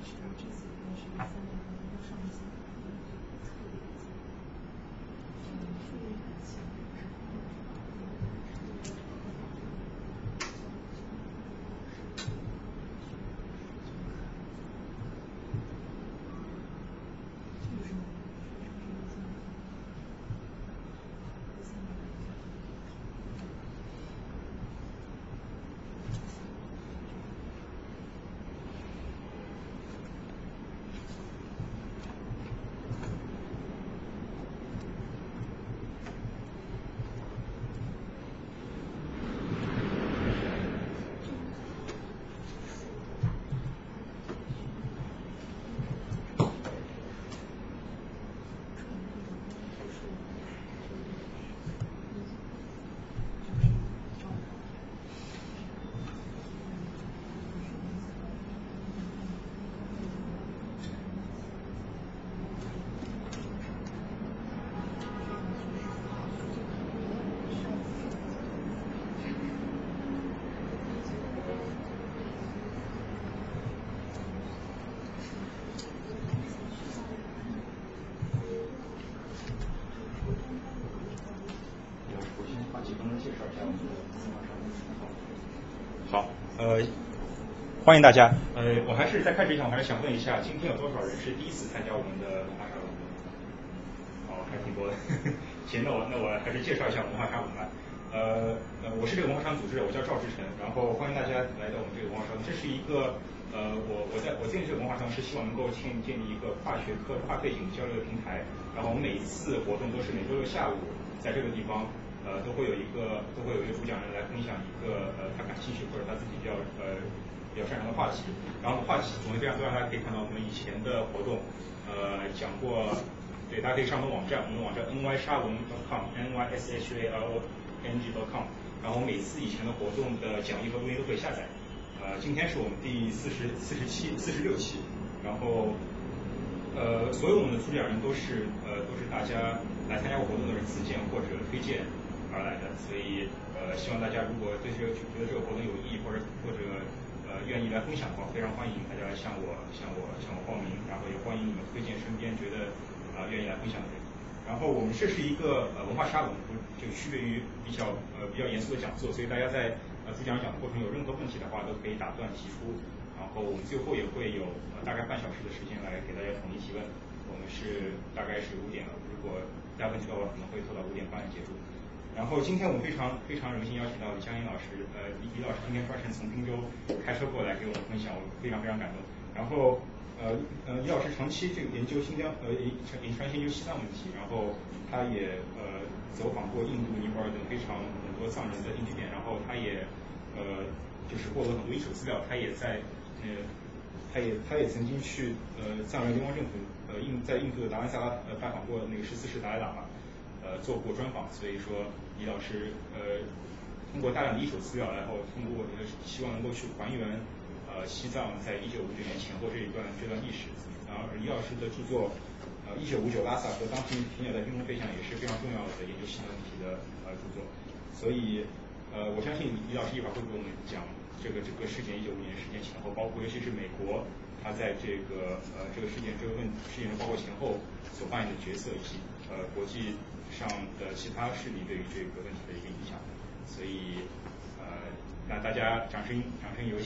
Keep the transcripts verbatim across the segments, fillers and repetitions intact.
好，呃，欢迎大家。呃，我还是在开始之前，我还是想问一下，今天有多少人是第一次参加我们的文化沙龙？哦，还挺多的。行，那我那我还是介绍一下文化沙龙吧。呃呃，我是这个文化沙龙组织者，我叫赵志成，然后欢迎大家来到我们这个文化沙龙。这是一个呃，我我在我建立这个文化沙龙是希望能够建建立一个跨学科、跨背景交流的平台。然后我们每一次活动都是每周六下午在这个地方。呃，都会有一个都会有一个主讲人来分享一个呃他感兴趣或者他自己比较呃比较擅长的话题，然后话题种类非常多，大家可以看到我们以前的活动，呃讲过，对，大家可以上我们网站，我们的网站 n y 沙龙 .com n y s h a l o n g .com， 然后每次以前的活动的讲义和录音都可以下载，呃，今天是我们第四十四十七四十六期，然后呃所有我们的主讲人都是呃都是大家来参加过活动的人自荐或者推荐而来的，所以呃希望大家如果对这个觉得这个活动有意义或者或者呃愿意来分享的话，非常欢迎大家来向我向我向我报名，然后也欢迎你们推荐身边觉得啊、呃、愿意来分享的人。然后我们这是一个呃文化沙龙，就区别于比较呃比较严肃的讲座，所以大家在呃主讲讲的过程有任何问题的话都可以打断提出，然后我们最后也会有呃大概半小时的时间来给大家统一提问。我们是大概是五点了，如果大家问题的话可能会拖到五点半结束。然后今天我们非常非常荣幸邀请到李江英老师，呃，李李老师今天专程从滨州开车过来给我们分享，我非常非常感动。然后，呃呃，李老师长期这个研究新疆，呃，长长期研究西藏问题，然后他也呃走访过印度、尼泊尔等非常很多藏人的定居点，然后他也呃就是获得很多一手资料，他也在呃他也他也曾经去呃藏人联邦政府呃印在印度的达兰萨拉呃拜访过那个十四世达赖喇嘛。呃，做过专访，所以说李老师呃通过大量的一手资料，然后通过呃希望能够去还原呃西藏在一九五九年前后这一段这段历史。然后李老师的著作呃一九五九拉萨和当时停留在冰封飞翔也是非常重要的研究西藏问题的呃著作。所以呃我相信李老师一会儿会给我们讲这个这个事件一九五九年事件前后，包括尤其是美国他在这个呃这个事件这个问事件中包括前后所扮演的角色，以及呃国际上的其他势力对于这个问题的一个影响，所以呃，那大家掌声掌声有请。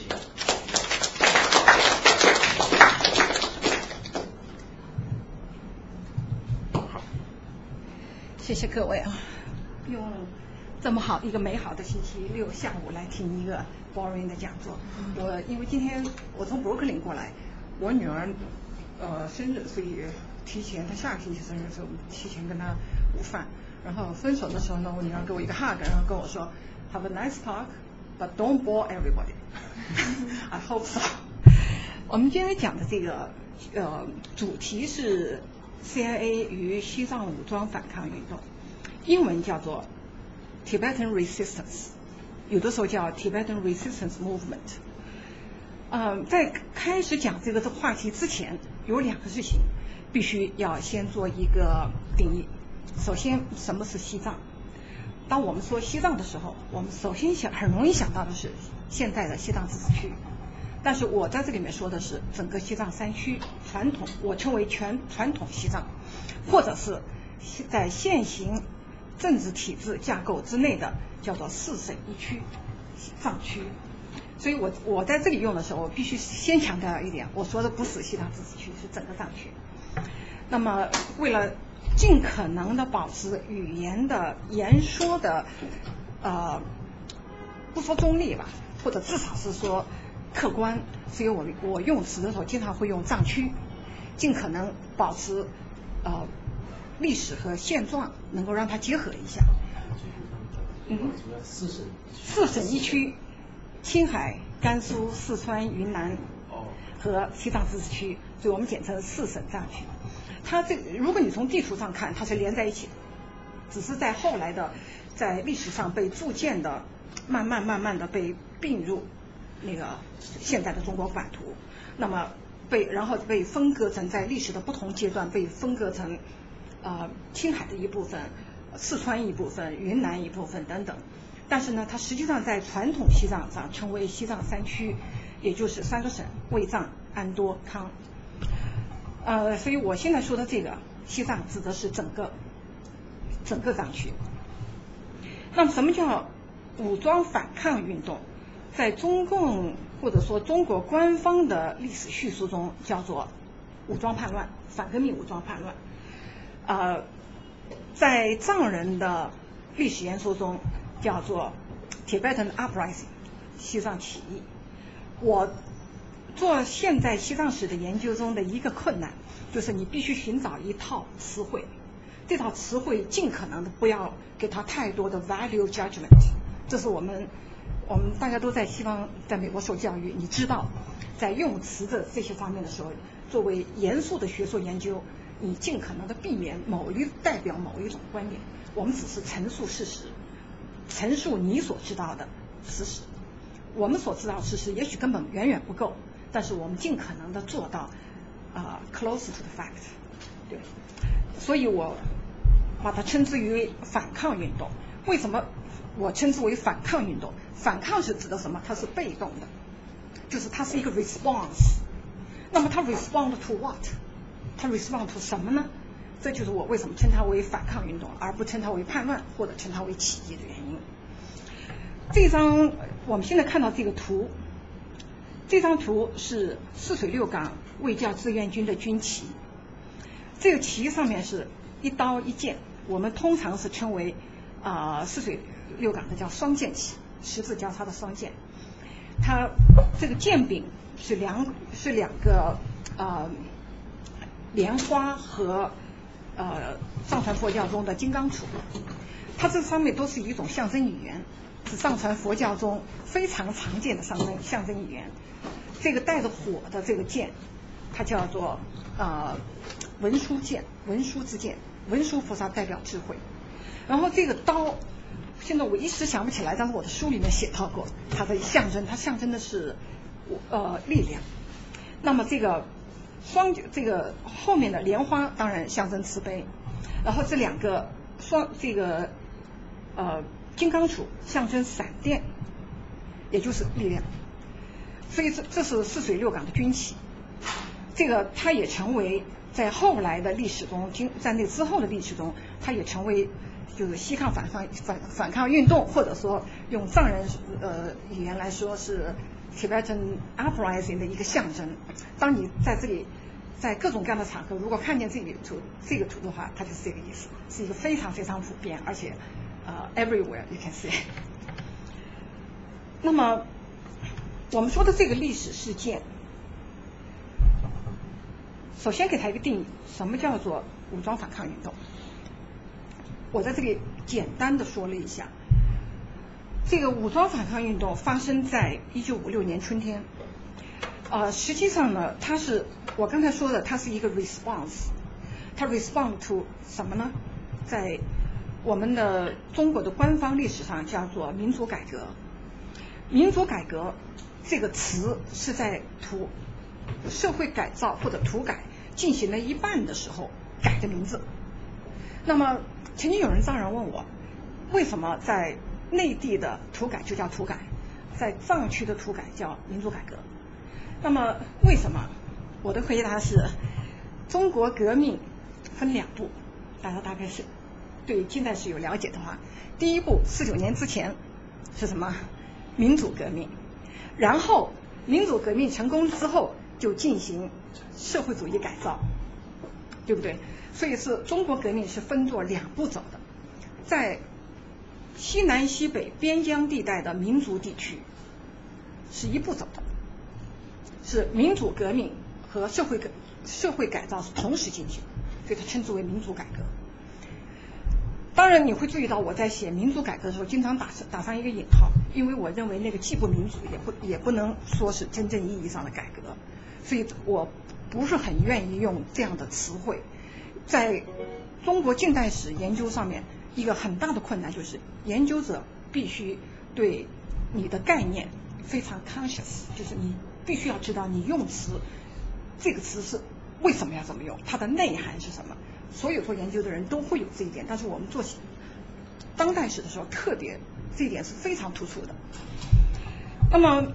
好， 谢谢各位啊，用这么好一个美好的星期六下午来听一个 boring 的讲座。我因为今天我从伯克林过来，我女儿呃生日，所以提前她下个星期生日，所以我们提前跟她午饭。然后分手的时候呢，我女儿给我一个 hug， 然后跟我说 Have a nice talk, but don't bore everybody. I hope so. 我们今天讲的这个呃主题是 C I A 与西藏武装反抗运动，英文叫做 Tibetan Resistance， 有的时候叫 Tibetan Resistance Movement。呃，在开始讲这个话题之前，有两个事情必须要先做一个定义。首先，什么是西藏？当我们说西藏的时候，我们首先想很容易想到的是现在的西藏自治区。 但是我在这里面说的是整个西藏山区传统，我称为全传统西藏，或者是在现行政治体制架构之内的叫做四省一区藏区。所以我我在这里用的时候，我必须先强调一点，我说的不是西藏自治区，是整个藏区。那么为了尽可能的保持语言的言说的呃不说中立吧，或者至少是说客观，所以我我用词的时候经常会用藏区，尽可能保持呃历史和现状能够让它结合一下。嗯， 四省四省一区，青海、甘肃、四川、云南和西藏自治区，所以我们简称四省藏区。它这如果你从地图上看，它是连在一起的，只是在后来的在历史上被逐渐的慢慢慢慢的被并入那个现在的中国版图，那么被然后被分割成在历史的不同阶段被分割成呃青海的一部分、四川一部分、云南一部分等等。但是呢，它实际上在传统西藏上称为西藏三区，也就是三个省：卫藏、安多、康。呃，所以我现在说的这个西藏指的是整个整个藏区。那么什么叫武装反抗运动？在中共或者说中国官方的历史叙述中叫做武装叛乱、反革命武装叛乱。呃，在藏人的历史研说中叫做 Tibetan Uprising 西藏起义。我做现在西藏史的研究中的一个困难，就是你必须寻找一套词汇，这套词汇尽可能的不要给它太多的 value judgment。这是我们我们大家都在西方，在美国受教育，你知道，在用词的这些方面的时候，作为严肃的学术研究，你尽可能的避免某一代表某一种观点。我们只是陈述事实，陈述你所知道的事实。我们所知道的事实也许根本远远不够，但是我们尽可能的做到啊、uh, close to the fact。对，所以我把它称之于反抗运动。为什么我称之为反抗运动？反抗是指的什么？它是被动的，就是它是一个 response。那么它 respond to what？ 它 respond to 什么呢？这就是我为什么称它为反抗运动，而不称它为叛乱或者称它为起义的原因。这张我们现在看到这个图，这张图是泗水六港卫教志愿军的军旗。这个旗上面是一刀一剑，我们通常是称为啊泗水六港的叫双剑旗，十字交叉的双剑。它这个剑柄是两是两个呃莲花和呃藏传佛教中的金刚杵，它这上面都是一种象征语言，是藏传佛教中非常常见的象征象征语言。这个带着火的这个剑，它叫做呃文殊剑，文殊之剑，文殊菩萨代表智慧。然后这个刀，现在我一时想不起来，但是我的书里面写到过，它的象征，它象征的是呃力量。那么这个双这个后面的莲花当然象征慈悲，然后这两个双这个呃金刚杵象征闪电，也就是力量。所以这这是泗水六港的军旗。这个它也成为在后来的历史中，经在那之后的历史中，它也成为就是西抗反抗反反抗运动，或者说用藏人呃语言来说是 Tibetan Uprising 的一个象征。当你在这里在各种各样的场合，如果看见这个图这个图的话，它就是这个意思，是一个非常非常普遍，而且呃 everywhere you can see。那么我们说的这个历史事件，首先给它一个定义，什么叫做武装反抗运动？我在这里简单的说了一下，这个武装反抗运动发生在一九五六年春天。呃，实际上呢，它是我刚才说的，它是一个 response， 它 respond to 什么呢？在我们的中国的官方历史上叫做民主改革。民主改革这个词是在土社会改造或者土改进行了一半的时候改的名字。那么曾经有人藏人问我，为什么在内地的土改就叫土改，在藏区的土改叫民主改革？ 那么为什么？我的回答是，中国革命分两步，大家大概是对近代史有了解的话，第一步四九年之前是什么？民主革命，然后民主革命成功之后就进行社会主义改造，对不对？所以是中国革命是分作两步走的，在西南西北边疆地带的民族地区是一步走的，是民主革命和社会改社会改造是同时进行，所以它称之为民主改革。当然你会注意到我在写民主改革的时候经常打打上一个引号，因为我认为那个既不民主也不也不能说是真正意义上的改革，所以我不是很愿意用这样的词汇。在中国近代史研究上面，一个很大的困难就是研究者必须对你的概念非常 conscious， 就是你必须要知道你用词这个词是为什么要这么用，它的内涵是什么。所有做研究的人都会有这一点，但是我们做当代史的时候特别这一点是非常突出的。那么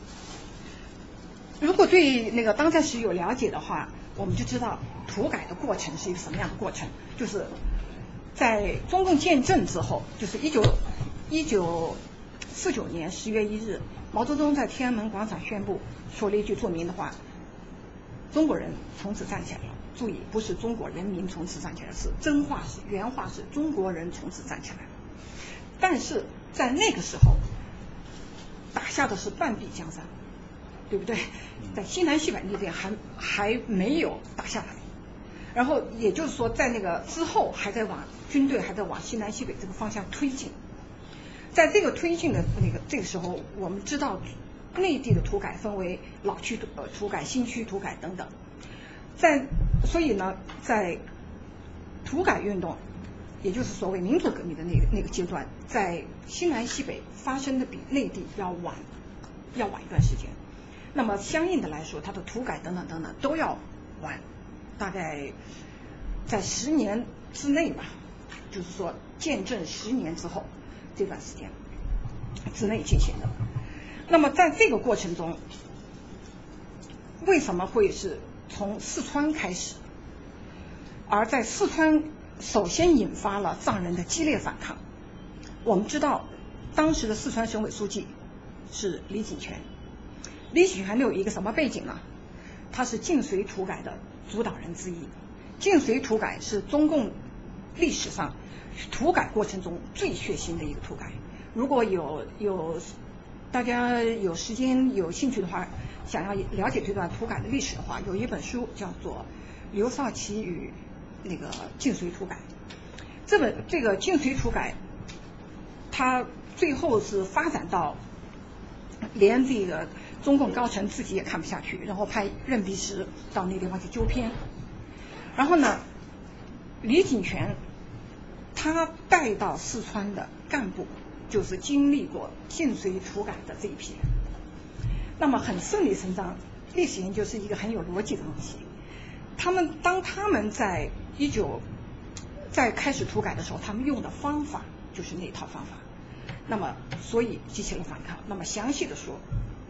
如果对那个当代史有了解的话，我们就知道土改的过程是一个什么样的过程，就是在中共建政之后，就是一九一九四九年十月一日，毛泽东在天安门广场宣布，说了一句著名的话：中国人从此站起来了。注意，不是中国人民从此站起来，是真话，是原话，是中国人从此站起来了。但是在那个时候打下的是半壁江山，对不对？在西南西北那边还还没有打下来，然后也就是说在那个之后还在往军队还在往西南西北这个方向推进。在这个推进的那个这个时候，我们知道内地的土改分为老区呃土改、新区土改等等。在所以呢，在土改运动，也就是所谓民主革命的那个那个阶段，在西南西北发生的比内地要晚要晚一段时间。那么相应的来说，它的土改等等等等都要晚，大概在十年之内吧，就是说建政十年之后这段时间之内进行的。那么在这个过程中，为什么会是从四川开始，而在四川首先引发了藏人的激烈反抗？我们知道当时的四川省委书记是李井泉，李井泉有一个什么背景呢？他是晋绥土改的主导人之一。晋绥土改是中共历史上土改过程中最血腥的一个土改。如果有有大家有时间有兴趣的话，想要了解这段土改的历史的话，有一本书叫做《刘少奇与那个晋绥土改》。这本这个晋绥土改，它最后是发展到连这个中共高层自己也看不下去，然后派任弼时到那地方去纠偏。然后呢，李井泉他带到四川的干部就是经历过晋绥土改的这一批人，那么很顺理成章。历史研究是一个很有逻辑的东西。他们当他们在一九在开始土改的时候，他们用的方法就是那套方法，那么所以激起了反抗。那么详细的说，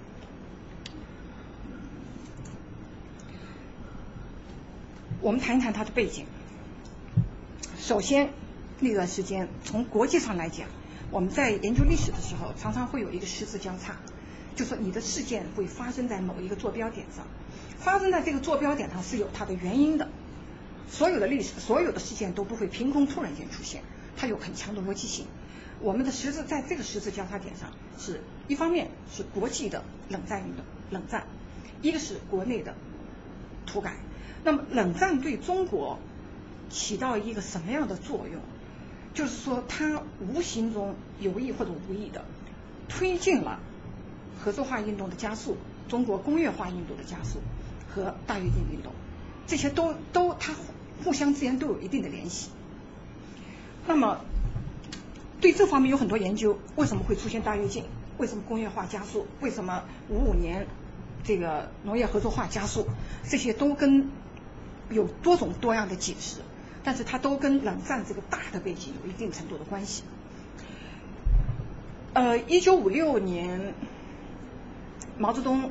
我们谈一谈它的背景。首先，那段时间从国际上来讲，我们在研究历史的时候，常常会有一个十字交叉，就是说你的事件会发生在某一个坐标点上，发生在这个坐标点上是有它的原因的。所有的历史，所有的事件都不会凭空突然间出现，它有很强的逻辑性。我们的十字在这个十字交叉点上，是一方面是国际的冷战运动，冷战，一个是国内的土改。那么冷战对中国起到一个什么样的作用？就是说它无形中有意或者无意的推进了合作化运动的加速，中国工业化运动的加速和大跃进运动，这些都都它互相之间都有一定的联系。那么对这方面有很多研究，为什么会出现大跃进？为什么工业化加速？为什么五五年这个农业合作化加速？这些都跟有多种多样的解释，但是它都跟冷战这个大的背景有一定程度的关系。呃，一九五六年，毛泽东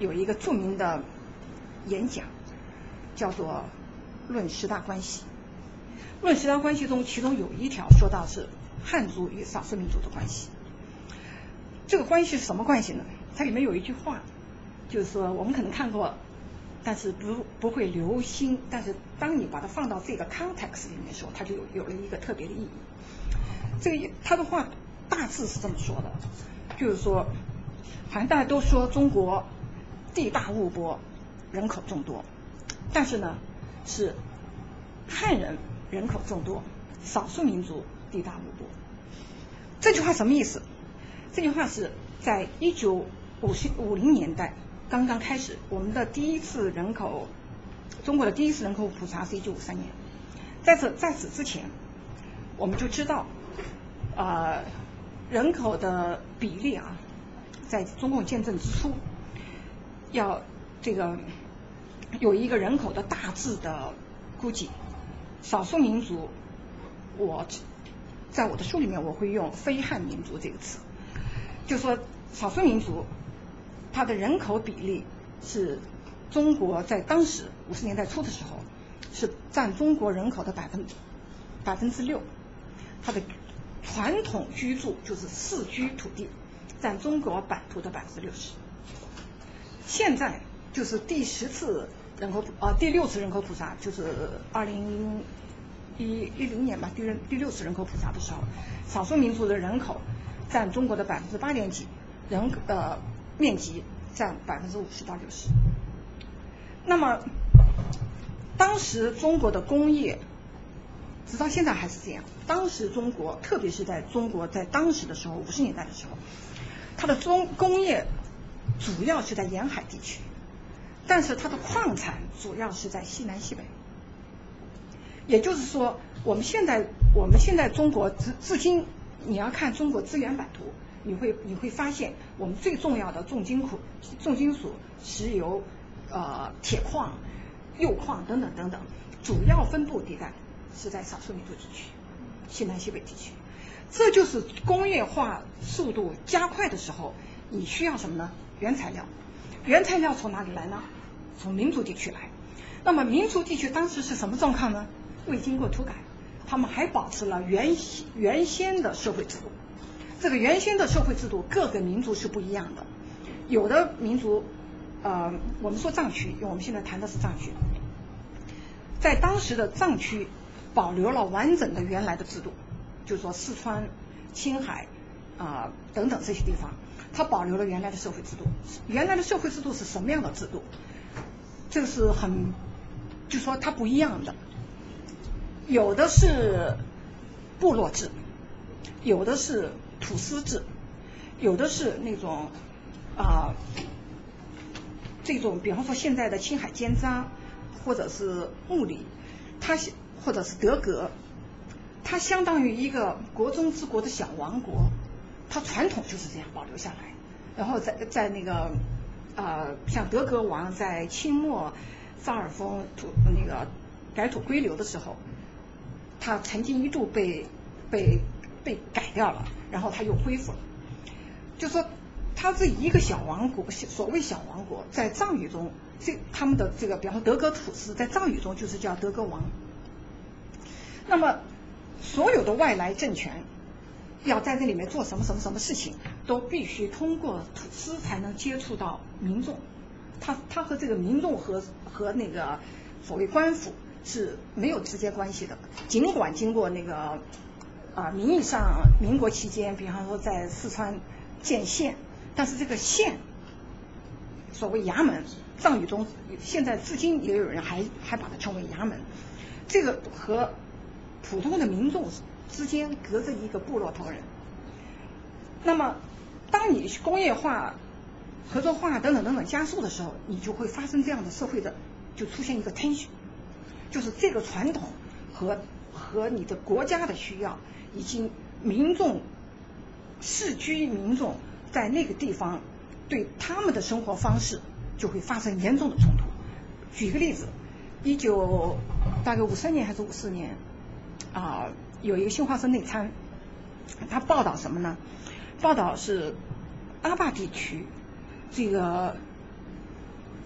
有一个著名的演讲，叫做《论十大关系》。论十大关系中，其中有一条说到是汉族与少数民族的关系。这个关系是什么关系呢？它里面有一句话，就是说我们可能看过，但是不不会留心，但是当你把它放到这个 context 里面的时候，它就有有了一个特别的意义。这个他的话大致是这么说的，就是说，好像大家都说中国地大物博，人口众多，但是呢是汉人人口众多，少数民族地大物博。这句话什么意思？这句话是在一九五零年代刚刚开始，我们的第一次人口，中国的第一次人口普查是一九五三年。在此在此之前，我们就知道，呃，人口的比例啊，在中共建政之初，要这个有一个人口的大致的估计。少数民族，我在我的书里面我会用非汉民族这个词，就说少数民族它的人口比例是中国在当时五十年代初的时候是占中国人口的百分百分之六，它的传统居住就是世居土地占中国版图的百分之六十。现在就是第十次人口呃第六次人口普查，就是二零一一零年吧，第第六次人口普查的时候，少数民族的人口占中国的百分之八点几，人呃面积占百分之五十到六十。那么当时中国的工业，直到现在还是这样。当时中国，特别是在中国在当时的时候，五十年代的时候，它的中工业主要是在沿海地区，但是它的矿产主要是在西南西北。也就是说，我们现在我们现在中国至至今，你要看中国资源版图，你会你会发现，我们最重要的重金属、重金属、石油、呃铁矿、铀矿等等等等，主要分布地带是在少数民族地区、西南西北地区。这就是工业化速度加快的时候，你需要什么呢？原材料。原材料从哪里来呢？从民族地区来。那么民族地区当时是什么状况呢？未经过土改，他们还保持了原原先的社会制度。这个原先的社会制度，各个民族是不一样的。有的民族，呃，我们说藏区，因为我们现在谈的是藏区，在当时的藏区保留了完整的原来的制度，就是说四川、青海啊、呃、等等这些地方，它保留了原来的社会制度。原来的社会制度是什么样的制度？这个是很，就说它不一样的。有的是部落制，有的是土司制，有的是那种啊、呃、这种，比方说现在的青海尖扎，或者是木里，它或者是德格，它相当于一个国中之国的小王国，它传统就是这样保留下来。然后在在那个呃，像德格王在清末萨尔峰土那个改土归流的时候，他曾经一度被被被改掉了，然后他又恢复了。就说他这一个小王国，所谓小王国，在藏语中，这他们的这个，比方说德格土司，在藏语中就是叫德格王。那么所有的外来政权要在这里面做什么什么什么事情，都必须通过土司才能接触到民众。他他和这个民众和和那个所谓官府是没有直接关系的。尽管经过那个啊、呃、名义上民国期间，比方说在四川建县，但是这个县所谓衙门，藏语中现在至今也有人还还把它称为衙门。这个和普通的民众之间隔着一个部落头人。那么当你工业化、合作化等等等等加速的时候，你就会发生这样的社会的，就出现一个 tension， 就是这个传统和和你的国家的需要，以及民众世居民众在那个地方对他们的生活方式就会发生严重的冲突。举个例子，一九大概五三年还是五四年啊、呃，有一个新华社内参，他报道什么呢？报道是阿坝地区这个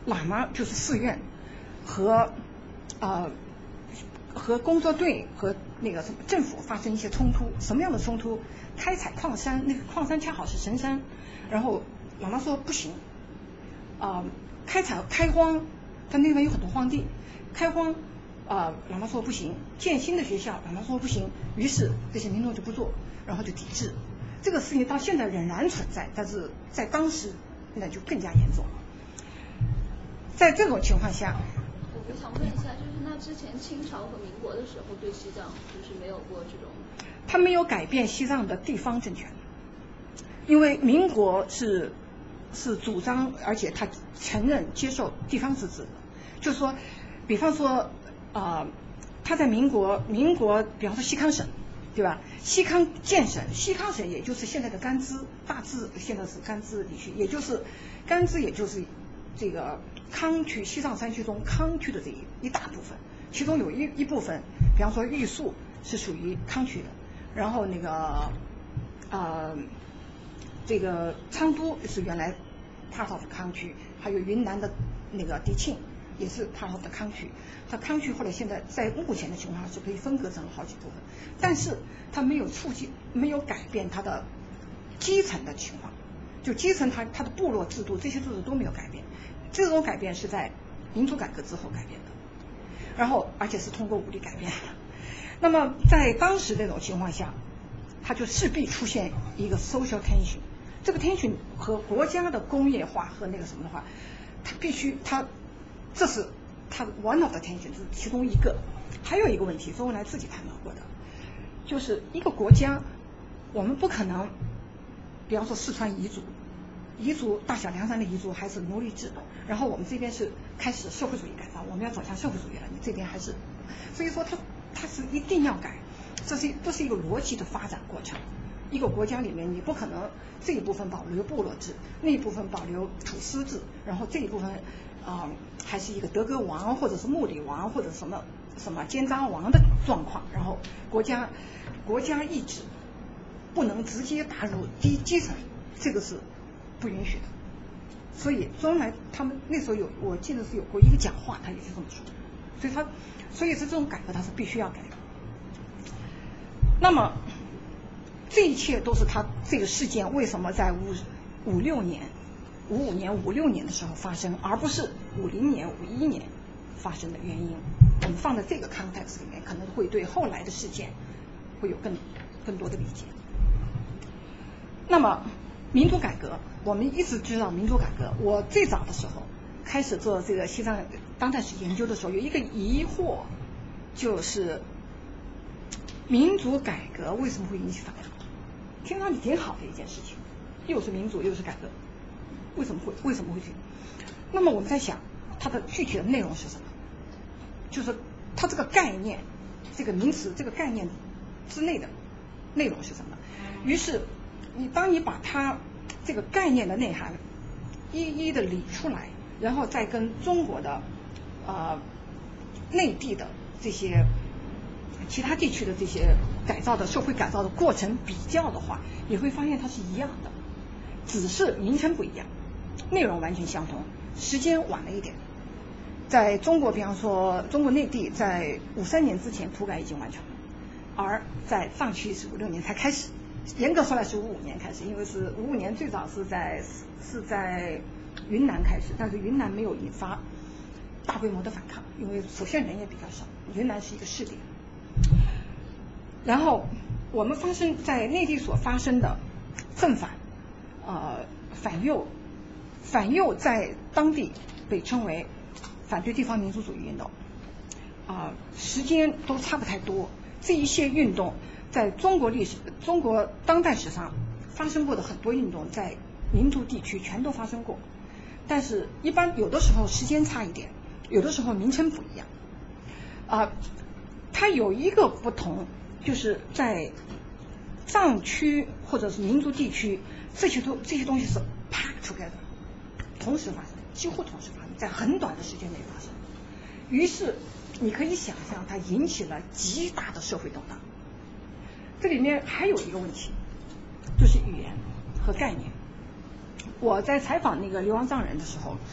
喇嘛就是寺院和呃和工作队和那个什么政府发生一些冲突，什么样的冲突？开采矿山，那个矿山恰好是神山，然后喇嘛说不行，啊、呃，开采开荒，他那边有很多荒地，开荒，啊、呃，喇嘛说不行，建新的学校，喇嘛说不行，于是这些民众就不做，然后就抵制。这个事情到现在仍然存在，但是在当时那就更加严重。在这种情况下， 我想问一下，就是那之前清朝和民国的时候对西藏就是没有过这种？ 他没有改变西藏的地方政权，因为民国是是主张，而且他承认接受地方自治的，就是说，比方说啊、呃，他在民国民国，比方说西康省，对吧？西康建省，西康省也就是现在的甘孜，大致现在是甘孜地区，也就是甘孜，也就是这个康区，西藏山区中康区的这一一大部分，其中有一一部分，比方说玉树是属于康区的，然后那个呃这个昌都是原来 part of 康区，还有云南的那个迪庆也是 part of 的康区。它康区后来现在在目前的情况下是可以分割成好几部分，但是它没有促进，没有改变它的基层的情况，就基层它它的部落制度这些制度都没有改变。这种改变是在民主改革之后改变的，然后而且是通过武力改变的。那么在当时这种情况下，它就势必出现一个 social tension。这个 tension 和国家的工业化和那个什么的话，它必须它这是它 one of the tension， 是其中一个。还有一个问题，周恩来自己谈到过的，就是一个国家，我们不可能，比方说四川彝族，彝族大小凉山的彝族还是奴隶制，然后我们这边是开始社会主义改造，我们要走向社会主义了，你这边还是，所以说它它是一定要改，这是这是一个逻辑的发展过程。一个国家里面，你不可能这一部分保留部落制，那一部分保留土司制，然后这一部分啊、呃、还是一个德格王或者是穆里王或者什么什么监察王的状况，然后国家国家意志不能直接打入低基层，这个是不允许的。所以周恩来他们那时候有，我记得是有过一个讲话，他也是这么说。所以他所以是这种改革，他是必须要改的。那么这一切都是他这个事件为什么在五五六年、五五年、五六年的时候发生，而不是五零年、五一年发生的原因。我们放在这个 context 里面，可能会对后来的事件会有更更多的理解。那么民主改革，我们一直知道民主改革。我最早的时候开始做这个西藏当代史研究的时候，有一个疑惑，就是民主改革为什么会引起反抗？听上去挺好的一件事情，又是民主又是改革，为什么会为什么会去？那么我们在想，它的具体的内容是什么？就是它这个概念，这个名词，这个概念之内的内容是什么？于是你当你把它这个概念的内涵一一的理出来，然后再跟中国的呃内地的这些其他地区的这些改造的社会改造的过程比较的话，你会发现它是一样的，只是名称不一样，内容完全相同，时间晚了一点。在中国，比方说中国内地在五三年之前土改已经完成了，而在藏区是五六年才开始，严格说来是五五年开始，因为是五五年最早是在是在云南开始，但是云南没有引发大规模的反抗，因为首先人也比较少，云南是一个试点。然后我们发生在内地所发生的正反呃反右反右在当地被称为反对地方民族主义运动啊、呃，时间都差不太多。这一些运动在中国历史中国当代史上发生过的很多运动，在民族地区全都发生过，但是一般有的时候时间差一点，有的时候名称不一样啊、呃。它有一个不同，就是在藏区或者是民族地区，这些东这些东西是 packed together， 同时发生，几乎同时发生，在很短的时间内发生。于是你可以想象，它引起了极大的社会动荡。这里面还有一个问题，就是语言和概念。我在采访那个流亡藏人的时候，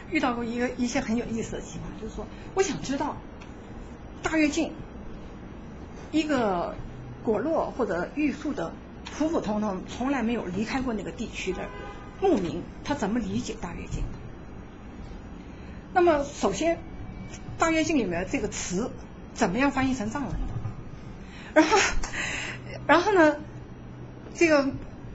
遇到过一个一些很有意思的情况，就是说我想知道大跃进一个果洛或者玉树的普普通通从来没有离开过那个地区的牧民，他怎么理解大跃进？那么首先大跃进里面这个词怎么样翻译成藏文的？然后然后呢这个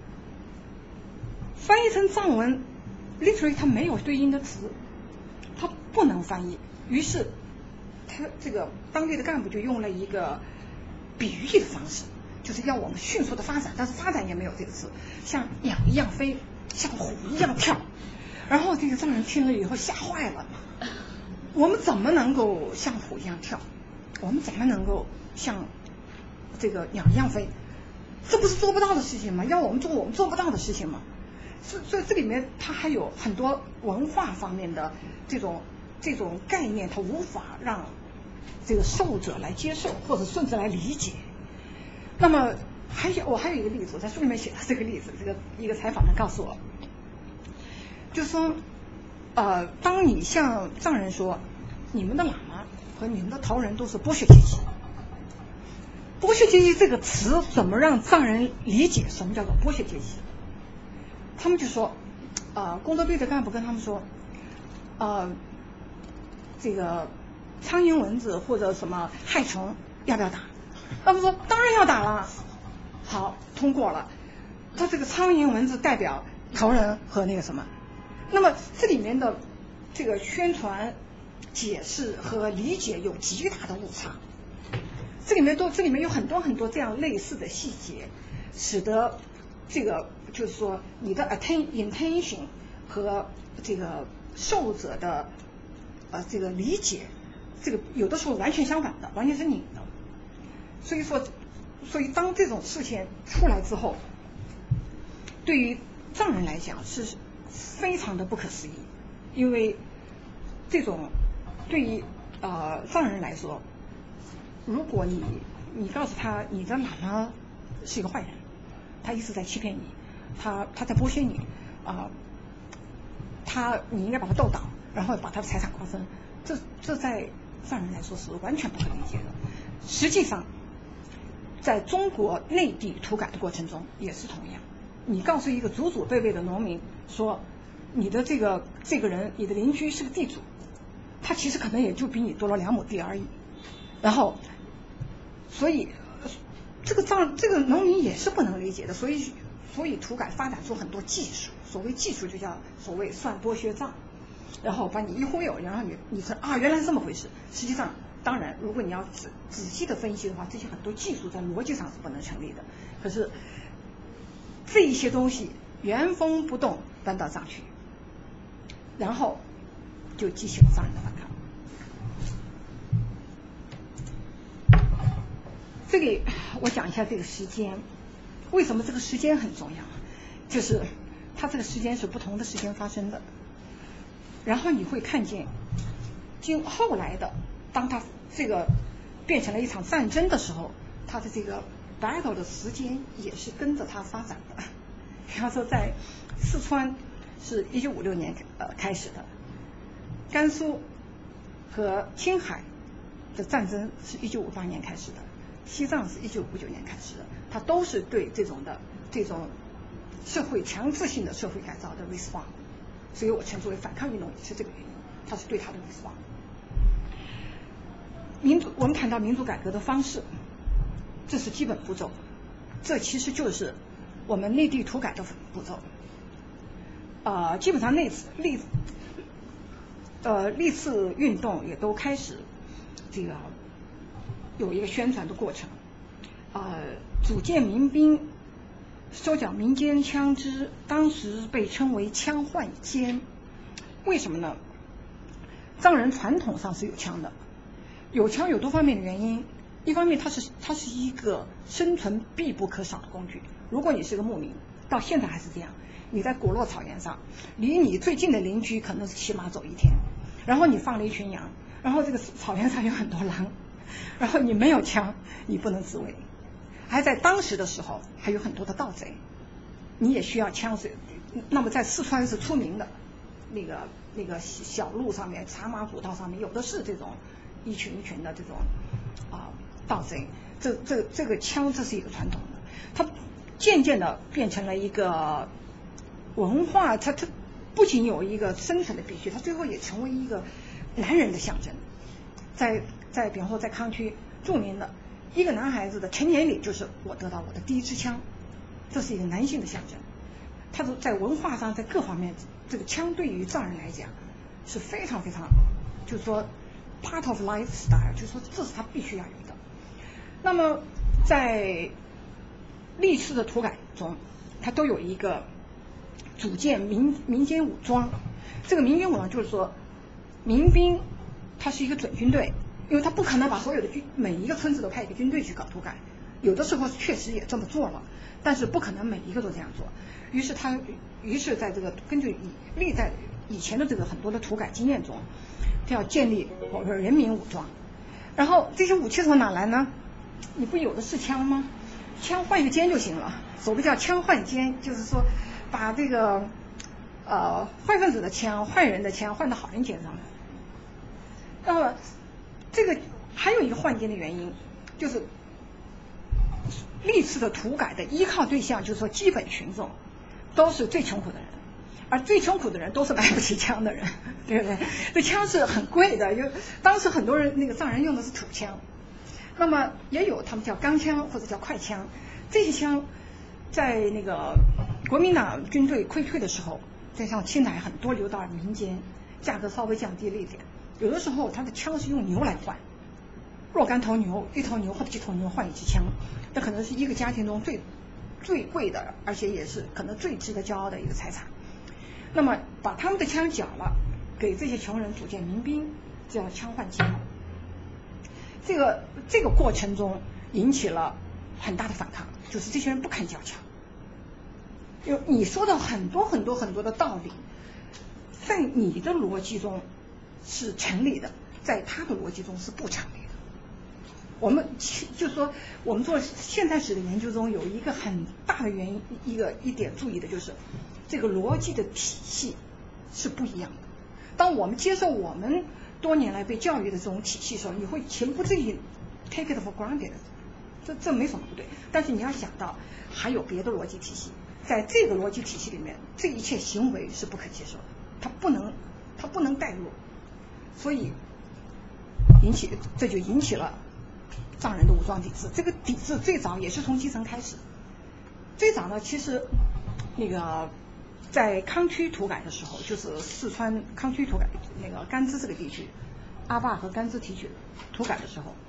翻译成藏文 literally 它没有对应的词，它不能翻译，于是他这个当地的干部就用了一个比喻的方式，就是要我们迅速的发展，但是发展也没有这个词，像鸟一样飞，像虎一样跳。然后这个藏人听了以后吓坏了，我们怎么能够像虎一样跳？我们怎么能够像这个鸟一样飞？这不是做不到的事情吗？要我们做我们做不到的事情吗？所以所以这里面它还有很多文化方面的这种这种概念，它无法让这个受者来接受或者甚至来理解。那么还有我还有一个例子，我在书里面写了这个例子，这个一个采访人告诉我，就是说呃，当你向藏人说你们的喇嘛和你们的头人都是剥削阶级，剥削阶级这个词怎么让藏人理解什么叫做剥削阶级？他们就说呃，工作队的干部跟他们说呃，这个苍蝇蚊子或者什么害虫要不要打？他们说当然要打了。好，通过了。他这个苍蝇蚊子代表头人和那个什么，那么这里面的这个宣传解释和理解有极大的误差，这里面都这里面有很多很多这样类似的细节，使得这个就是说你的 attention intention 和这个受者的呃这个理解，这个有的时候完全相反的，完全是拧的。所以说，所以当这种事情出来之后，对于藏人来讲是非常的不可思议，因为这种对于呃藏人来说，如果你你告诉他你的喇嘛是一个坏人，他一直在欺骗你，他他在剥削你啊、呃，他你应该把他斗倒，然后把他的财产瓜分，这这在藏人来说是完全不可理解的。实际上在中国内地土改的过程中也是同样，你告诉一个祖祖辈辈的农民说你的这个这个人你的邻居是个地主，他其实可能也就比你多了两亩地而已，然后所以这个藏这个农民也是不能理解的，所以所以土改发展出很多技术，所谓技术就叫所谓算剥削账，然后把你一忽悠，然后你你说啊原来是这么回事，实际上当然如果你要仔仔细的分析的话，这些很多技术在逻辑上是不能成立的，可是这一些东西原封不动搬到藏区，然后就激起了藏人的反抗。这里我讲一下这个时间，为什么这个时间很重要，就是它这个时间是不同的时间发生的，然后你会看见经后来的当它这个变成了一场战争的时候，它的这个 battle 的时间也是跟着它发展的。比方说在四川是一九五六年呃开始的，甘肃和青海的战争是一九五八年开始的，西藏是一九五九年开始的，它都是对这种的这种社会强制性的社会改造的 response， 所以我称之为反抗运动也是这个原因，它是对它的 response。民主，我们谈到民主改革的方式，这是基本步骤，这其实就是我们内地土改的步骤。呃，基本上那次历呃历次运动也都开始这个有一个宣传的过程，呃，组建民兵，收缴民间枪支，当时被称为枪换监。为什么呢？藏人传统上是有枪的，有枪有多方面的原因，一方面它是它是一个生存必不可少的工具。如果你是个牧民，到现在还是这样，你在果洛草原上，离你最近的邻居可能是骑马走一天，然后你放了一群羊，然后这个草原上有很多狼，然后你没有枪，你不能自卫。还在当时的时候，还有很多的盗贼，你也需要枪水。那么在四川是出名的， 那个那个小路上面、茶马古道上面，有的是这种一群一群的这种啊、呃、盗贼。这这这个枪，这是一个传统的，它渐渐的变成了一个文化，它它不仅有一个生存的必须，它最后也成为一个男人的象征。在在比方说在康区著名的一个男孩子的成年礼就是我得到我的第一支枪，这是一个男性的象征。他说在文化上在各方面，这个枪对于藏人来讲是非常非常，就是说 part of lifestyle， 就是说这是他必须要有的。那么在历次的土改中，它都有一个组建民民间武装。这个民间武装就是说，民兵它是一个准军队，因为他不可能把所有的军每一个村子都派一个军队去搞土改，有的时候确实也这么做了，但是不可能每一个都这样做。于是他，于是在这个根据历代以前的这个很多的土改经验中，他要建立我们说人民武装。然后这些武器从哪来呢？你不有的是枪吗？枪换一个尖就行了。所谓叫枪换尖，就是说把这个呃坏分子的枪、坏人的枪换到好人肩上来。那么这个还有一个换肩的原因，就是历次的土改的依靠对象，就是说基本群众都是最穷苦的人，而最穷苦的人都是买不起枪的人，对不对？这枪是很贵的，就当时很多人那个藏人用的是土枪。那么也有他们叫钢枪或者叫快枪，这些枪在那个国民党军队溃退的时候，在像青海很多流到民间，价格稍微降低了一点。有的时候他的枪是用牛来换，若干头牛，一头牛或者几头牛换一支枪，这可能是一个家庭中最最贵的，而且也是可能最值得骄傲的一个财产。那么把他们的枪缴了，给这些穷人组建民兵，这样枪换枪。这个这个过程中引起了很大的反抗，就是这些人不肯缴枪。因为你说的很多很多很多的道理，在你的逻辑中是成立的，在他的逻辑中是不成立的。我们就是说，我们做现代史的研究中有一个很大的原因，一个一点注意的就是，这个逻辑的体系是不一样的。当我们接受我们多年来被教育的这种体系的时候，你会情不自禁 take it for granted， 这这没什么不对。但是你要想到还有别的逻辑体系，在这个逻辑体系里面，这一切行为是不可接受的，它不能它不能带入，所以引起这就引起了藏人的武装抵制。这个抵制最早也是从基层开始，最早呢，其实那个在康区土改的时候，就是四川康区土改那个甘孜这个地区，阿坝和甘孜地区土改的时候，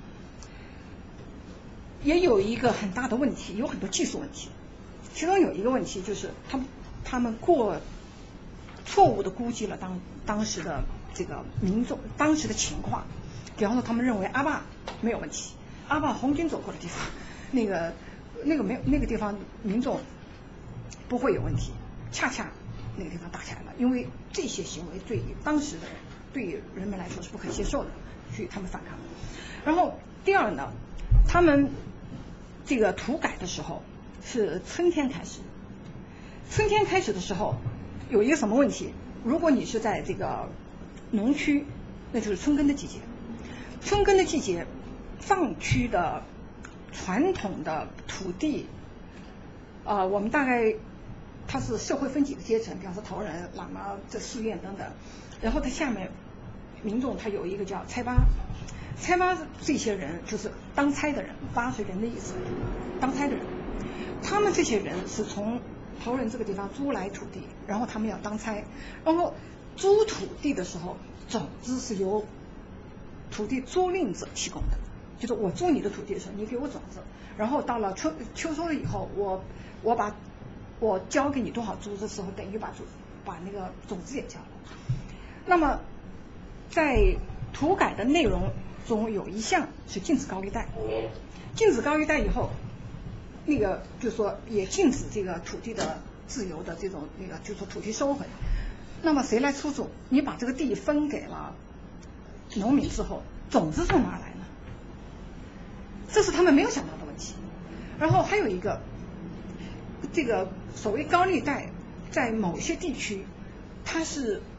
也有一个很大的问题，有很多技术问题。其中有一个问题就是他们他们过错误的估计了当当时的这个民众当时的情况。比方说他们认为阿坝没有问题，阿坝红军走过的地方，那个那个没有那个地方民众不会有问题，恰恰那个地方打起来了，因为这些行为对于当时的人对人们来说是不可接受的，所以他们反抗。然后第二呢，他们这个土改的时候是春天开始，春天开始的时候有一个什么问题？如果你是在这个农区，那就是春耕的季节。春耕的季节，藏区的传统的土地，呃，我们大概它是社会分几个阶层，比方说头人、喇嘛、这寺院等等，然后它下面民众他有一个叫差巴，差巴这些人就是当差的人，巴是人的意思，当差的人，他们这些人是从头人这个地方租来土地，然后他们要当差，然后租土地的时候，种子是由土地租赁者提供的，就是我租你的土地的时候，你给我种子，然后到了秋秋收了以后，我我把我交给你多少租的时候，等于把种把那个种子也交了。那么在土改的内容中有一项是禁止高利贷，禁止高利贷以后，那个就是说也禁止这个土地的自由的这种那个就是说土地收回。那么谁来出租？你把这个地分给了农民之后，种子从哪来呢？这是他们没有想到的问题。然后还有一个，这个所谓高利贷，在某些地区，它是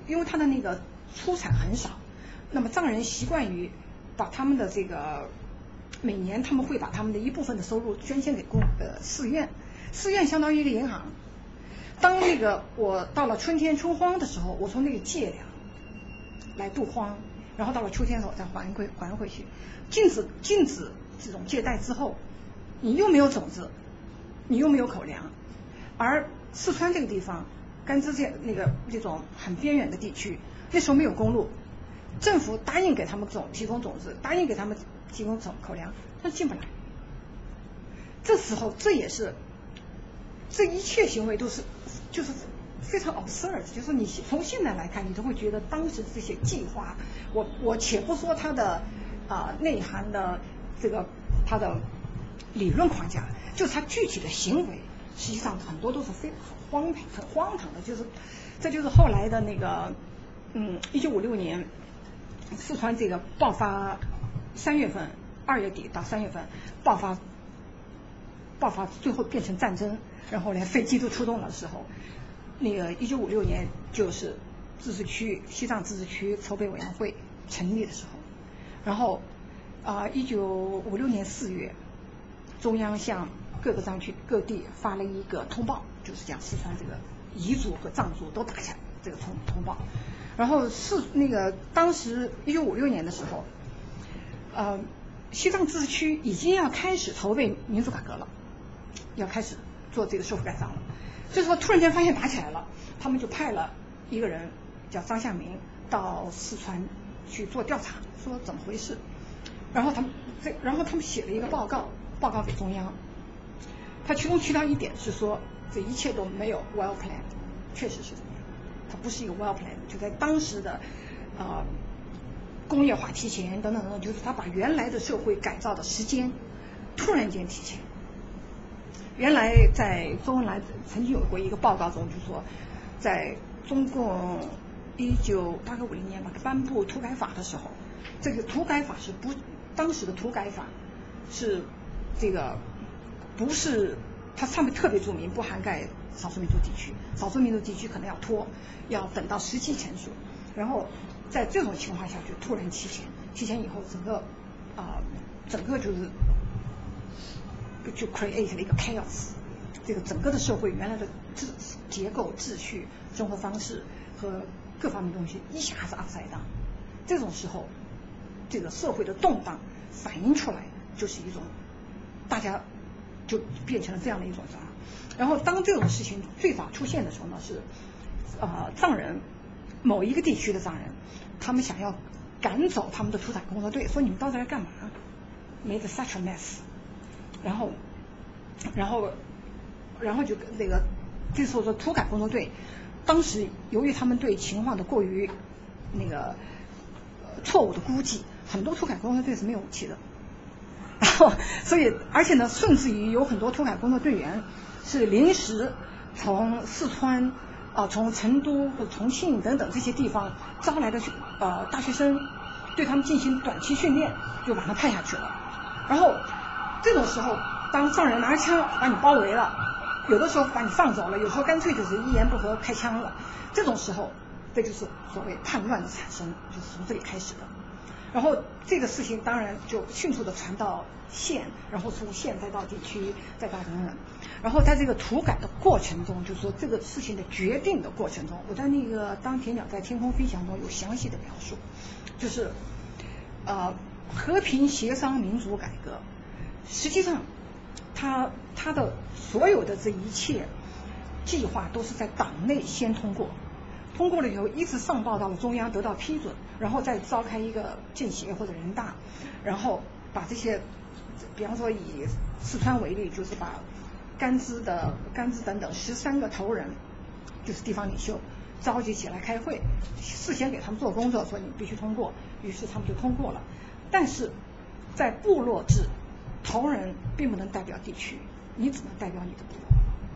因为他的那个出产很少，那么藏人习惯于把他们的这个每年他们会把他们的一部分的收入捐献给公呃寺院，寺院相当于一个银行。当那个我到了春天春荒的时候，我从那个借粮来度荒，然后到了秋天的时候再还回还回去。禁止禁止这种借贷之后，你又没有种子，你又没有口粮，而四川这个地方，甘孜这那个这种很边远的地区，那时候没有公路，政府答应给他们种提供种子，答应给他们提供口口粮，但是进不来。这时候这也是这一切行为都是就是非常 absurd， 就是你从现在来看，你都会觉得当时这些计划，我我且不说它的啊、呃、内涵的这个它的理论框架，就是它具体的行为，实际上很多都是非很荒唐很荒唐的，就是这就是后来的那个嗯一九五六年四川这个爆发三月份二月底到三月份爆发爆发最后变成战争，然后连飞机都出动的时候，那个一九五六年就是自治区西藏自治区筹备委员会成立的时候，然后啊一九五六年四月，中央向各个藏区各地发了一个通报，就是讲四川这个彝族和藏族都打起来这个通通报，然后是那个当时一九五六年的时候，呃西藏自治区已经要开始筹备民主改革了，要开始做这个社会改造了。所以说突然间发现打起来了，他们就派了一个人叫张向明到四川去做调查，说怎么回事。然后他们这，然后他们写了一个报告，报告给中央。他其中提到一点是说，这一切都没有 well planned， 确实是这样，它不是一个 well planned， 就在当时的呃工业化提前等等等等，就是他把原来的社会改造的时间突然间提前。原来在周恩来曾经有过一个报告中，就说在中共一九大概五零年吧颁布土改法的时候，这个土改法是不当时的土改法是这个不是它上面特别注明不涵盖少数民族地区，少数民族地区可能要拖，要等到时机成熟，然后在这种情况下就突然提前，提前以后整个啊、呃、整个就是就 create 了一个 chaos， 这个整个的社会原来的秩结构、秩序、生活方式和各方面东西一下子 upside down。这种时候，这个社会的动荡反映出来就是一种大家就变成了这样的一种状况。然后当这种事情最早出现的时候呢，是呃藏人某一个地区的藏人，他们想要赶走他们的土改工作队，说你们到这来干嘛 ？Made such a mess。然后，然后，然后就那个，这时候说土改工作队，当时由于他们对情况的过于那个、呃、错误的估计，很多土改工作队是没有武器的。然后，所以而且呢，甚至于有很多土改工作队员是临时从四川啊、呃、从成都或重庆等等这些地方招来的呃大学生，对他们进行短期训练，就把他派下去了。然后这种时候，当藏人拿着枪把你包围了，有的时候把你放走了，有时候干脆就是一言不合开枪了。这种时候，这就是所谓叛乱的产生，就是从这里开始的。然后这个事情当然就迅速的传到县，然后从县再到地区，再到等等。然后在这个土改的过程中，就是说这个事情的决定的过程中，我在那个当铁鸟在天空飞翔中有详细的描述，就是呃和平协商民主改革，实际上他他的所有的这一切计划都是在党内先通过。通过了以后，一直上报到了中央，得到批准，然后再召开一个政协或者人大，然后把这些，比方说以四川为例，就是把甘孜的甘孜等等十三个头人，就是地方领袖，召集起来开会，事先给他们做工作，说你必须通过，于是他们就通过了。但是在部落制，头人并不能代表地区，你只能代表你的部落。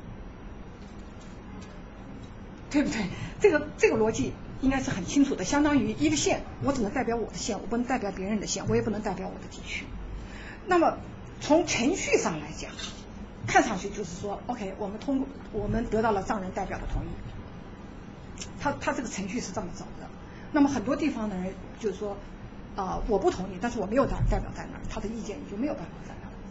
对不对？这个这个逻辑应该是很清楚的，相当于一个县，我只能代表我的县，我不能代表别人的县，我也不能代表我的地区。那么从程序上来讲，看上去就是说 ，OK， 我们通过，我们得到了藏人代表的同意， 他他这个程序是这么走的。那么很多地方的人就是说，啊、呃，我不同意，但是我没有代代表在那儿，他的意见也就没有办法在那儿。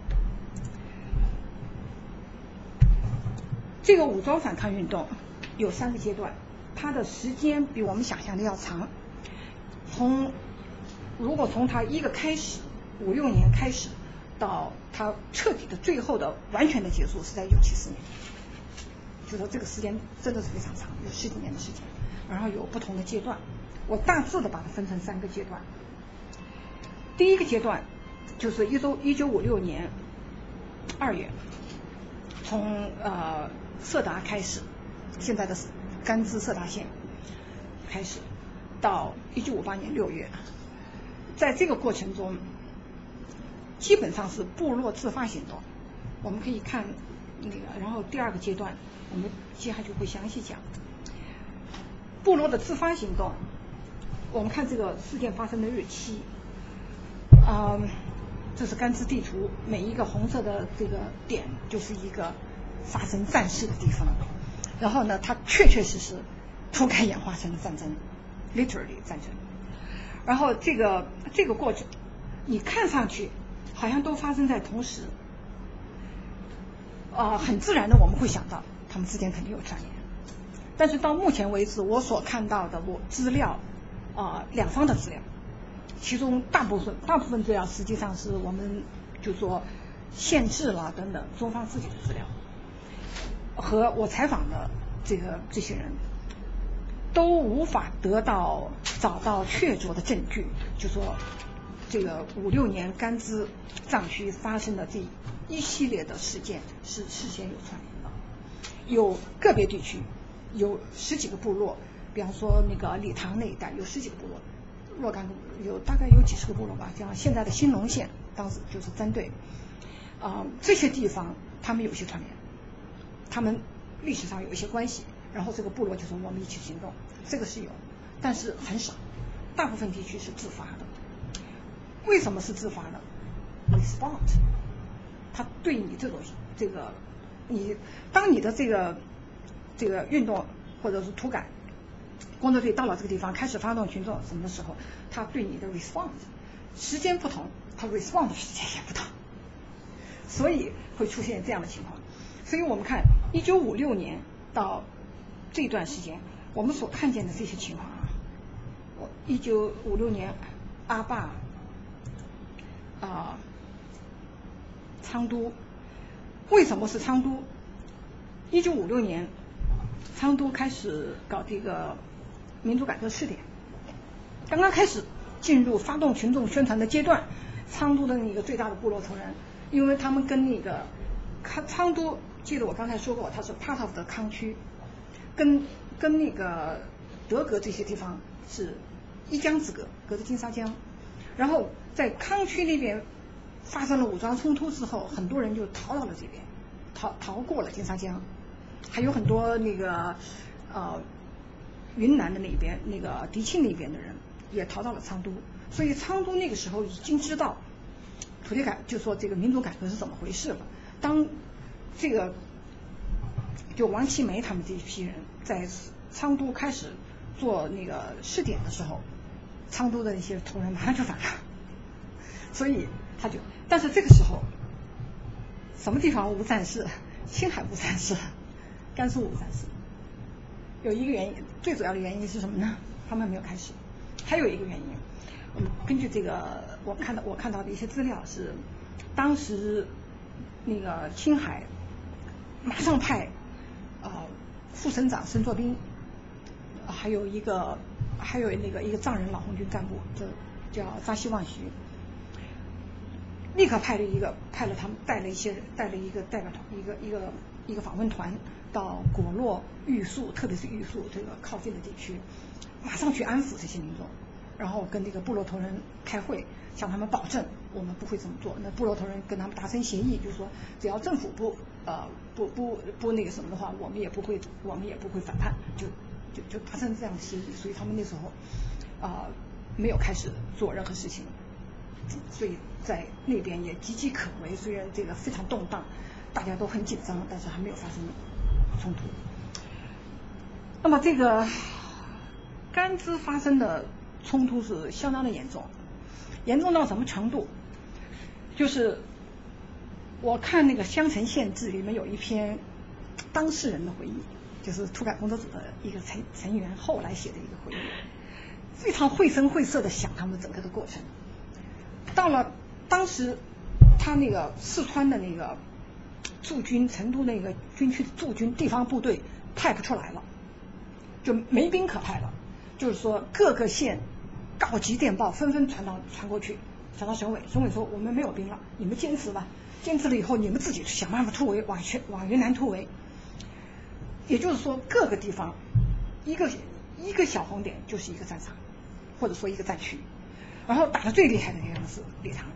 这个武装反抗运动有三个阶段，它的时间比我们想象的要长。从如果从它一个开始，五六年开始，到它彻底的最后的完全的结束是在一九七四年，就说这个时间真的是非常长，有十几年的时间，然后有不同的阶段。我大致的把它分成三个阶段。第一个阶段就是一周一九五六年二月，从呃色达开始，现在的甘孜色达县开始，到一九五八年六月，在这个过程中，基本上是部落自发行动。我们可以看那个，然后第二个阶段，我们接下来就会详细讲部落的自发行动。我们看这个事件发生的日期，嗯，这是甘孜地图，每一个红色的这个点就是一个发生战事的地方。然后呢，它确确实实铺开演化成了战争 ，literally 战争。然后这个这个过程，你看上去好像都发生在同时，啊、呃，很自然的我们会想到他们之间肯定有关联。但是到目前为止，我所看到的我资料。啊、呃，两方的资料，其中大部分大部分资料实际上是我们就说限制了等等中方自己的资料，和我采访的这个这些人都无法得到找到确凿的证据，就说这个五六年甘孜藏区发生的这一系列的事件是事先有串联的，有个别地区有十几个部落。比方说那个理塘那一带有十几个部落，若干个有大概有几十个部落吧，像现在的兴隆县当时就是针对啊、呃、这些地方，他们有些串联，他们历史上有一些关系，然后这个部落就说我们一起行动，这个是有，但是很少，大部分地区是自发的。为什么是自发的 ？respond， 他对你这种这个你当你的这个这个运动或者是土改。工作队到了这个地方开始发动群众什么的时候，他对你的 response 时间不同，他 respond 的时间也不同，所以会出现这样的情况。所以我们看一九五六年到这段时间，我们所看见的这些情况啊，我一九五六年阿坝啊、呃、昌都，为什么是昌都？一九五六年昌都开始搞这个民主改革试点，刚刚开始进入发动群众宣传的阶段。昌都的那个最大的部落头人，因为他们跟那个昌都，记得我刚才说过，它是 part of 的康区，跟跟那个德格这些地方是一江之隔，隔着金沙江。然后在康区那边发生了武装冲突之后，很多人就逃到了这边，逃逃过了金沙江，还有很多那个呃。云南的那边那个迪庆那边的人也逃到了昌都，所以昌都那个时候已经知道土地改就说这个民主改革是怎么回事了。当这个就王其梅他们这一批人在昌都开始做那个试点的时候，昌都的那些头人马上就反了，所以他就但是这个时候什么地方无战事？青海无战事，甘肃无战事。有一个原因，最主要的原因是什么呢？他们没有开始。还有一个原因，我们根据这个我看到我看到的一些资料是，当时那个青海马上派呃副省长申作斌，还有一个还有那个一个藏人老红军干部，就叫扎西旺徐，立刻派了一个派了他们带了一些带了一个代表团一个一个一个访问团到果洛、玉树，特别是玉树这个靠近的地区，马上去安抚这些民众，然后跟这个部落头人开会，向他们保证我们不会这么做。那部落头人跟他们达成协议，就是说只要政府不呃不不不那个什么的话，我们也不会我们也不会反叛，就就就达成这样的协议。所以他们那时候啊、呃、没有开始做任何事情，所以在那边也岌岌可危。虽然这个非常动荡，大家都很紧张，但是还没有发生冲突。 那么这个甘孜发生的冲突是相当的严重，严重到什么程度？就是我看那个《襄城县志》里面有一篇当事人的回忆，就是土改工作组的一个成成员后来写的一个回忆，非常绘声绘色的想他们整个的过程。到了当时他那个四川的那个驻军，成都那个军区的驻军地方部队派不出来了，就没兵可派了，就是说各个县告急电报纷纷传到传过去，传到省委，省委说我们没有兵了，你们坚持吧，坚持了以后你们自己想办法突围，往全往云南突围。也就是说各个地方一个一个小红点就是一个战场，或者说一个战区，然后打得最厉害的地方是理塘，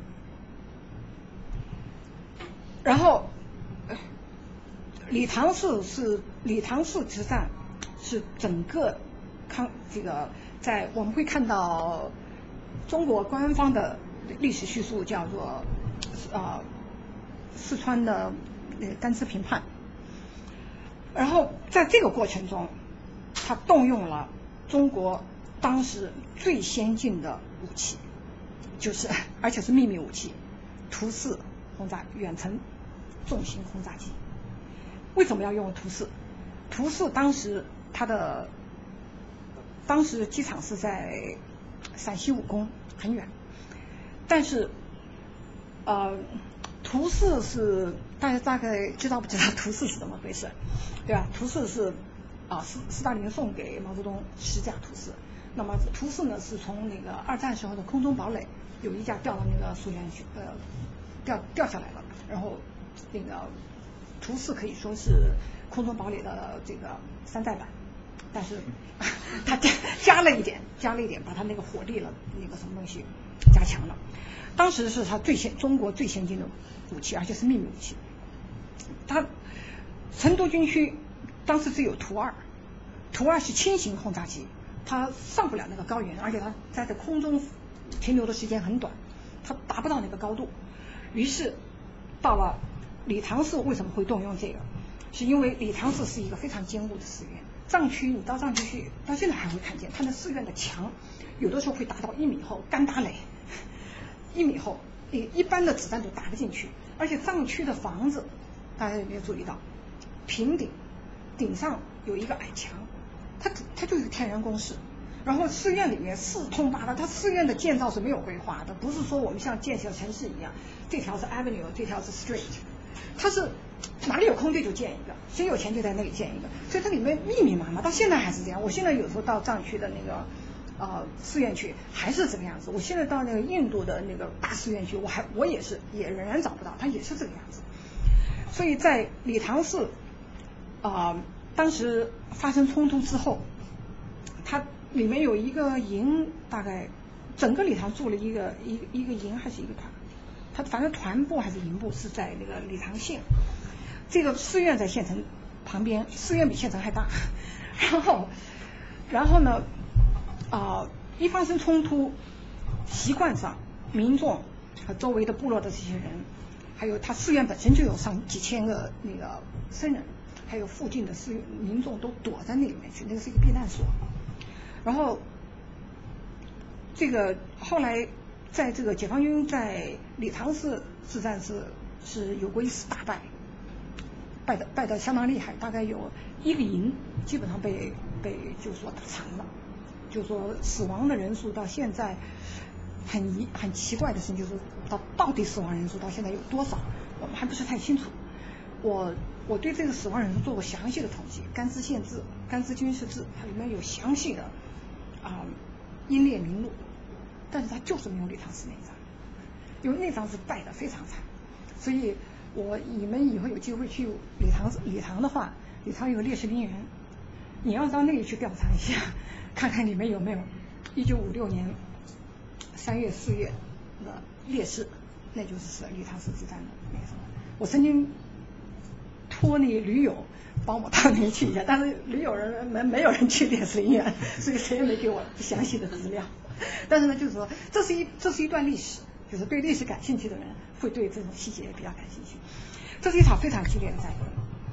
然后理塘市是理塘市之战是整个抗这个在我们会看到中国官方的历史叙述叫做呃四川的呃甘孜平叛，然后在这个过程中他动用了中国当时最先进的武器，就是而且是秘密武器图四轰炸远程重型轰炸机。为什么要用图四？图四当时它的当时机场是在陕西武功，很远，但是呃图四是大家大概知道不知道图四是怎么回事，对吧？图四是啊斯斯大林送给毛泽东十架图四，那么图四呢是从那个二战时候的空中堡垒有一架掉到那个苏联去，呃掉掉下来了，然后那个图四可以说是空中堡垒的这个山寨版，但是它加加了一点，加了一点，把它那个火力了那个什么东西加强了。当时是它最先中国最先进的武器，而且是秘密武器。它成都军区当时只有图二，图二是轻型轰炸机，它上不了那个高原，而且它在这空中停留的时间很短，它达不到那个高度。于是到了理塘市为什么会动用这个？是因为理塘市是一个非常坚固的寺院，藏区你到藏区去，到现在还会看见它的寺院的墙，有的时候会达到一米厚，干打垒，一米厚，一般的子弹都打不进去。而且藏区的房子，大家有没有注意到，平顶，顶上有一个矮墙，它它就是天然工事。然后寺院里面四通八达，它寺院的建造是没有规划的，不是说我们像建小城市一样，这条是 avenue， 这条是 street， 它是哪里有空地就建一个，谁有钱就在那里建一个，所以它里面密密麻麻，到现在还是这样。我现在有时候到藏区的那个呃寺院去还是这个样子，我现在到那个印度的那个大寺院去，我还我也是也仍然找不到，它也是这个样子。所以在理塘市啊、呃、当时发生冲突之后，它里面有一个营，大概整个礼堂住了一个一个一个营还是一个团，他反正团部还是营部是在那个理塘县，这个寺院在县城旁边，寺院比县城还大。然后然后呢啊、呃、一发生冲突，习惯上民众和周围的部落的这些人，还有他寺院本身就有上几千个那个僧人，还有附近的寺院民众都躲在那里面去，那个是一个避难所。然后这个后来在这个解放军在理塘市之战是是有过一次大败，败的败的相当厉害，大概有一个营基本上被被就是说打残了，就是说死亡的人数到现在很疑很奇怪的事情，就是到到底死亡人数到现在有多少，我们还不是太清楚。我我对这个死亡人数做过详细的统计，甘孜县志、甘孜军事志，它里面有详细的啊英烈名录，但是它就是没有理塘市那张，因为那张是败得非常惨。所以我你们以后有机会去理塘理塘的话，理塘有个烈士陵园，你要到那里去调查一下，看看里面有没有一九五六年三月四月的烈士，那就是理塘市之战的那个什么。我曾经托那个驴友帮我到那里去一下，但是驴友人没没有人去烈士陵园，所以谁也没给我详细的资料。但是呢，就是说这是一这是一段历史，就是对历史感兴趣的人会对这种细节比较感兴趣。这是一场非常激烈的战争。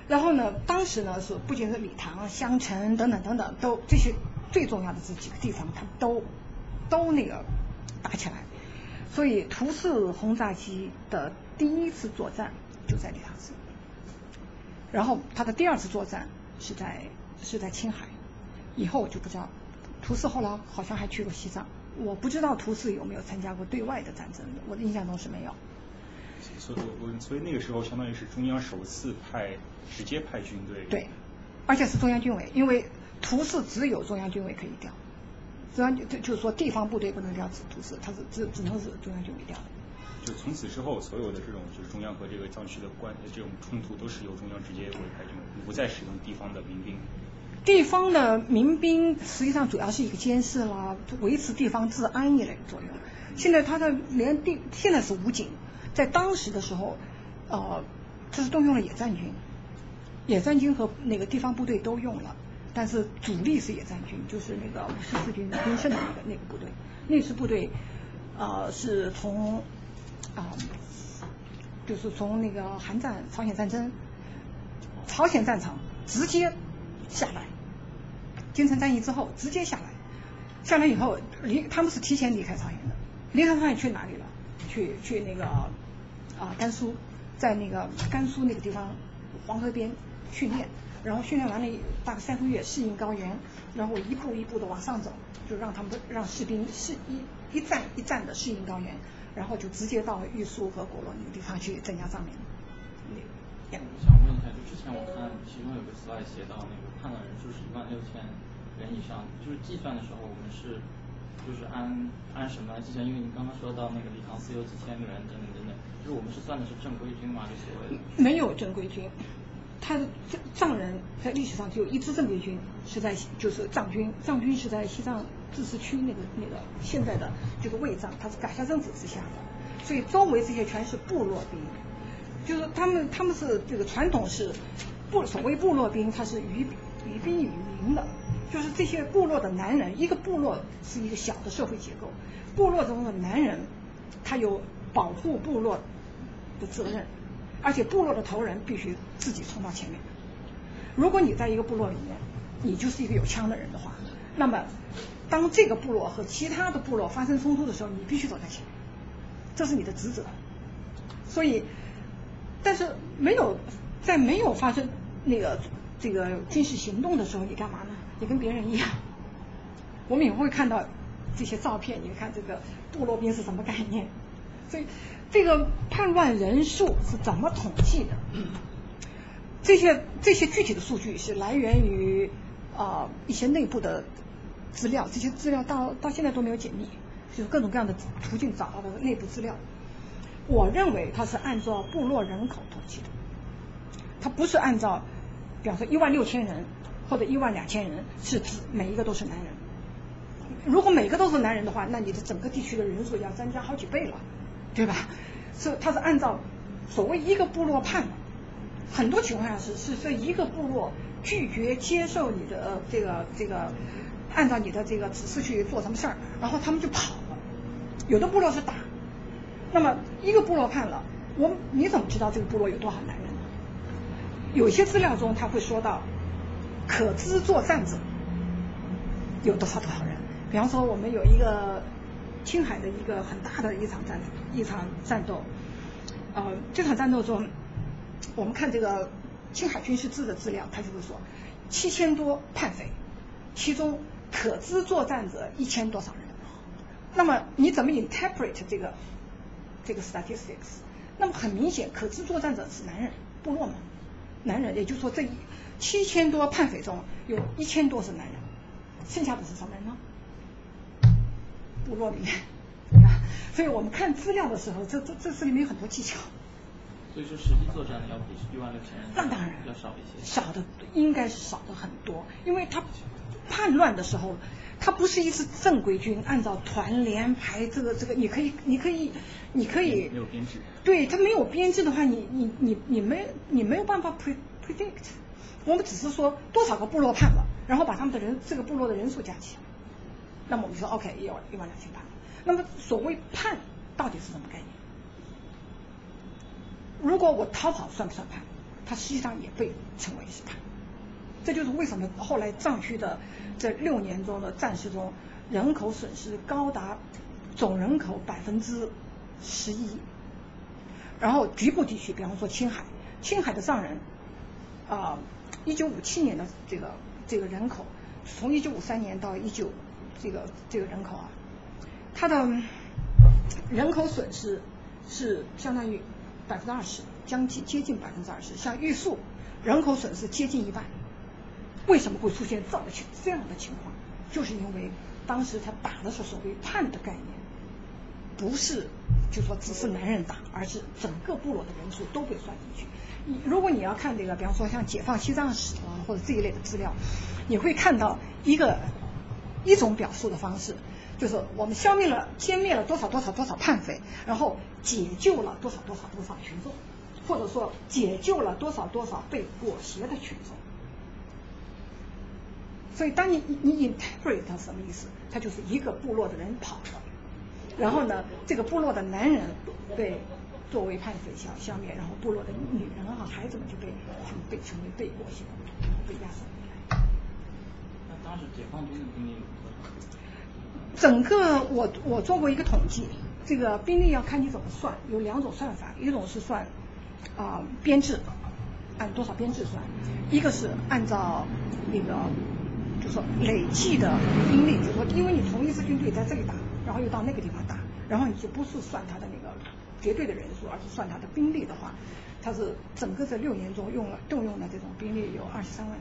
然后呢，当时呢是不仅是礼堂、襄城等等等等，都这些最重要的这几个地方，他们都都那个打起来。所以图四轰炸机的第一次作战就在礼堂寺，然后他的第二次作战是在是在青海，以后我就不知道。图四后来好像还去过西藏，我不知道图四有没有参加过对外的战争，我的印象中是没有。 所以我我所以那个时候相当于是中央首次派直接派军队。 对，而且是中央军委，因为图四只有中央军委可以调，中央就就是说地方部队不能调图四，它是只只能是中央军委调的。 就从此之后，所有的这种就是中央和这个藏区的关这种冲突都是由中央直接委派军，不再使用地方的民兵。 地方的民兵实际上主要是一个监视啦，维持地方治安一类的作用。现在它的连地现在是武警，在当时的时候，呃，这是动用了野战军，野战军和那个地方部队都用了，但是主力是野战军，就是那个五十四军宾胜的那个那个部队。那支部队，呃，是从啊、呃，就是从那个韩战、朝鲜战争、朝鲜战场直接下来，金城战役之后直接下来，下来以后离他们是提前离开朝鲜的，离开朝鲜去哪里了？去去那个啊、呃、甘肃，在那个甘肃那个地方黄河边训练，然后训练完了大概三个月适应高原，然后一步一步的往上走，就让他们让士兵是一一站一站的适应高原，然后就直接到玉树和果洛那个地方去镇压藏民。 我想问一下，就之前我看其中有个 slide 写到那个叛乱人数是一万六千人以上，就是计算的时候我们是就是按按什么来计算？因为你刚刚说到那个礼堂寺有几千个人等等等等，就是我们是算的是正规军吗？就所谓的没有正规军，他的藏人在历史上只有一支正规军，是在就是藏军，藏军是在西藏自治区那个那个现在的这个卫藏，它是改辖政府之下的，所以周围这些全是部落兵。就是他们他们是这个传统是部所谓部落兵，他是于于兵于民的，就是这些部落的男人，一个部落是一个小的社会结构，部落中的男人他有保护部落的责任，而且部落的头人必须自己冲到前面。如果你在一个部落里面，你就是一个有枪的人的话，那么当这个部落和其他的部落发生冲突的时候，你必须走在前面，这是你的职责。所以但是没有在没有发生那个这个军事行动的时候，你干嘛呢？你跟别人一样。我们也会看到这些照片，你看这个部落兵是什么概念。所以这个叛乱人数是怎么统计的？这些这些具体的数据是来源于啊、呃、一些内部的资料，这些资料到到现在都没有解密，就是各种各样的途径找到的内部资料。我认为它是按照部落人口统计的，它不是按照，比方说一万六千人或者一万两千人，是指每一个都是男人。如果每个都是男人的话，那你的整个地区的人数要增加好几倍了，对吧？是它是按照所谓一个部落叛乱，很多情况下是是这一个部落拒绝接受你的、呃、这个这个按照你的这个指示去做什么事儿，然后他们就跑了。有的部落是打。那么一个部落叛了，我你怎么知道这个部落有多少男人呢？有些资料中他会说到可知作战者有多少多少人。比方说我们有一个青海的一个很大的一场战一场战斗，呃，这场战斗中我们看这个青海军事志的资料，他就会说七千多叛匪，其中可知作战者一千多少人。那么你怎么 interpret 这个这个 statistics？ 那么很明显，可知作战者是男人，部落嘛，男人，也就是说这七千多叛匪中有一千多是男人，剩下的是什么人呢？部落里面，对吧？所以我们看资料的时候，这这这这里面有很多技巧。 所以说，实际作战要比一万六千人那当然要少一些， 少的应该是少的很多，因为他叛乱的时候。它不是一支正规军，按照团连排这个这个，你可以你可以你可以没有编制。 对，它没有编制的话，你你你你没你没有办法 pre predict。我们只是说多少个部落叛了，然后把他们的人这个部落的人数加起来，那么我们说 OK 一万一万两千叛。那么所谓叛到底是什么概念？如果我逃跑算不算叛？ 它实际上也被称为是叛。这就是为什么后来藏区的这六年中的战事中，人口损失高达总人口百分之十一。然后局部地区，比方说青海，青海的藏人，啊、呃，一九五七年的这个这个人口，从一九五三年到一九这个这个人口啊，它的人口损失是相当于百分之二十，将近接近百分之二十。像玉树，人口损失接近一半。为什么会出现这样的情这样的情况？就是因为当时他打的是所谓叛的概念，不是就说只是男人打，而是整个部落的人数都被算进去。如果你要看这个，比方说像解放西藏史啊或者这一类的资料，你会看到一个一种表述的方式，就是我们消灭了歼灭了多少多少多少叛匪，然后解救了多少多少多少群众，或者说解救了多少多少被裹挟的群众。所以当你你 interpret 它什么意思？它就是一个部落的人跑了，然后呢，这个部落的男人被作为叛匪消消灭，然后部落的女人啊孩子们就被他们被成为被裹挟，然后被押送回来。 那当时解放军的兵力有多少？ 整个我我做过一个统计，这个兵力要看你怎么算，有两种算法，一种是算啊、呃、编制，按多少编制算，一个是按照那个。就是说累计的兵力，就是说，因为你从一支军队在这里打，然后又到那个地方打，然后你就不是算他的那个绝对的人数，而是算他的兵力的话，他是整个这六年中用了动用的这种兵力有二十三万。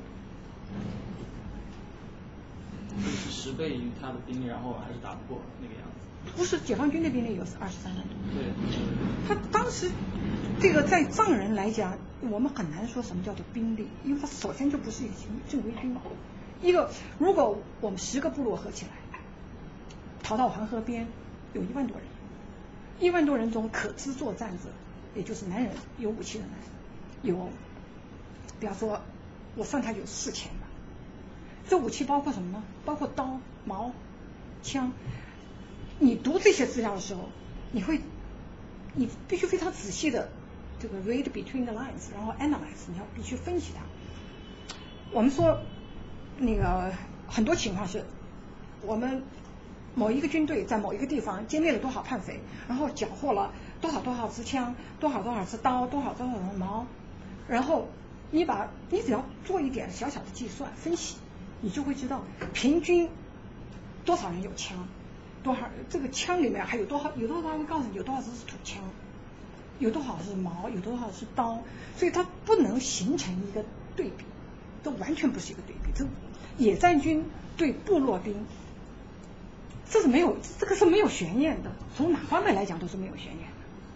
就是十倍于他的兵力，然后还是打不过那个样子。 不是，解放军的兵力有二十三万多。 对。 他当时这个在藏人来讲，我们很难说什么叫做兵力，因为他首先就不是一个正规军。一个，如果我们十个部落合起来，逃到黄河边，有一万多人，一万多人中可知作战者，也就是男人，有武器的男人，有，比方说，我算他有四千吧。这武器包括什么呢？包括刀、矛、枪。你读这些资料的时候，你会，你必须非常仔细的这个 read between the lines， 然后 analyze， 你要必须分析它。我们说。那个很多情况是，我们某一个军队在某一个地方歼灭了多少叛匪，然后缴获了多少多少支枪，多少多少支刀，多少多少的矛，然后你把你只要做一点小小的计算分析，你就会知道平均多少人有枪，多少这个枪里面还有多少有多少人告诉你有多少支是土枪，有多少是矛，有多少是刀，所以它不能形成一个对比，这完全不是一个对比。这野战军对部落兵，这是没有这个是没有悬念的，从哪方面来讲都是没有悬念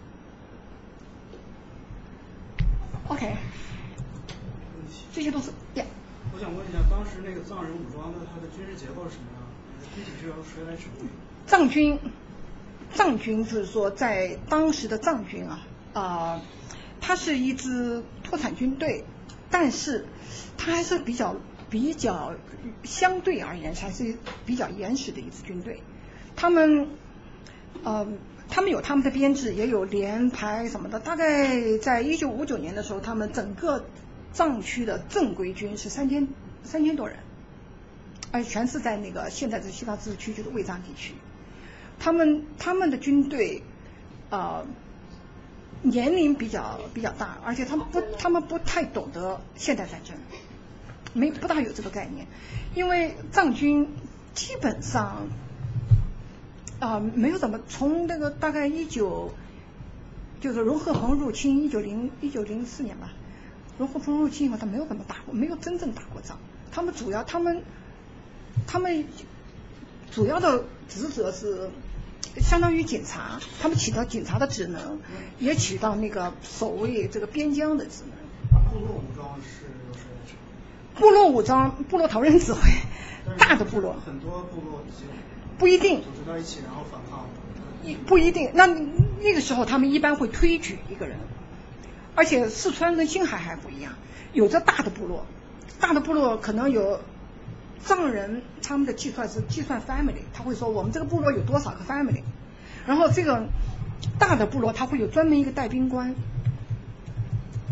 的。OK， 这些都是呀。 我想问一下，当时那个藏人武装的它的军事结构是什么样？具体是由谁来指挥？ 藏军，藏军就是说在当时的藏军啊啊、呃，它是一支脱产军队，但是它还是比较。比较相对而言还是比较严实的一支军队，他们呃他们有他们的编制，也有连排什么的。大概在一九五九年的时候，他们整个藏区的正规军是三千三千多人，而且全是在那个现在的西藏自治区，就是卫藏地区。他们他们的军队呃年龄比较比较大，而且他们不他们不太懂得现代战争。没不大有这个概念，因为藏军基本上啊、呃、没有怎么从那个大概一九就是荣鹤鹏入侵一九零一九零四年吧，荣鹤鹏入侵以后他没有怎么打过，没有真正打过仗。他们主要他们他们主要的职责是相当于警察，他们起到警察的职能，也起到那个守卫这个边疆的职能。 部落武装是由谁来指挥？ 部落武装，部落头人指挥，大的部落。 很多部落已经不一定组织到一起，然后反抗。 不一定，那那个时候他们一般会推举一个人，而且四川跟青海还不一样，有着大的部落，大的部落可能有藏人，他们的计算是计算 family， 他会说我们这个部落有多少个 family， 然后这个大的部落他会有专门一个带兵官。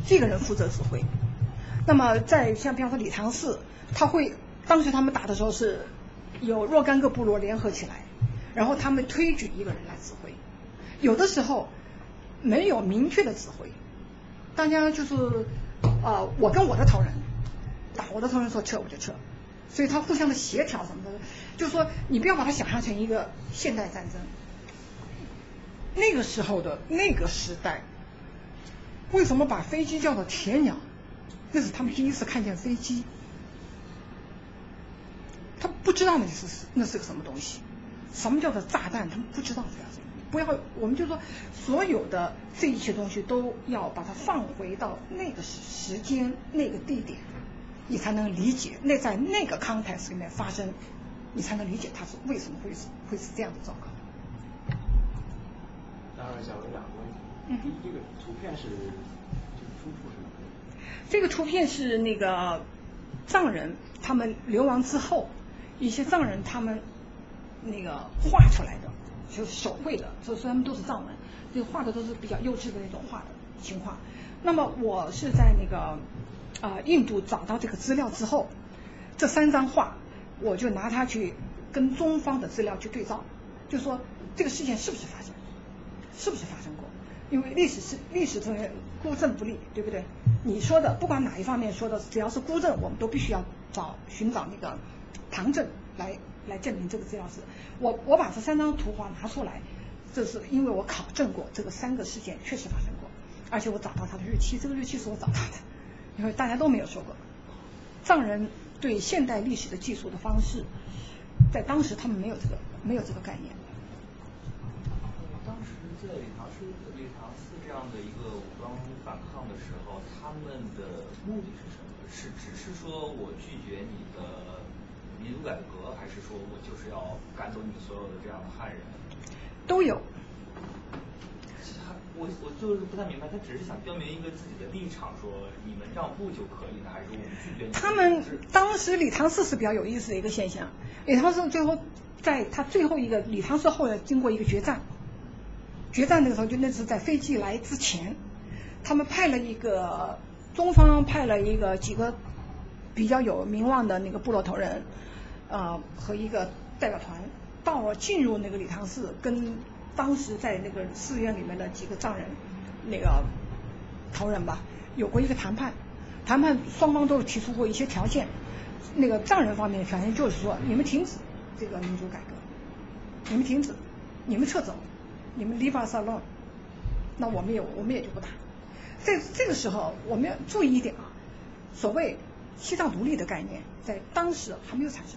这个人负责指挥。那么在像比方说理塘寺，他会当时他们打的时候是有若干个部落联合起来，然后他们推举一个人来指挥。有的时候没有明确的指挥，大家就是呃我跟我的头人打，我的头人说撤我就撤，所以他互相的协调什么的，就是说你不要把它想象成一个现代战争。那个时候的那个时代，为什么把飞机叫做铁鸟？那是他们第一次看见飞机，他不知道那是那是个什么东西，什么叫做炸弹，他们不知道这样子。不要，我们就说所有的这一切东西都要把它放回到那个时间、那个地点，你才能理解。那在那个 context 里面发生，你才能理解它是为什么会是会是这样的糟糕。 当然，想问两个问题。 嗯哼。 这个图片是这个出处是哪里？ 这个图片是那个藏人他们流亡之后，一些藏人他们那个画出来的，就是手绘的，所以说他们都是藏文，就画的都是比较幼稚的那种画的情况。那么我是在那个啊、呃、印度找到这个资料之后，这三张画我就拿它去跟中方的资料去对照，就说这个事件是不是发生。是不是发生过？因为历史是历史中孤证不立，对不对？你说的不管哪一方面说的，只要是孤证，我们都必须要找寻找那个旁证来来证明这个资料是。我我把这三张图画拿出来，这是因为我考证过这个三个事件确实发生过，而且我找到它的日期，这个日期是我找到的，因为大家都没有说过。藏人对现代历史的记述的方式，在当时他们没有这个没有这个概念。 当时在理塘寺、理塘寺这样的一个武装反抗的时候，他们的目的是什么？是只是说我拒绝你的民族改革，还是说我就是要赶走你们所有的这样的汉人？ 都有。 他我我就是不太明白，他只是想标明一个自己的立场，说你们让步就可以呢，还是说我们拒绝你？ 他们当时理塘寺是比较有意思的一个现象，理塘寺最后在他最后一个理塘寺后来经过一个决战。决战那个时候，就那是在飞机来之前，他们派了一个中方派了一个几个比较有名望的那个部落头人，呃和一个代表团到了进入那个理塘寺，跟当时在那个寺院里面的几个藏人那个头人吧，有过一个谈判。谈判双方都提出过一些条件，那个藏人方面的条件就是说，你们停止这个民主改革，你们停止，你们撤走。你们 leave us alone， 那我们也我们也就不打。在这个时候，我们要注意一点啊，所谓西藏独立的概念，在当时还没有产生，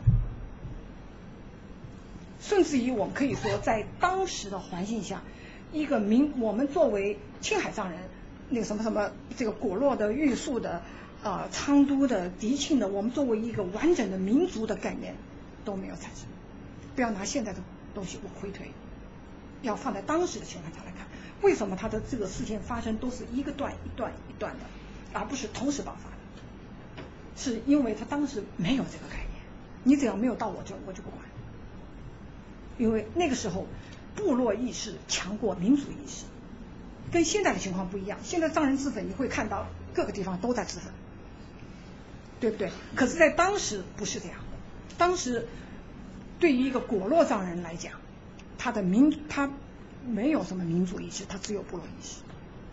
甚至于我们可以说，在当时的环境下，一个民，我们作为青海藏人，那个什么什么，这个果洛的、玉树的、呃昌都的、迪庆的，我们作为一个完整的民族的概念都没有产生。不要拿现在的东西往回推。要放在当时的情况下来看，为什么它的这个事件发生都是一个段一段一段的，而不是同时爆发的？是因为他当时没有这个概念，你只要没有到我这，我就不管。因为那个时候部落意识强过民族意识，跟现在的情况不一样。现在藏人自焚，你会看到各个地方都在自焚，对不对？可是，在当时不是这样的。当时对于一个果洛藏人来讲，他的民他没有什么民族意识，他只有部落意识，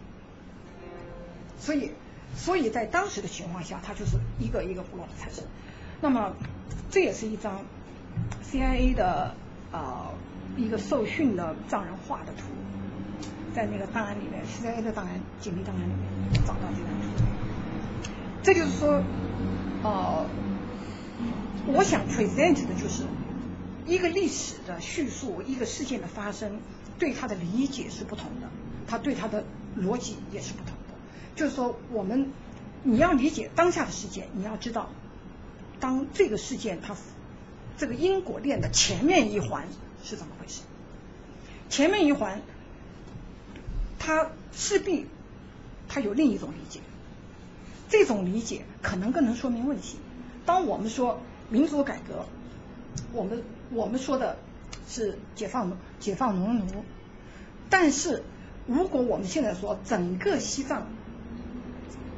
所以所以在当时的情况下，他就是一个一个部落的产生。那么这也是一张 C I A 的呃一个受训的藏人画的图，在那个档案里面 C I A 的档案紧密档案里面找到这张图。这就是说呃我想 present 的就是一个历史的叙述，一个事件的发生，对它的理解是不同的，它对它的逻辑也是不同的。就是说，我们你要理解当下的事件，你要知道，当这个事件它这个因果链的前面一环是怎么回事。前面一环，它势必它有另一种理解，这种理解可能更能说明问题。当我们说民主改革，我们我们说的是解放解放农奴，但是如果我们现在说整个西藏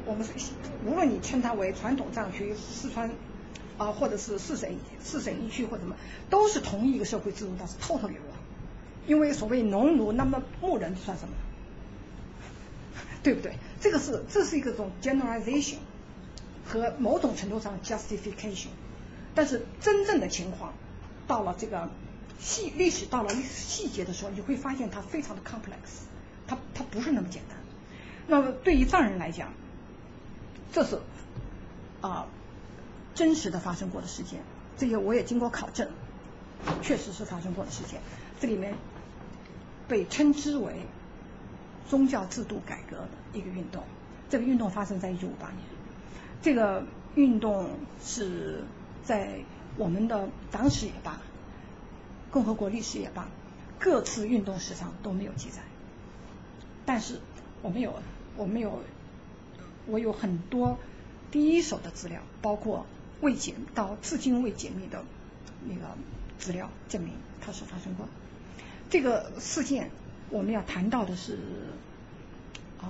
我们无论你称它为传统藏区、四川啊、呃，或者是四省四省一区或者什么，都是同一个社会制度，但是 totally wrong。因为所谓农奴，那么牧人算什么？对不对？这个是这是一个种 generalization 和某种程度上 justification， 但是真正的情况到了这个细历史到了历史细节的时候，你会发现它非常的 complex， 它它不是那么简单。那么对于藏人来讲，这是啊、呃、真实的发生过的事件，这些我也经过考证，确实是发生过的事件。这里面被称之为宗教制度改革的一个运动，这个运动发生在一九五八年，这个运动是在我们的党史也罢，共和国历史也罢，各次运动史上都没有记载。但是我们有，我们有，我有很多第一手的资料，包括未解到至今未解密的那个资料，证明它是发生过。这个事件我们要谈到的是，嗯，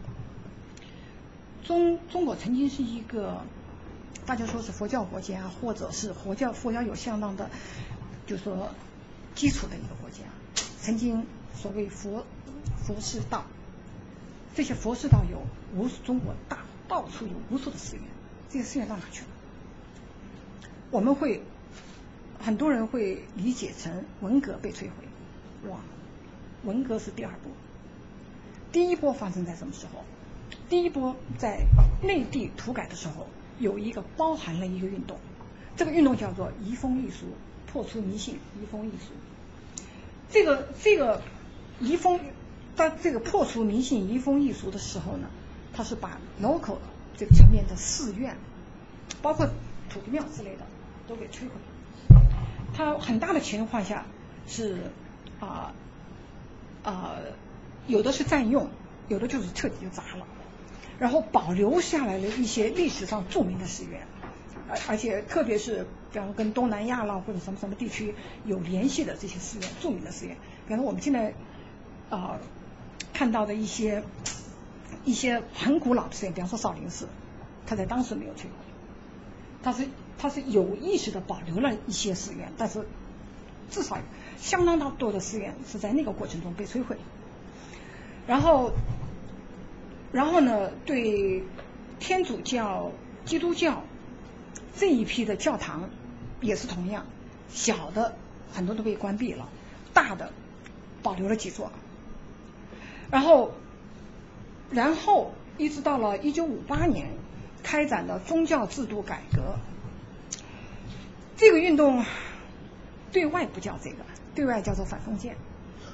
中中国曾经是一个大家说是佛教国家，或者是佛教佛教有相当的，就是说基础的一个国家。曾经所谓佛佛寺道，这些佛寺道有无数，中国大到处有无数的寺院，这些寺院到哪去了？我们会很多人会理解成文革被摧毁，哇，文革是第二波，第一波发生在什么时候？第一波在内地土改的时候，有一个包含了一个运动，这个运动叫做移风易俗，破除迷信，移风易俗。这个这个移风，当这个破除迷信、移风易俗的时候呢，它是把 local 这个层面的寺院，包括土地庙之类的，都给摧毁。它很大的情况下是啊啊、呃呃，有的是占用，有的就是彻底就砸了，然后保留下来了一些历史上著名的寺院，而而且特别是比方说跟东南亚啦或者什么什么地区有联系的这些寺院，著名的寺院，比方说我们现在啊、呃、看到的一些一些很古老的寺院，比方说少林寺，它在当时没有摧毁，它是它是有意识的保留了一些寺院，但是至少相当多的寺院是在那个过程中被摧毁。然后然后呢，对天主教、基督教这一批的教堂也是同样，小的很多都被关闭了，大的保留了几座。然后然后一直到了一九五八年开展的宗教制度改革，这个运动对外不叫这个，对外叫做反封建，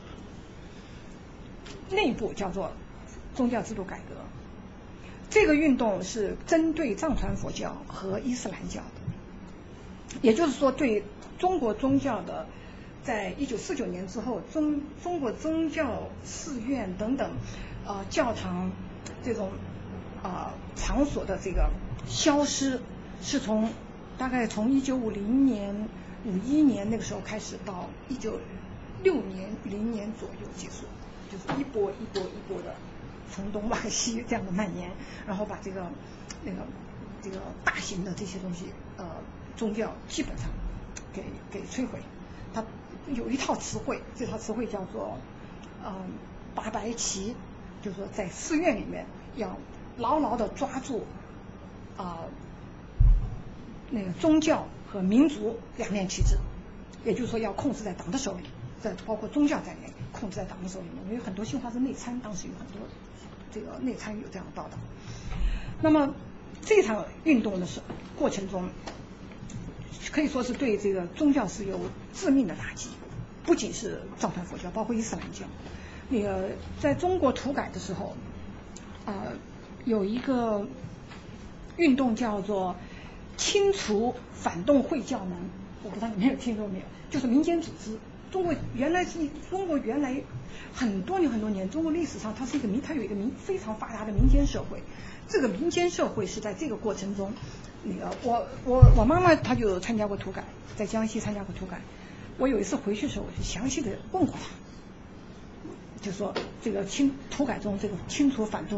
内部叫做宗教制度改革。这个运动是针对藏传佛教和伊斯兰教的，也就是说对中国宗教的，在一九四九年之后，中中国宗教寺院等等呃教堂这种啊、呃、场所的这个消失，是从大概从一九五零年、五一年那个时候开始，到一九六年、零年左右结束，就是一波一波一波的从东往西这样的蔓延，然后把这个那个这个大型的这些东西呃宗教基本上给给摧毁。它有一套词汇，这套词汇叫做嗯拔白旗，就是说在寺院里面要牢牢的抓住啊、呃、那个宗教和民族两面旗帜，也就是说要控制在党的手里，在包括宗教在内控制在党的手里面。因为很多新华社内参当时有很多这个内参有这样的报道。那么这场运动的时过程中，可以说是对这个宗教是有致命的打击，不仅是藏传佛教，包括伊斯兰教。那个在中国土改的时候，呃，有一个运动叫做清除反动会教门，我不知道你们有听说没有？就是民间组织。中国原来是中国原来很多年很多年，中国历史上它是一个民，它有一个民非常发达的民间社会。这个民间社会是在这个过程中，那个我我我妈妈她就参加过土改，在江西参加过土改。我有一次回去的时候，我就详细的问过她，就说这个清土改中这个清除反动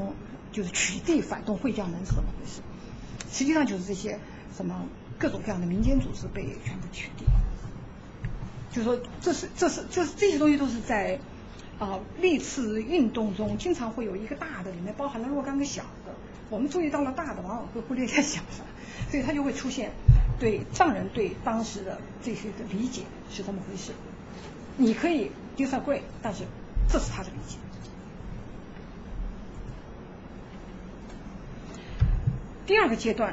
就是取缔反动会将人是怎么回事？实际上就是这些什么各种各样的民间组织被全部取缔。就是说，这是这是就是这些东西都是在啊、呃、历次运动中经常会有一个大的，里面包含了若干个小的。我们注意到了大的，往往会忽略掉小的，所以它就会出现对藏人对当时的这些的理解是这么回事。你可以 disagree， 但是这是他的理解。第二个阶段，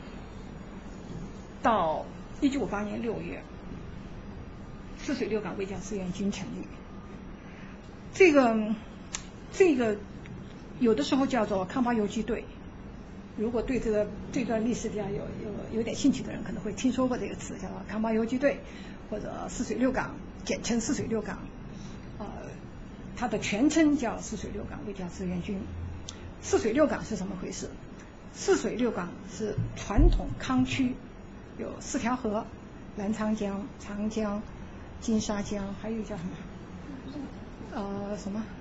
到一九五八年六月，泗水六港卫将志愿军成立。这个这个有的时候叫做康巴游击队。如果对这个这段历史比较有有有点兴趣的人，可能会听说过这个词，叫做康巴游击队，或者泗水六港，简称泗水六港。呃，它的全称叫泗水六港卫将志愿军。泗水六港是什么回事？泗水六港是传统康区，有四条河：澜沧江、长江、金沙江，还有叫什么？呃，什么？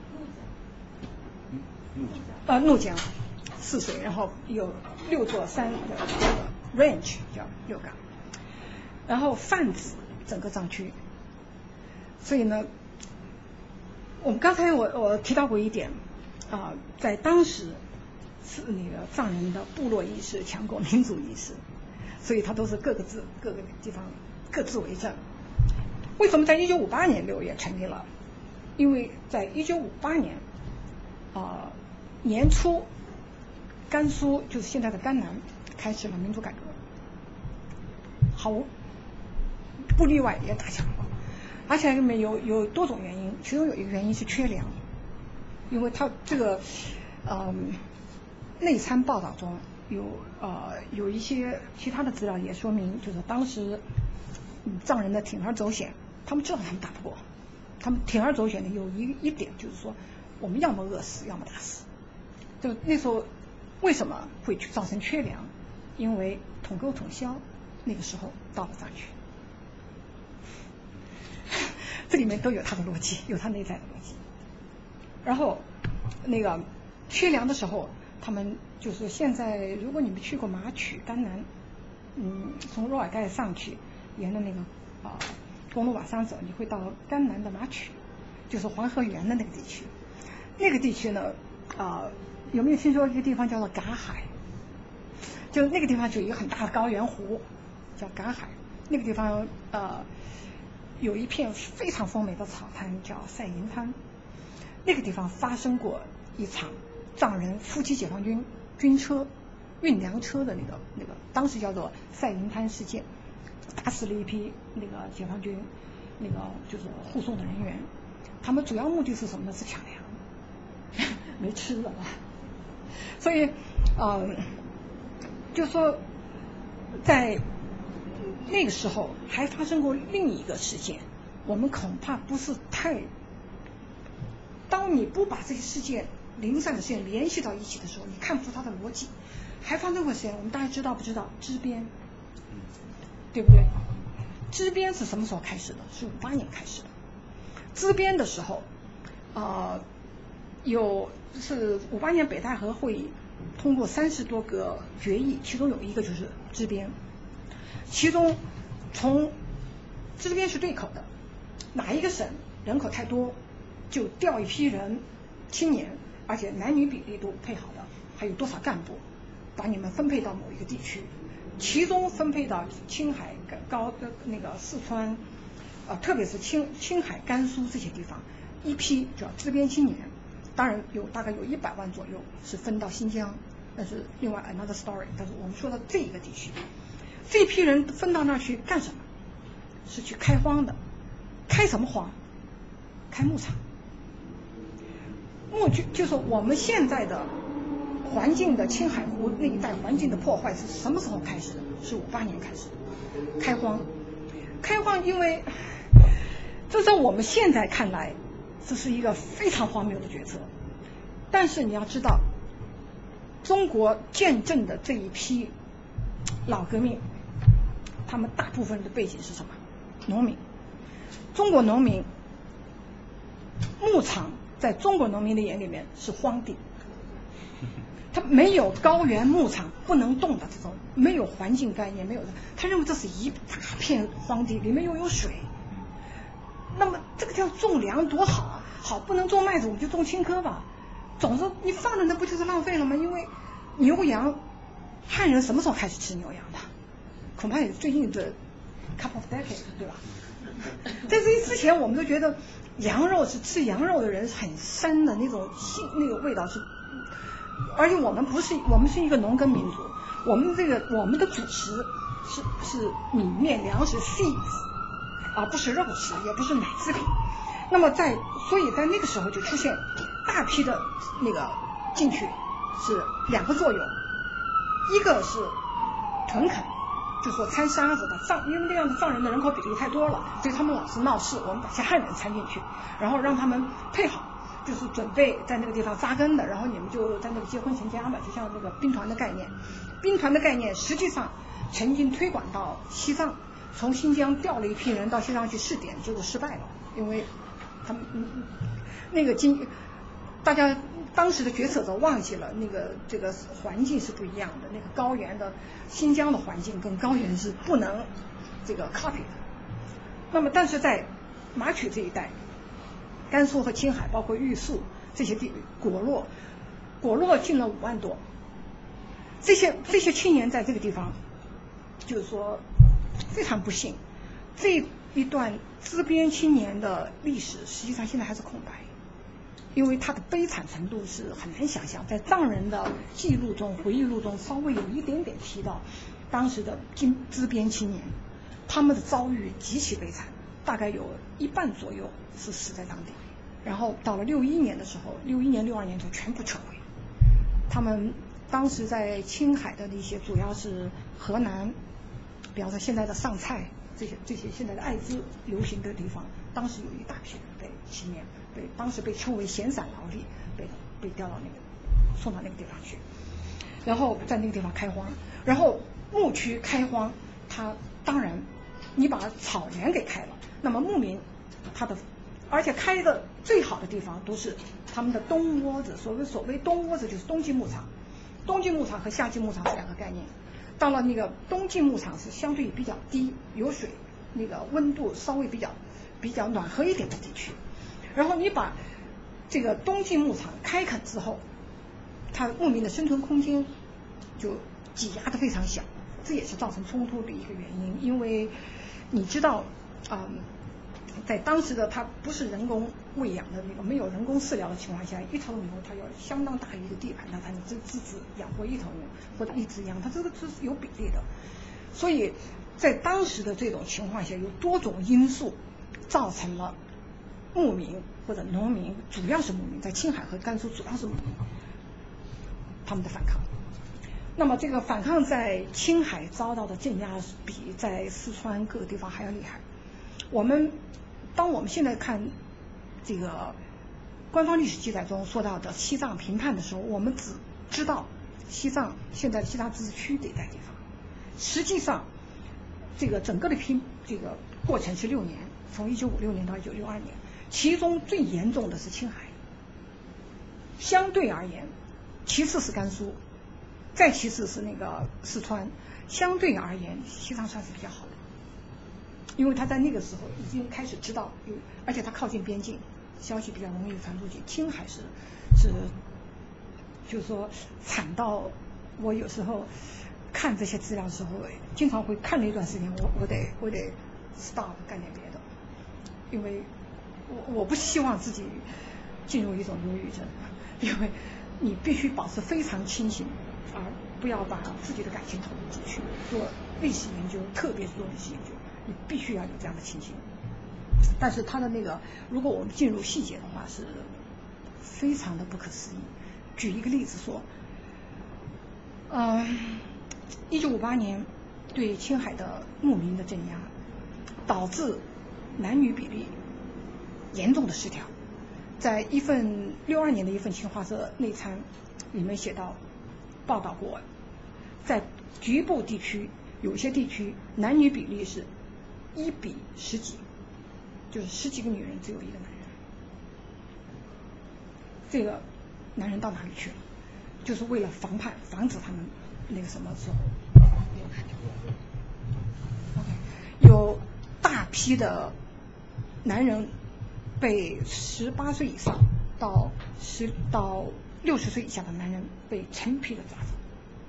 呃，怒江。泗水，然后有六座山的这个 range 叫六港，然后泛指整个藏区。所以呢，我们刚才我我提到过一点啊、呃，在当时是那个藏人的部落意识强过民族意识，所以他都是各个自各个地方各自为政。为什么在一九五八年六月成立了？因为在一九五八年啊、呃、年初。甘肃就是现在的甘南开始了民主改革，毫无不例外也打响了，而且里面有有多种原因，其中有一个原因是缺粮，因为它这个嗯内参报道中有呃有一些其他的资料也说明，就是当时嗯藏人的铤而走险，他们知道他们打不过，他们铤而走险的有一一点就是说，我们要么饿死，要么打死，就那时候。为什么会造成缺粮？因为统购统销那个时候到了藏区，这里面都有它的逻辑，有它内在的逻辑。然后那个缺粮的时候，他们就是现在，如果你们去过马曲、甘南，嗯，从若尔盖上去，沿着那个啊、呃、公路往上走，你会到甘南的马曲，就是黄河源的那个地区。那个地区呢，啊、呃。有没有听说一个地方叫做嘎海？就那个地方就有一个很大的高原湖，叫嘎海。那个地方呃有一片非常丰美的草滩，叫赛银滩。那个地方发生过一场藏人夫妻解放军军车运粮车的那个那个，当时叫做赛银滩事件，打死了一批那个解放军那个就是护送的人员。他们主要目的是什么呢？是抢粮，没吃的。所以，呃，就说在那个时候还发生过另一个事件，我们恐怕不是太。当你不把这些事件零散的事件联系到一起的时候，你看不出它的逻辑。还发生过事件，我们大家知道不知道？支边，对不对？支边是什么时候开始的？是五八年开始的。支边的时候，呃。有是五八年北戴河会议通过三十多个决议，其中有一个就是支边。其中从支边是对口的，哪一个省人口太多，就调一批人，青年，而且男女比例都配好的，还有多少干部，把你们分配到某一个地区，其中分配到青海、高那个四川，呃，特别是青青海、甘肃这些地方，一批叫支边青年。当然有大概有一百万左右是分到新疆，那是另外 another story。但是我们说的这一个地区，这批人分到那儿去干什么？是去开荒的。开什么荒？开牧场。牧就就是我们现在的环境的青海湖那一带环境的破坏是什么时候开始的？是五八年开始的。开荒，开荒，因为这在我们现在看来。这是一个非常荒谬的决策，但是你要知道，中国见证的这一批老革命，他们大部分的背景是什么？农民。中国农民，牧场在中国农民的眼里面是荒地， 他没有高原牧场不能动的这种，没有环境概念，没有的，他认为这是一大片荒地，里面又有水。那么这个地方种粮多好啊！好，不能种麦子，我们就种青稞吧。总之你放在那不就是浪费了吗？因为牛羊，汉人什么时候开始吃牛羊的？恐怕也最近的 couple of decades， 对吧？在这之前，我们都觉得羊肉是吃羊肉的人很膻的那种腥，那个味道是。而且我们不是，我们是一个农耕民族，我们这个我们的主食是是米面粮食 feeds， 而不是肉食，也不是奶制品。那么在所以在那个时候就出现大批的那个进去是两个作用，一个是屯垦，就说掺沙子的藏，因为那样的藏人的人口比例太多了，所以他们老是闹事，我们把些汉人掺进去，然后让他们配好。就是准备在那个地方扎根的，然后你们就在那个结婚成家嘛，就像那个兵团的概念。兵团的概念实际上曾经推广到西藏，从新疆调了一批人到西藏去试点，结果失败了，因为他们嗯那个经大家当时的决策者忘记了那个这个环境是不一样的，那个高原的新疆的环境跟高原是不能这个 copy 的。那么但是在马曲这一带。甘肃和青海，包括玉树这些地果洛，果洛进了五万多。这些这些青年在这个地方，就是说非常不幸，这一段支边青年的历史实际上现在还是空白，因为它的悲惨程度是很难想象。在藏人的记录中、回忆录中，稍微有一点点提到当时的支边青年，他们的遭遇极其悲惨。大概有一半左右是死在当地，然后到了六一年的时候，六一年、六二年就全部撤回。他们当时在青海的那些，主要是河南，比方说现在的上蔡这些这些现在的艾滋流行的地方，当时有一大批人被青年被当时被称为闲散劳力，被被调到那个送到那个地方去，然后在那个地方开荒，然后牧区开荒，它当然你把草原给开了。那么牧民他的而且开的最好的地方都是他们的冬窝子，所谓所谓冬窝子就是冬季牧场，冬季牧场和夏季牧场是两个概念。到了那个冬季牧场是相对比较低，有水，那个温度稍微比较比较暖和一点的地区。然后你把这个冬季牧场开垦之后，它牧民的生存空间就挤压得非常小，这也是造成冲突的一个原因。因为你知道嗯，在当时的它不是人工喂养的那个没有人工饲料的情况下，一头牛它要相当大一个地盘，它才能自自己养活一头牛或者一只羊，它这个是有比例的。所以在当时的这种情况下，有多种因素造成了牧民或者农民，主要是牧民，在青海和甘肃主要是牧民，他们的反抗。那么这个反抗在青海遭到的镇压比在四川各个地方还要厉害。我们当我们现在看这个官方历史记载中说到的西藏平叛的时候，我们只知道西藏现在的西藏自治区这一带地方，实际上这个整个的拼这个过程是六年，从一九五六年到一九六二年，其中最严重的是青海，相对而言，其次是甘肃，再其次是那个四川，相对而言西藏算是比较好的。因为他在那个时候已经开始知道，而且他靠近边境，消息比较容易传出去。青海是是，就是说惨到我有时候看这些资料的时候，经常会看了一段时间，我我得我得 stop 干点别的，因为我我不希望自己进入一种忧郁症，因为你必须保持非常清醒，而不要把自己的感情投入进去。做历史研究，特别是做历史研究。你必须要有这样的情形，但是他的那个，如果我们进入细节的话，是非常的不可思议。举一个例子说，嗯，一九五八年对青海的牧民的镇压，导致男女比例严重的失调。在一份六二年的一份新华社内参里面写到，报道过，在局部地区，有些地区男女比例是一比十几，就是十几个女人只有一个男人。这个男人到哪里去了？ 就是为了防范防止他们那个什么时候。有大批的男人被十八岁以上到十到六十岁以下的男人被成批的抓走，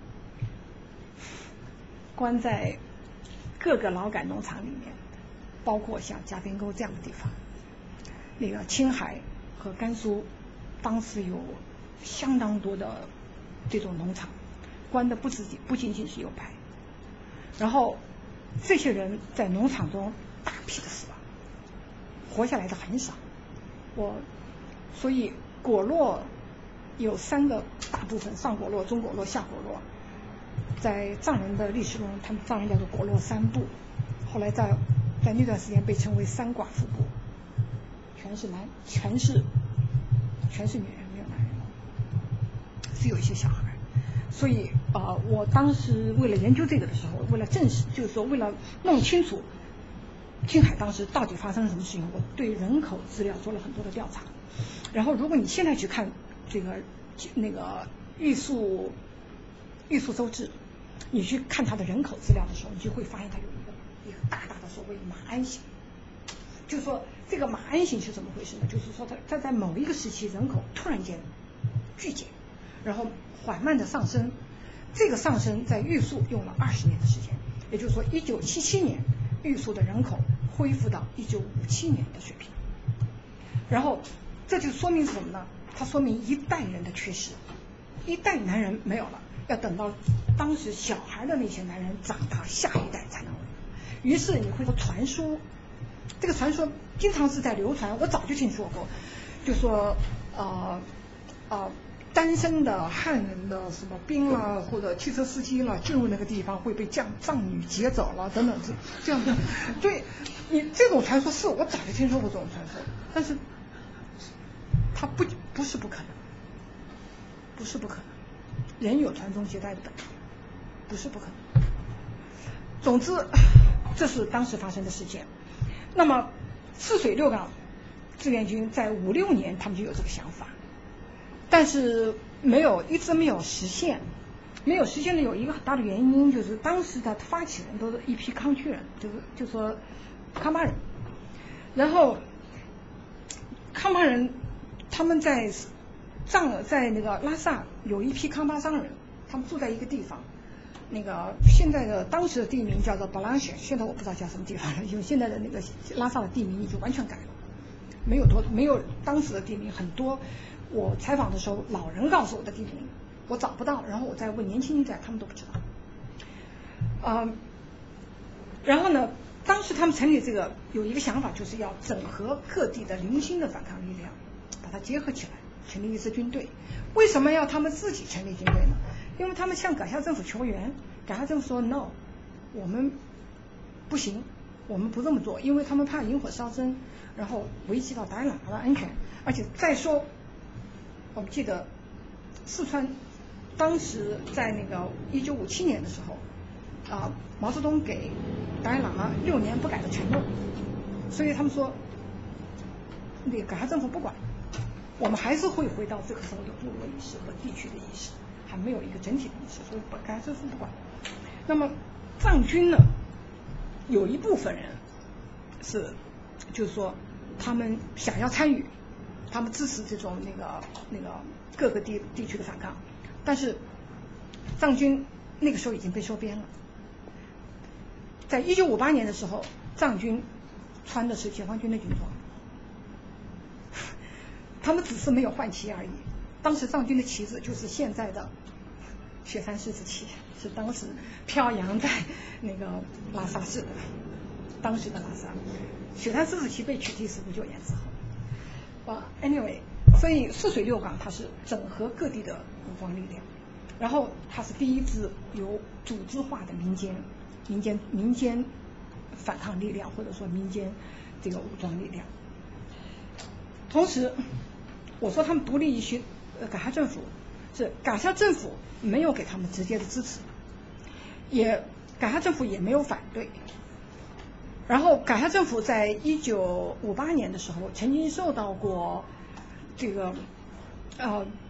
关在各个劳改农场里面，包括像嘉宾沟这样的地方。那个青海和甘肃当时有相当多的这种农场，关的不止不仅仅是右派，然后这些人在农场中大批的死亡，活下来的很少。我所以果洛有三个大部分，上果洛、中果洛、下果洛，在藏人的历史中，他们藏人叫做果洛三部，后来在在那段时间被称为三寡妇部，全是男，全是全是女人，没有男人，只有一些小孩。所以呃，我当时为了研究这个的时候，为了证实，就是说为了弄清楚青海当时到底发生了什么事情，我对人口资料做了很多的调查。然后如果你现在去看这个那个玉树玉树州志，你去看它的人口资料的时候，你就会发现它有一个一个大大的所谓马鞍型。就是说这个马鞍型是怎么回事呢？就是说它它在某一个时期人口突然间剧减，然后缓慢的上升。这个上升在玉树用了二十年的时间，也就是说一九七七年玉树的人口恢复到一九五七年的水平。然后这就说明什么呢？它说明一代人的缺失，一代男人没有了，要等到当时小孩的那些男人长大，下一代才能有。于是你会说传说，这个传说经常是在流传，我早就听说过，就说呃呃单身的汉人的什么兵啦或者汽车司机啦进入那个地方会被藏藏女劫走了等等这这样的。对，你这种传说是我早就听说过这种传说，但是它不不是不可能，不是不可能，人有传宗接代的本能，不是不可能。总之这是当时发生的事件。那么泗水六岗志愿军在五六年他们就有这个想法，但是没有一直没有实现。没有实现的有一个很大的原因，就是当时的发起人都是一批康区人，就是就说康巴人。然后康巴人他们在藏在那个拉萨有一批康巴桑人，他们住在一个地方，那个现在的当时的地名叫做巴拉雪，现在我不知道叫什么地方了，因为现在的那个拉萨的地名已经完全改了，没有多没有当时的地名很多。我采访的时候，老人告诉我的地名我找不到，然后我再问年轻一代，他们都不知道。呃，然后呢，当时他们成立这个有一个想法，就是要整合各地的零星的反抗力量，把它结合起来，成立一支军队。为什么要他们自己成立军队呢？因为他们向改校政府求援，改校政府说 no， 我们不行，我们不这么做，因为他们怕引火烧身，然后危及到达赖喇嘛的安全。而且再说，我们记得四川当时在那个一九五七年的时候啊，毛泽东给达赖喇嘛六年不改的承诺，所以他们说那个改校政府不管，我们还是会回到这个时候的部落意识和地区的意识，还没有一个整体的意识，所以改校政府不管。那么藏军呢，有一部分人是就是说他们想要参与，他们支持这种那个那个各个地地区的反抗，但是藏军那个时候已经被收编了。在一九五八年的时候，藏军穿的是解放军的军装，他们只是没有换旗而已。当时藏军的旗子就是现在的雪山狮子旗，是当时飘扬在那个拉萨市的，当时的拉萨雪山狮子旗被取缔是五九年之后。啊 ，anyway， 所以泗水六岗它是整合各地的武装力量，然后它是第一支有组织化的民间民间民间反抗力量，或者说民间这个武装力量。同时我说他们独立于学呃改校政府，是改校政府没有给他们直接的支持，也改校政府也没有反对。然后改校政府在一九五八年的时候曾经受到过这个呃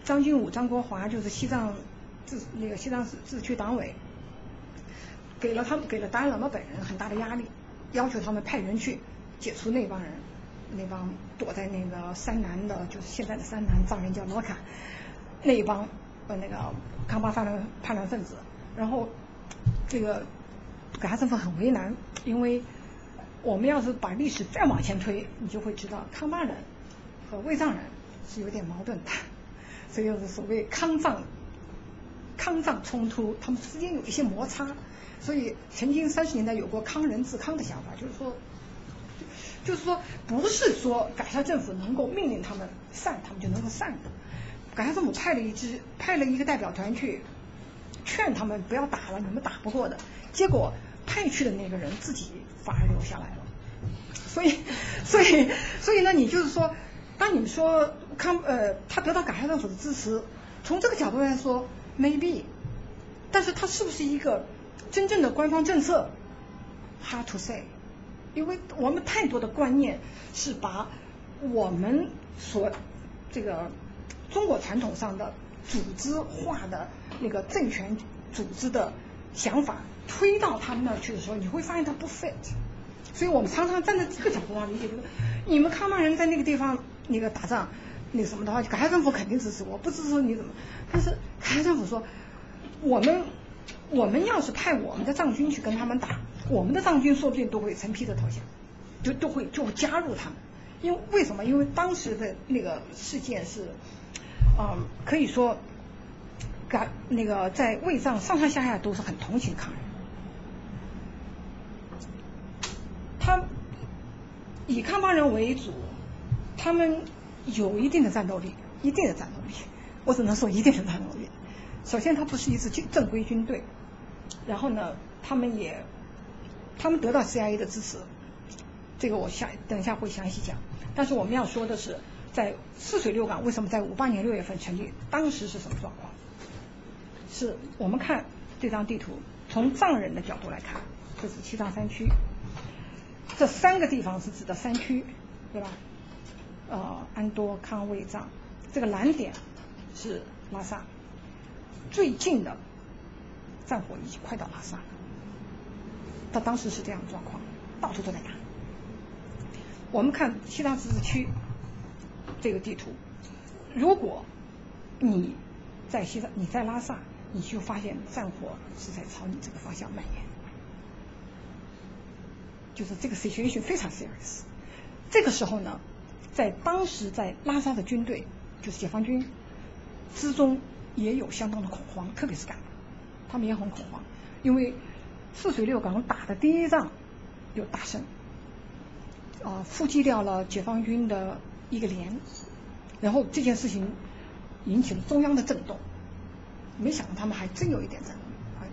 张君武、张国华就是西藏自那个西藏自自区党委，给了他们给了达赖喇嘛本人很大的压力，要求他们派人去解除那帮人，那帮躲在那个山南的，就是现在的山南藏人叫罗坎那一帮呃那个康巴叛乱叛乱分子。然后这个给哈政府很为难，因为我们要是把历史再往前推，你就会知道康巴人和卫藏人是有点矛盾的，所以就是所谓康藏康藏冲突，他们之间有一些摩擦，所以曾经三十年代有过康人治康的想法，就是说，就是说不是说改善政府能够命令他们散，他们就能够散的。改善政府派了一支派了一个代表团去劝他们不要打了，你们打不过的，结果派去的那个人自己反而留下来了。所以，所以，所以呢，你就是说，当你们说康呃他得到改善政府的支持，从这个角度来说 maybe， 但是他是不是一个真正的官方政策 hard to say， 因为我们太多的观念是把我们所这个中国传统上的组织化的那个政权组织的想法推到他们那儿去的时候，你会发现它不 fit。所以我们常常站在这个角度上理解，就是你们康巴人在那个地方那个打仗那个什么的话，改革政府肯定支持我，不支持你怎么？但是改革政府说，我们我们要是派我们的藏军去跟他们打，我们的藏军说不定都会成批的投降，就都会就会加入他们。因为为什么？因为当时的那个事件是，嗯，可以说，改那个在卫藏上上下下都是很同情抗人。他以康巴人为主，他们有一定的战斗力，一定的战斗力，我只能说一定的战斗力。首先，他不是一支正规军队，然后呢，他们也，他们得到 C I A 的支持，这个我下等一下会详细讲。但是我们要说的是，在泗水六港为什么在五八年六月份成立，当时是什么状况？是我们看这张地图，从藏人的角度来看，这是西藏山区。这三个地方是指的山区，对吧？呃，安多、康、卫藏，这个蓝点是拉萨，最近的战火已经快到拉萨了。他当时是这样的状况，到处都在打。我们看西藏自治区这个地图，如果你在西藏，你在拉萨，你就发现战火是在朝你这个方向蔓延。就是这个 situation 非常 serious。这个时候呢，在当时在拉萨的军队，就是解放军之中也有相当的恐慌，特别是干部，他们也很恐慌，因为泗水六港打的第一仗有大胜，啊、呃，伏击掉了解放军的一个连，然后这件事情引起了中央的震动，没想到他们还真有一点震动。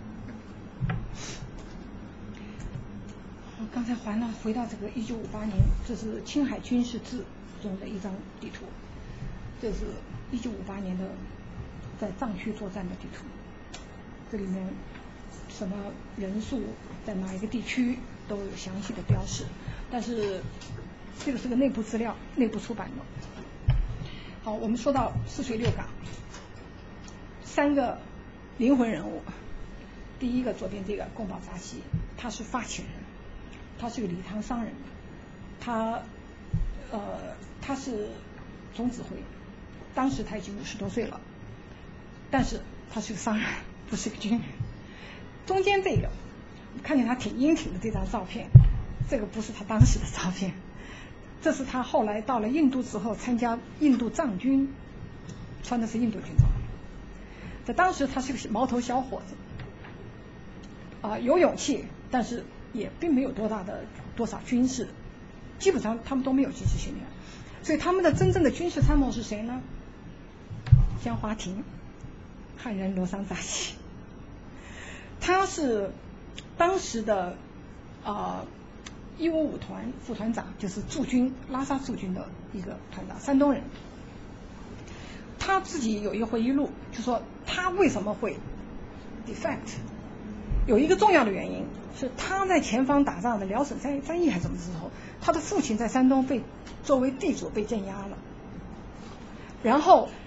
刚才还了回到这个一九五八年，这是青海军事志中的一张地图，这是一九五八年的在藏区作战的地图，这里面什么人数在哪一个地区都有详细的标示，但是这个是个内部资料，内部出版的。好，我们说到泗水六港，三个灵魂人物，第一个左边这个贡宝扎西，他是发起人。他是个礼堂商人，他呃他是总指挥，当时他已经五十多岁了，但是他是个商人，不是个军人。中间这个看见他挺英挺的这张照片，这个不是他当时的照片，这是他后来到了印度之后参加印度藏军，穿的是印度军装。在当时他是个毛头小伙子，啊、呃、有勇气，但是也并没有多大的多少军事，基本上他们都没有军事训练，所以他们的真正的军事参谋是谁呢？江华亭，汉人罗桑扎西，他是当时的啊一五五团副团长，就是驻军拉萨驻军的一个团长，山东人。他自己有一个回忆录，就说他为什么会 defect， 有一个重要的原因是他在前方打仗的辽沈战战役还是什么时候，他的父亲在山东被作为地主被镇压了，然后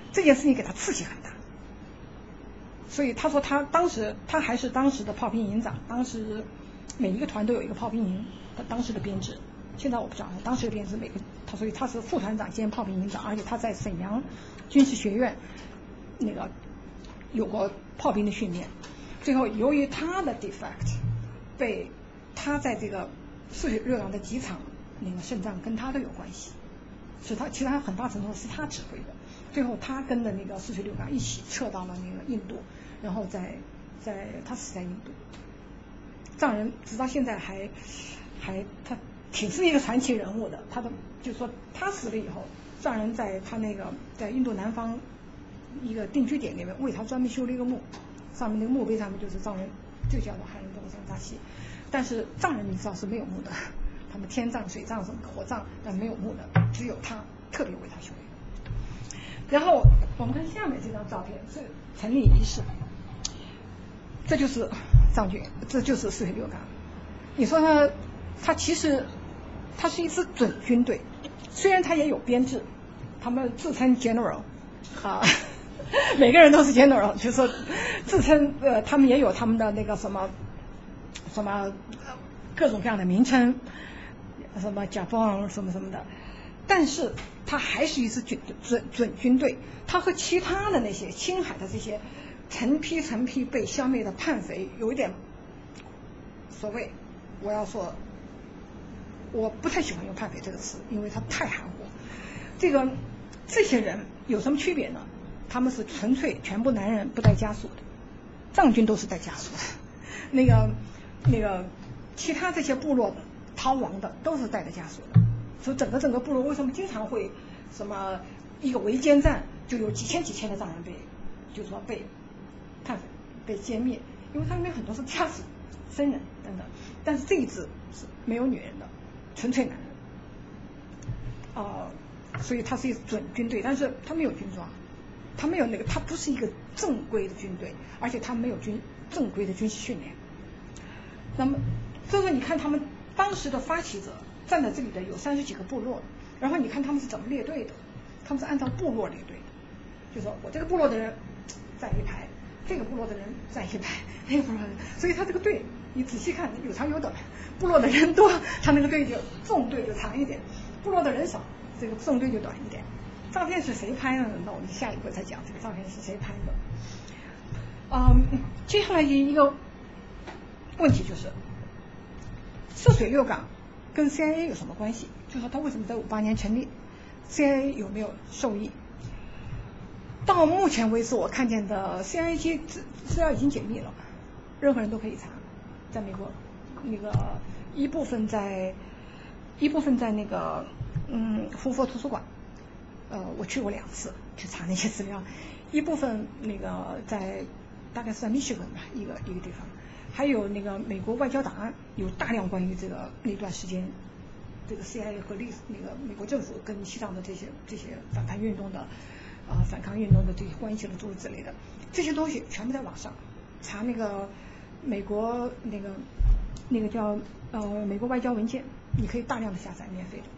这件事情给他刺激很大。所以他说他当时他还是当时的炮兵营长，当时每一个团都有一个炮兵营，他当时的编制，现在我不知道，当时的编制每个他，所以他是副团长兼炮兵营长，而且他在沈阳军事学院那个有过炮兵的训练。最后由于他的 defect 被他在这个泗水六港的几场那个胜仗跟他都有关系，是他其实他很大程度是他指挥的。最后他跟着那个泗水六港一起撤到了那个印度，然后在在他死在印度。藏人直到现在还还他挺是一个传奇人物的，他的就是说他死了以后，藏人在他那个在印度南方一个定居点里面为他专门修了一个墓，上面那个墓碑上面就是藏人就叫做汉人多罗桑扎西，但是藏人你知道是没有墓的，他们天葬、水葬、什么火葬，但没有墓的，只有他特别为他修的。然后我们看下面这张照片是成立仪式，这就是藏军，这就是泗水六港。你说他他其实他是一支准军队，虽然他也有编制，他们自称 general 啊，每个人都是 general， 就是说自称呃他们也有他们的那个什么什么各种各样的名称，什么甲方什么什么的，但是他还是一支准准准军队，他和其他的那些青海的这些成批成批被消灭的叛匪有一点所谓，我要说我不太喜欢用叛匪这个词，因为它太含糊。这个这些人有什么区别呢？他们是纯粹全部男人不带枷锁的，藏军都是带枷锁的，那个那个其他这些部落的逃亡的都是带着枷锁的，所以整个整个部落为什么经常会什么一个围歼战就有几千几千的藏人被就是说被叛匪被歼灭，因为他们有很多是家属僧人等等，但是这一支是没有女人的，纯粹男人啊、呃，所以他是一准军队，但是他没有军装，他没有那个，他不是一个正规的军队，而且他没有军正规的军事训练。那么所以说你看他们当时的发起者站在这里的有三十几个部落，然后你看他们是怎么列队的，他们是按照部落列队的，就说我这个部落的人站一排，这个部落的人站一排，那个部落的人，所以他这个队你仔细看有长有短，部落的人多，他那个队就纵队就长一点，部落的人少，这个纵队就短一点。照片是谁拍的呢？那我们下一回再讲这个照片是谁拍的。嗯，接下来一个问题就是泗水六港跟 C I A 有什么关系？就说他为什么在五八年成立 ，C I A 有没有受益？到目前为止，我看见的 C I A 资资料已经解密了，任何人都可以查，在美国那个一部分在一部分在那个嗯胡佛图书馆，呃我去过两次去查那些资料，一部分那个在大概是在密歇根吧一个一个地方，还有那个美国外交档案有大量关于这个那段时间这个 C I A 和历那个美国政府跟西藏的这些这些反叛运动的啊、呃、反抗运动的这些关系的诸如之类的这些东西全部在网上查，那个美国那个那个叫呃美国外交文件，你可以大量的下载免费的。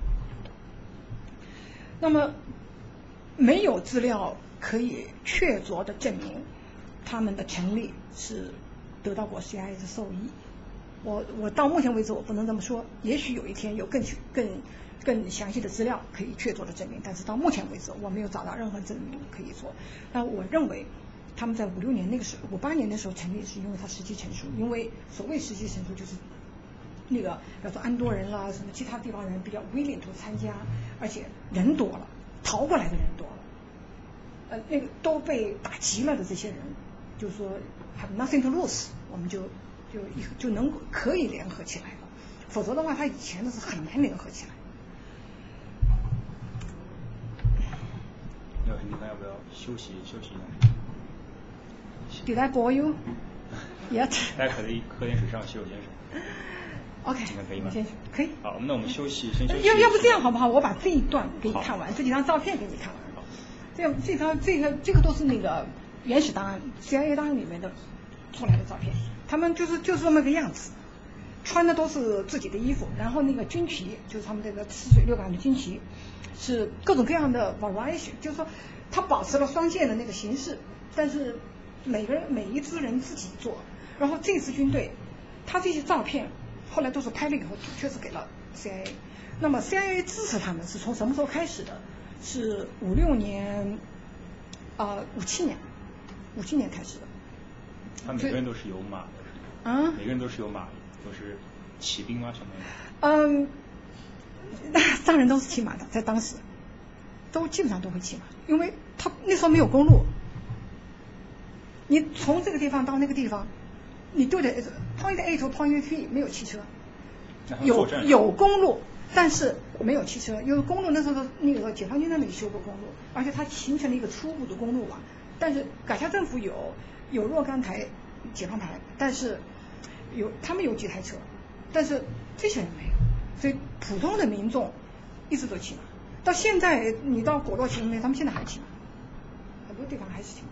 那么没有资料可以确凿的证明他们的成立是得到过 C I A 的授意。我我到目前为止我不能这么说，也许有一天有更更更详细的资料可以确凿的证明，但是到目前为止我没有找到任何证明可以说。但我认为他们在五六年那个时候五八年的时候成立，是因为他时机成熟，因为所谓时机成熟就是那个比如说安多人啦什么其他地方人比较 willing to 参加，而且人多了，逃过来的人多了，呃那个都被打急了的这些人就是说 have nothing to lose， 我们就就就能可以联合起来了，否则的话他以前的是很难联合起来。 要你看要不要休息休息一下 Did I bore you? Yet? 大家可以喝点水上洗手间水。 OK， 你看可以吗？ 先可以。 好，那我们休息，先休息。 要要不这样好不好？我把这一段给你看完，这几张照片给你看完。这样这张这个这个都是那个原始档案 C I A 档案里面的出来的照片，他们就是就是这么个样子，穿的都是自己的衣服，然后那个军旗就是他们这个泗水六港的军旗是各种各样的 variation， 就是说它保持了双线的那个形式，但是每个人每一支人自己做。然后这支军队，他这些照片后来都是拍了以后确实给了 C I A。那么 C I A 支持他们是从什么时候开始的？是五六年，啊五七年，五七年开始的。 他每个人都是有马的， 啊， 每个人都是有马的，都是骑兵吗？相当于？ 嗯，藏人都是骑马的，在当时，都基本上都会骑马，因为他那时候没有公路，你从这个地方到那个地方，你都得 point A to point B 没有汽车，有有公路，但是没有汽车，因为公路那时候那个解放军那里修过公路，而且它形成了一个初步的公路网。但是改辖政府有有若干台解放牌，但是有他们有几台车，但是这些人没有，所以普通的民众一直都骑马。到现在你到果洛旗那边，他们现在还骑马，很多地方还是骑马。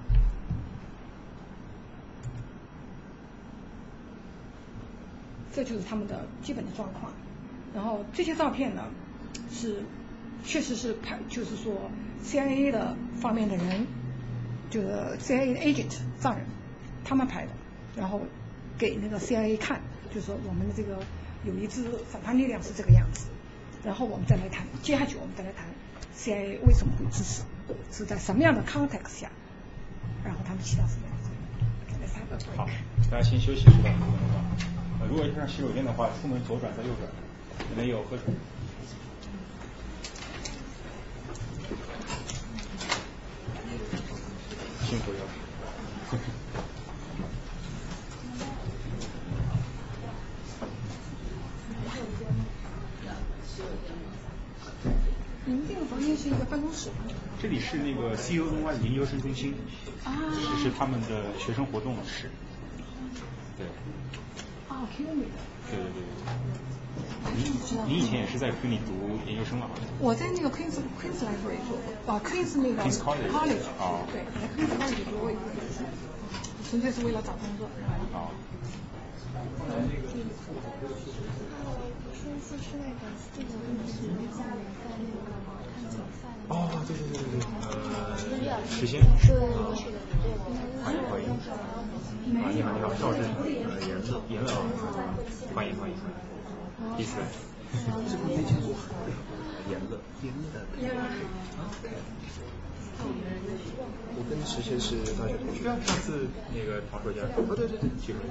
这就是他们的基本的状况。然后这些照片呢，是确实是拍，就是说 C I A 的方面的人，就是 C I A 的 agent 藏人，他们拍的，然后给那个 C I A 看，就是说我们的这个有一支反叛力量是这个样子，然后我们再来谈，接下去我们再来谈 C I A 为什么会支持，是在什么样的 context 下，然后他们起到什么样的作用。 好，大家先休息是吧？呃，如果要上洗手间的话，出门左转再右转，没有喝水。辛苦了。 你们这个房间是一个办公室吗？ 这里是那个 C U N Y 研究生中心， 啊， 这是他们的学生活动室。对。 啊 ，Q 里的。 对对对对。你你以前也是在 Q 里读研究生啊？ 我在那个 Queen's Queen's Library 做过，啊 Queen's 那个 Queen's College College 啊， 对，在 Queen's College 读过一个学生，纯粹是为了找工作。 啊。 说是那个这个问题在那个看景赛。 哦，对对对对对，呃，时间。 对， 欢迎欢迎。啊，你好你好，赵振，呃，严乐严乐啊，欢迎欢迎欢迎，第一次来。 这个没见过。严乐严乐。我跟石先是大学同学。 上次那个唐作家。 哦对对对， 记住了。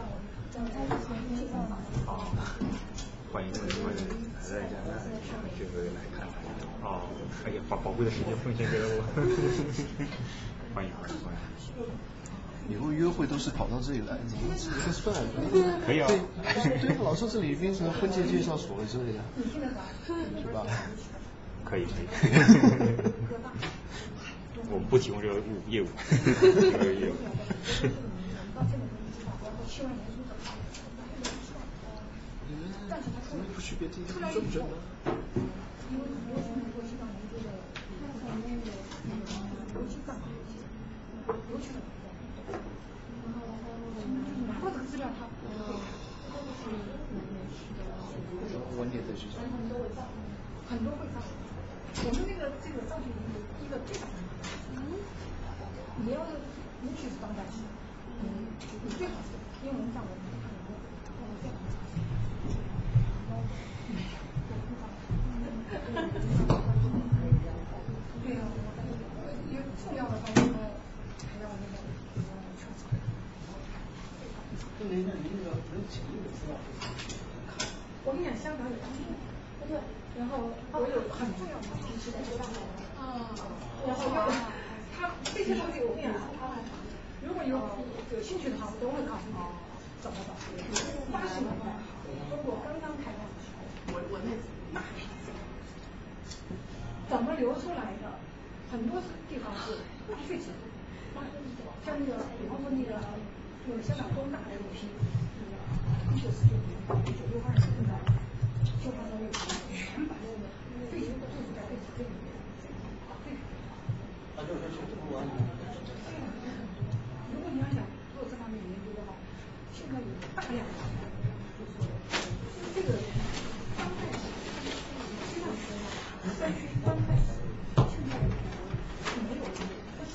啊。欢迎欢迎欢迎， 还在加拿大，这回来看看。 哦，哎呀，把宝贵的时间奉献给了我。欢迎欢迎欢迎。 以后约会都是跑到这里来，怎么吃个饭？ 可以啊。 对，对，老说这里变成婚介介绍所之类的，是吧？ 可以可以。我们不提供这个业务，这个业务。 怎么不去别地方这么准呢？ 因为很多人美国西藏人觉得他在那个尤其藏尤其拿到这个资料他不会晚点再去找。 很多会藏我们那个这个藏区有一个最大的你要尤其是当代史你你最好是英文藏文看得懂这样对呀，有重要的方面还要那个调查。 那您那您那个能简易的资料我跟你讲，香港有当地，对，然后我有很重要的东西是在大海啊，然后他这些东西我跟你讲，如果有有兴趣的话，我都会告诉你怎么找。八十年代中国刚刚开放的时候，我我那大批资料。怎么流出来的？很多地方是浪费钱，像那个，比方说那个，那个香港东大的那批，那个一九四九年、一九六二年的修法的那个，全把那个废弃的就是在废弃这里面，废弃。 啊，就是说修不完。 如果你要想做这方面的研究的话，现在有大量的，这个当代史，希腊史。山区端派现在是没有的，但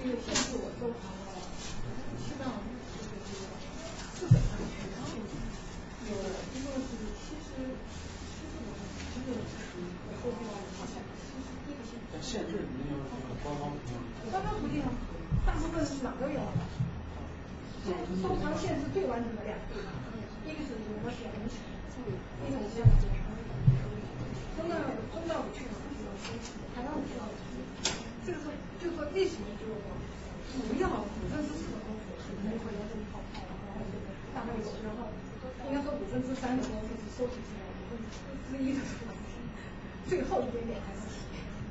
因为限制我收藏了西藏四本藏区，有一共是七十七十多本，其实我收集到了好像七十一个限制。 限制里面有这个官方途径。 官方途径大部分是哪都有。收收藏限制最完整的两个地方，一个是我们选的，一个是香港。中道中道武去哪？台湾武去哪？这个是就是说历史研究主要古镇之四的功夫是没有回到这一套，大概有，然后应该说古镇之三的功夫是收集出来古镇之一的数字，最后一点点还是题。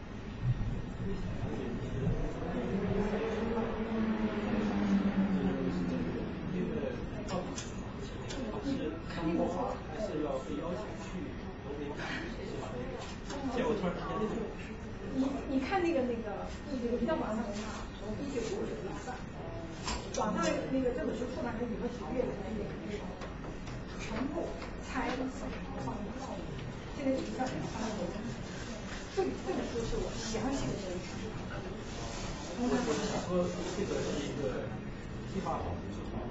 看过画还是要被邀请去都可以看，结果突然之间那种。 你你看那个那个那个你在网上看，一九五九年上，网上那个这本书出版了以后几个月才有，全部拆了放在后面，现在底下给它翻了。这这本书是我详细的研究。 我是想说，这个是一个批发好的，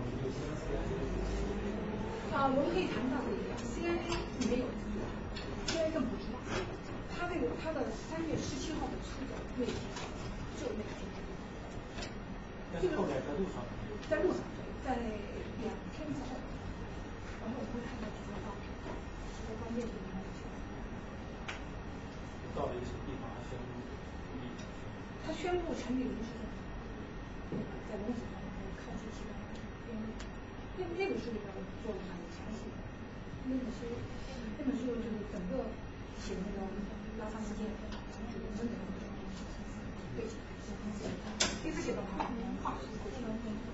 啊，我们可以谈到这个 C I A 里面有 C I A 更不一样，它这个它的三月十七号的出走那天，就那天， 但是后来在路上， 在路上，在两天之后，然后我会看到几张照片，在关键地方到了一些地方，他宣布， 他宣布成立临时政府，在龙井上看出其他编录，那那本书里边我做了很详细的，那本书那本书就是整个写那个拉萨事件，真的对，一直写到他画书过去。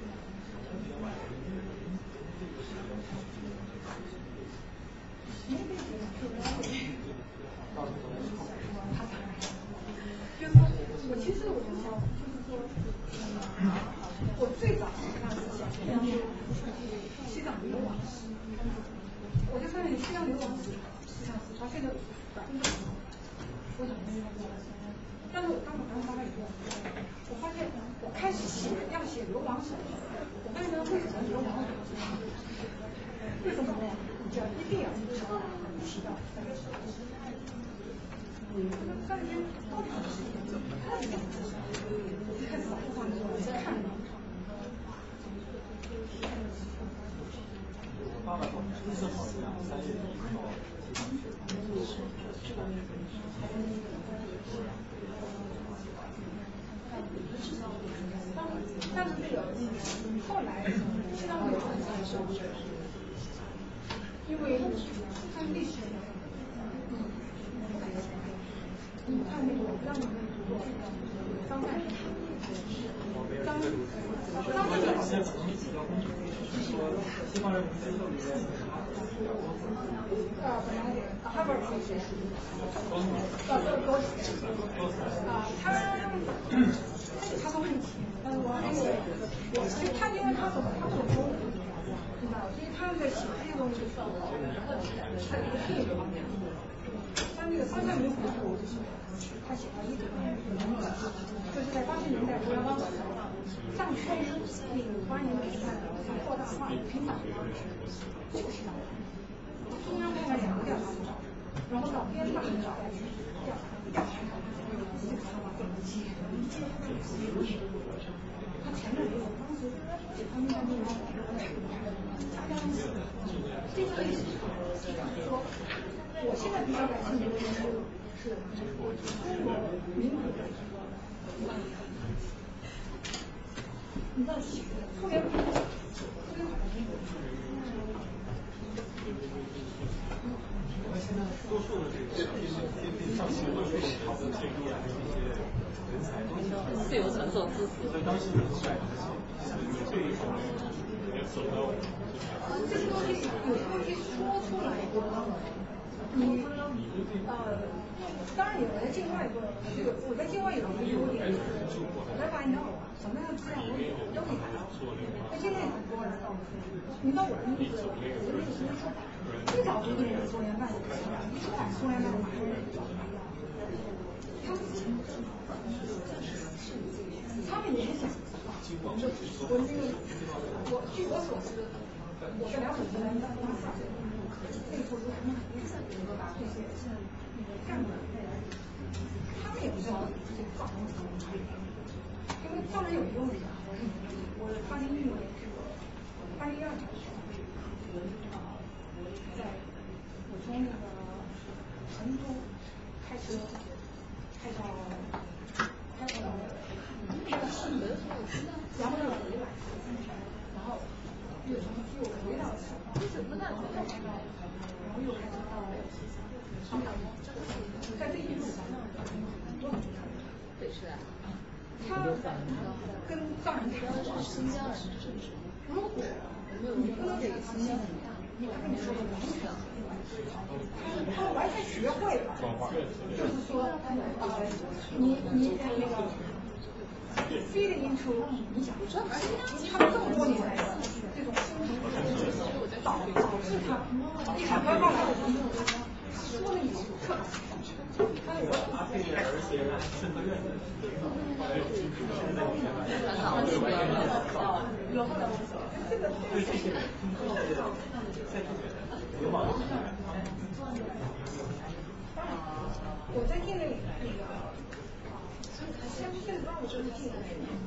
就是说，我其实我就想，就是说，我最早那是想研究西藏流亡史，我就发现西藏流亡史实际上是到现在百分之五，我想研究过来。但是我当我当妈妈以后，我发现我开始写要写流亡史，我发现为什么流亡史？为什么呢？就一定要提到提到三个事。这个三天到底是怎么看的？我就开始往上看了。 八百多年，正好这样，三月一号， 但是这个后来西藏流亡的时候，因为看历史，嗯，不感兴趣。你看那个，我不知道你们读过张岱，张张岱好像可能比较公平，是说西方人民接受里面呃，本来哈佛同学，呃，都都啊，他他说问题，但是我那个我其实他因为他怎么他怎么说，知道，所以他在写这个东西的时候，他有一个特别方面。像那个方向民族，他写到一个，就是在八十年代中央的时候，藏区那个官员比赛想扩大化平壤，就是中央派了两个调查组，然后到边大的调查去调查调查这个方法怎么接，他前面没有，当时解放军在那边，大家这个历史说。我现在比较感兴趣的是是中国民主的，你知道苏联苏联好像中国。 我们现在多数的这个上新闻都是好的这个啊，这些人才都是自由传授知识。 所以当时我是你对于什么走到这些东西有些东西说出来你呃，当然有人境外过，这个我在境外有一个优点，我在外闹啊，什么样的资料我都可以拿到。在境内很多人告诉你，到我的那个我的那个什么出版，最早的那个苏联办的，一出版苏联办马上就找他们，他们联想，我我那个我据我所知，我在辽沈集团当大厦，那个时候有什么把这些那个干部，他们也不知道这个造成什么差别，因为当然有一个问题啊，我八零一年是八零一二年的时候，啊，在我从那个成都开车开到开到开到顺德，然后呢回来，然后又从又回到然后又开车到上海，在这一路上多少对是啊，他跟藏人谈的是新疆人，如果你跟他给新疆人谈，他跟你说的完全。他他完全学会了，就是说，呃，你你那个 feeding into 你想，而且他们这么多年来的这种导导致他一场官方的说了一句特他有个这个我在店内那个啊，先先不让我就是进来，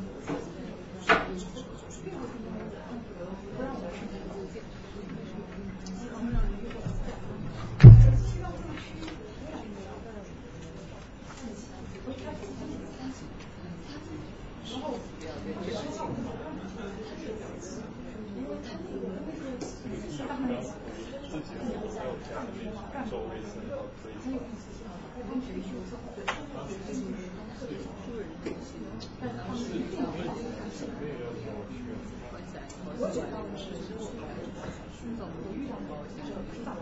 并不是因为不让我去进，希望让人有希望这个区越来越看起来不是太普遍的东西，然后说话不好看，因为他那个那个是他们自己没有这样的一种周围的很有意思。他们培训之后，特别少数人培训，但是他们一定要把这个事情我主要的是我我遇到过就是披萨的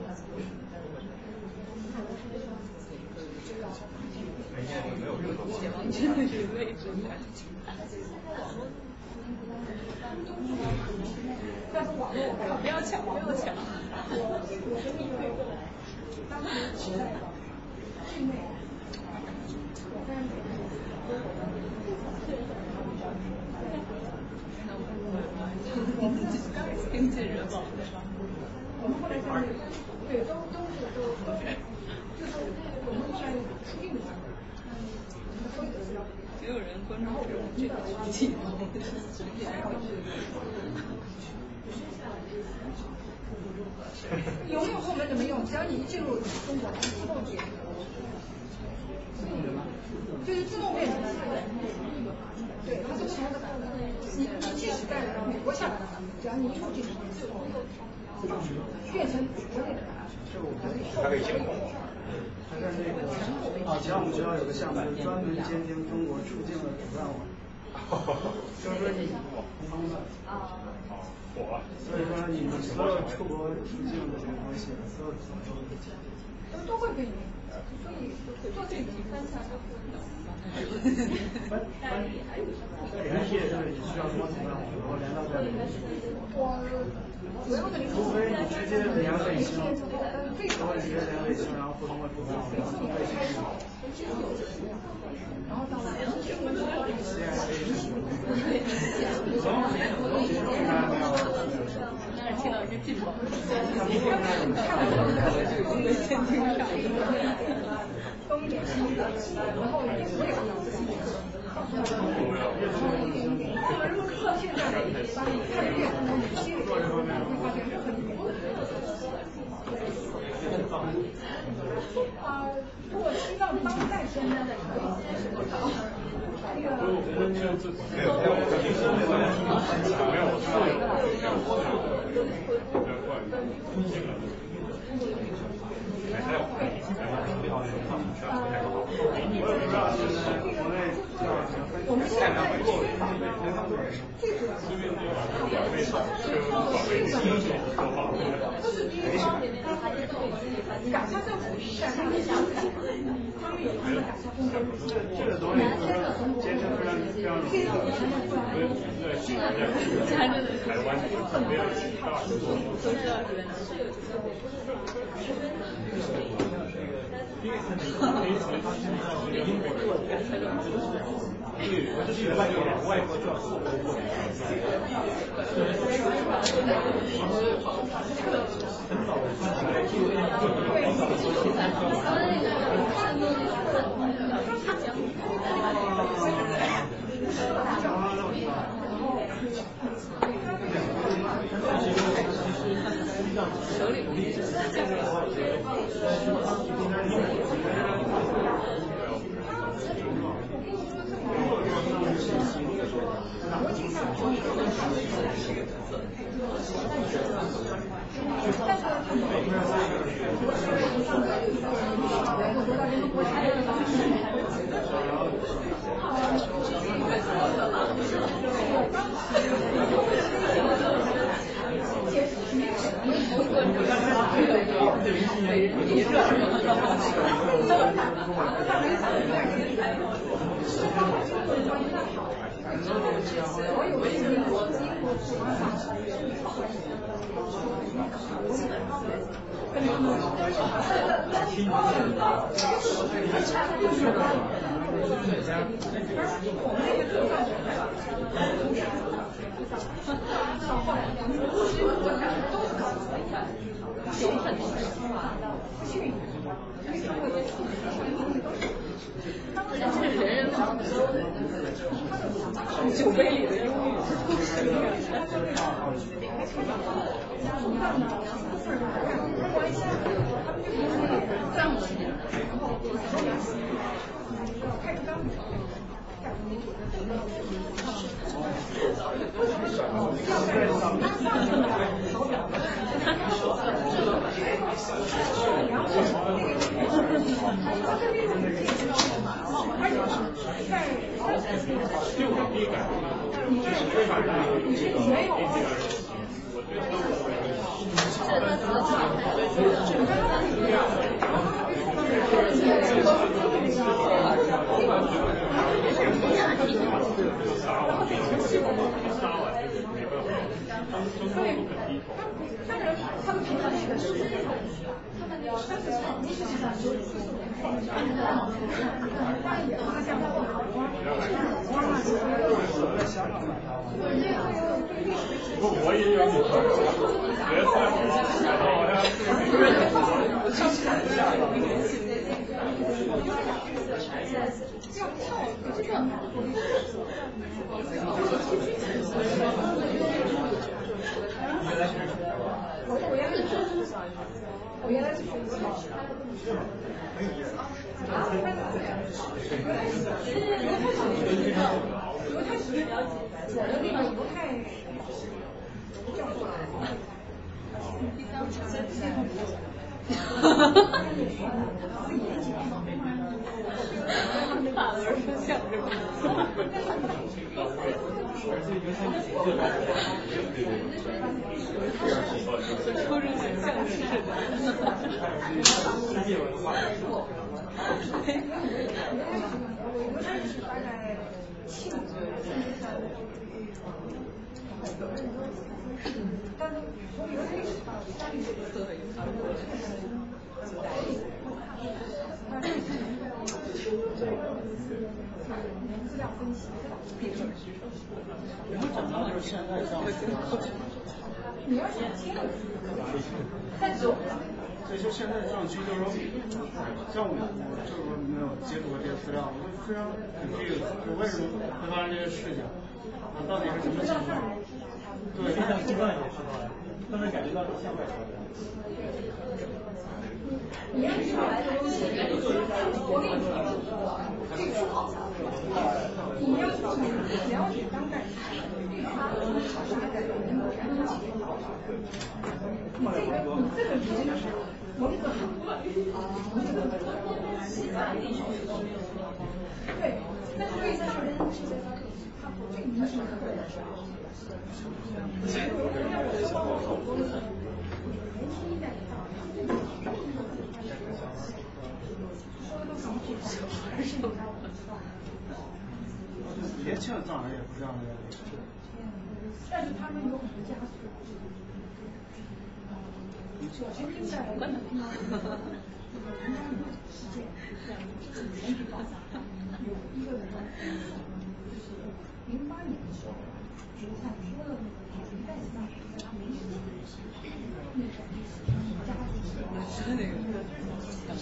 但是网络我不要抢，不要抢，我我跟你对过来，当时期待的。境内，我在美国，经纪人嘛，我们后来在那个，对，都都是都都是，就是我们后来出境的时候，所有的资料，没有人关注这种这个话题，有没有后门的没用，只要你一进入中国，自动解。就是自动变成，对，它是不同的。你你即使在美国下载的，只要你一入境，变成国内的。 它可以监控。 它在那个啊，前我们学校有个项目，就是专门监听中国出境的主站网，就是说你通的啊， 火。 所以说你们所有出国出境的这个东西，所有都都会给你。所以做这个翻墙就不能。 联系是你需要多怎么样？然后连到这里。 我主要的除非你直接连卫星，如果你直接连卫星，然后不通过主站网，然后卫星然后到了 C I A 是有那个，其实应该没有。 但是听到一个劲爆，他们看到这个监听上。东一点西一点，然后我也不要这是一个，然后一点一点，那么如果到现在，把你看越多，你心里会发现任何一点。啊，如果希望当代现在的可以是多少？那个没有，没有， 还有我们现在最主要都是第一方，赶上政府赶上一下，他们有他们的赶上工作。 这个东西就是坚持非常非常容易。 台湾没有其他的做第一次那个第一次他现在英国做的， 对，我就是外国人，外国就要后国过来。很早的时手里酒杯里的忧郁。我也有女朋友，别太不起好呀。 我原来是学的好，犹太史了解，我的那个犹太教过来。 法文是象征。抽着很像是世界文化。 犹太史大概七五年，但是从犹太史到意大利史，资料分析， 我们讲到就是现在像， 你要想签，太久了。 所以说现在上去就是说，像我我就是说没有接触过这些资料，我就非常很这个，就为什么会发生这些事情？啊，到底是什么情况？对， 就像西藏也是，都能感觉到你向外传达。 你要是来的东西，我给你提个这个好，你要是了解当代史，这个啥的人物全都写好。你这个你这个人文字很乱，对，那所以他是人他不最明显的个人是。要我包括好多年轻一代的大人，说的都是一句小孩是有他的。 年轻的藏人也不是这样的。 但是他们有很多家属。九十年代我们有一个人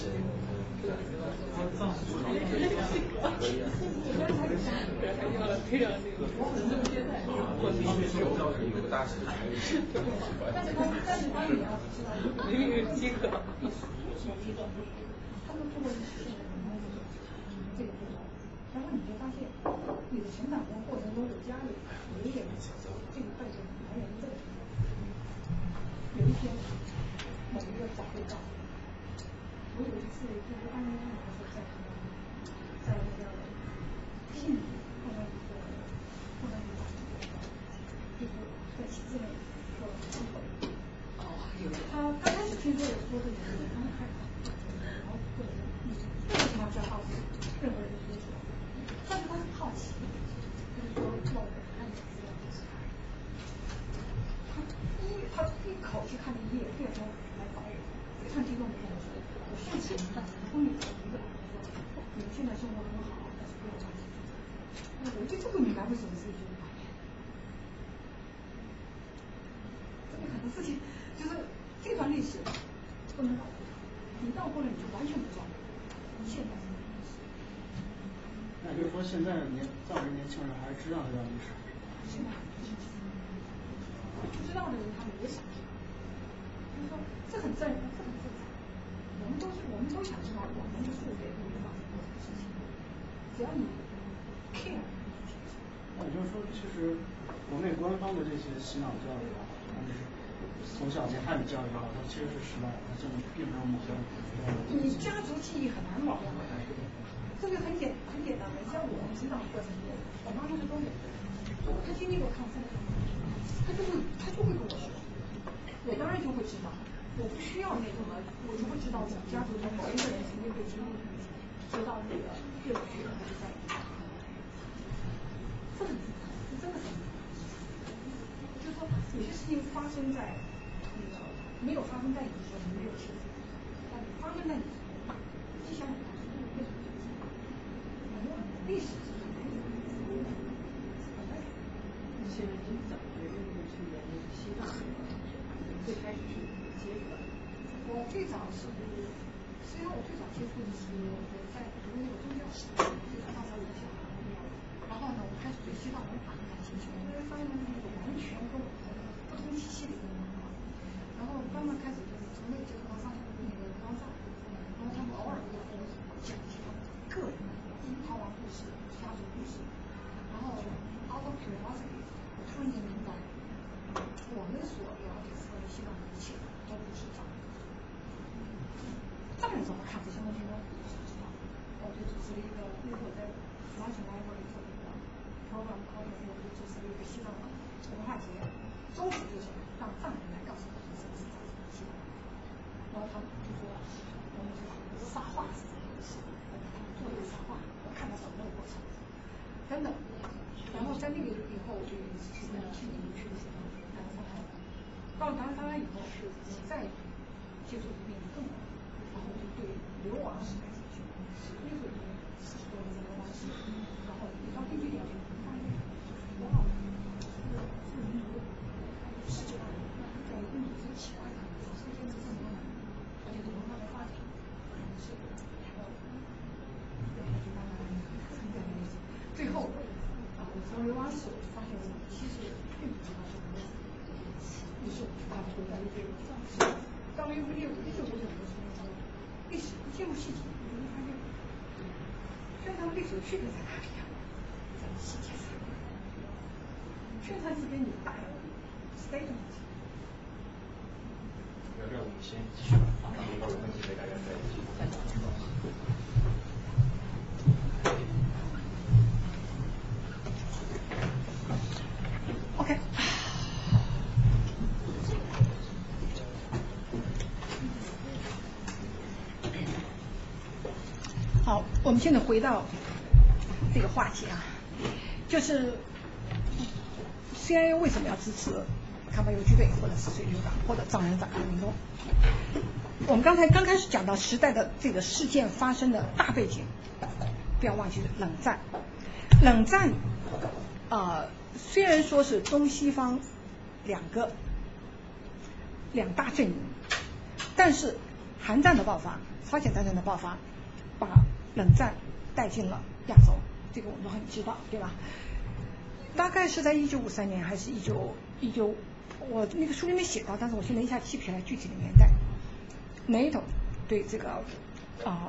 些。 有个大师的才是。 但是他但是他也要知道，因为饥渴。他们通过实现这个步骤，然后你就发现你的成长的过程中的家里有一点这个背景来源在。有一天，某一个早会上，我有一次就是二零一五年的时候在在那个信里碰到一个碰到一个就是在体制内做出轨。哦，有的。他刚开始听说有说这个事情，他很害怕，然后或者是你为什么要知道任何人的追求？但是他很好奇，就是说要我看你资料。他一他一口气看了一页，第二天来找我，非常激动的跟我说：“我父亲终于找一个人说，你们现在生活很好，但是不要着急。”我就这不明白为什么是一句话。这个很多事情就是这段历史不能倒过，你倒过了你就完全不知道你现在是什么历史。 那就是说，现在年藏人年轻人还是知道这段历史。 是吗？不知道的人他们也想知道，就是说这很正，这很正常。我们都是我们都想知道我们的父辈会发生过什么事情，只要你 care。 那也就是说，其实国内官方的这些洗脑教育啊，他们是从小这汉语教育也好，它其实是失败的，它真的并没有某些。 你家族记忆很难忘。这个很简很简单的，像我们成长过程中，我妈妈是东北人，她经历过抗战。他就会，他就会跟我说，我当然就会知道，我不需要那什么，我就会知道我们家族中某一个人曾经被激怒，说到那个热血还是在，这很正常，这真的很正常。就是说，有些事情发生在那个没有发生在你的时候，你没有事情，但发生在你的时候，你想想看，为什么？历史是很难有的，很难有。现在真的。西藏最开始是接触的，我最早是，实际上我最早接触的是我在读那个宗教史，就是上山有小孩，然后呢，我开始对西藏文化很感兴趣，因为发现那个完全跟我们不同体系的一个文化，然后慢慢开始就是从那个接触到上那个高藏，然后他们偶尔会跟我讲一些他们个人的逃亡故事、家族故事，然后 out of curiosity， 我突然间明白。我们所了解关于西藏的一切都不是藏人，藏人怎么看这些东西呢？我是不知道。我就主持了一个，那时候我在 National Library 做一个 program， 然后我就主持了一个西藏的文化节，宗旨就是让藏人来告诉我们什么是藏人西藏。然后他们就说，我们知道沙画是怎么回事，我们做一个沙画，我看到整个过程，等等。然后在那个以后，我就去去年去的时候。到了达赖萨拉以后，是再接触的面更广，然后就对流亡史感兴趣，那会儿四十多年的流亡史，然后你到根据了解，发现哇，这个这个民族世界大战在印度之前，世界这么多年，而且文化的发展是台湾，然后就慢慢参加了那些，最后啊，我从流亡史发现，其实并不知道是什么。于是他回到一个到了一个六一九九九年的时候，历史不进入细节，你会发现，宣传历史的区别在哪里啊？在细节上。宣传是给你大的 statement。 要不要我们先继续吧？啊，如果有问题给大家再继续探讨。 OK。好，我们现在回到这个话题啊，就是 C I A 为什么要支持卡巴游击队或者是水军党或者藏人党人民动？我们刚才刚开始讲到时代的这个事件发生的大背景，不要忘记冷战。冷战啊、呃，虽然说是东西方两个两大阵营，但是韩战的爆发，朝鲜战争的爆发，把冷战带进了亚洲，这个我们都很知道，对吧？大概是在一九五三年还是一九一九，我那个书里面写到，但是我现在一下记不起来具体的年代。NATO 对这个啊、呃、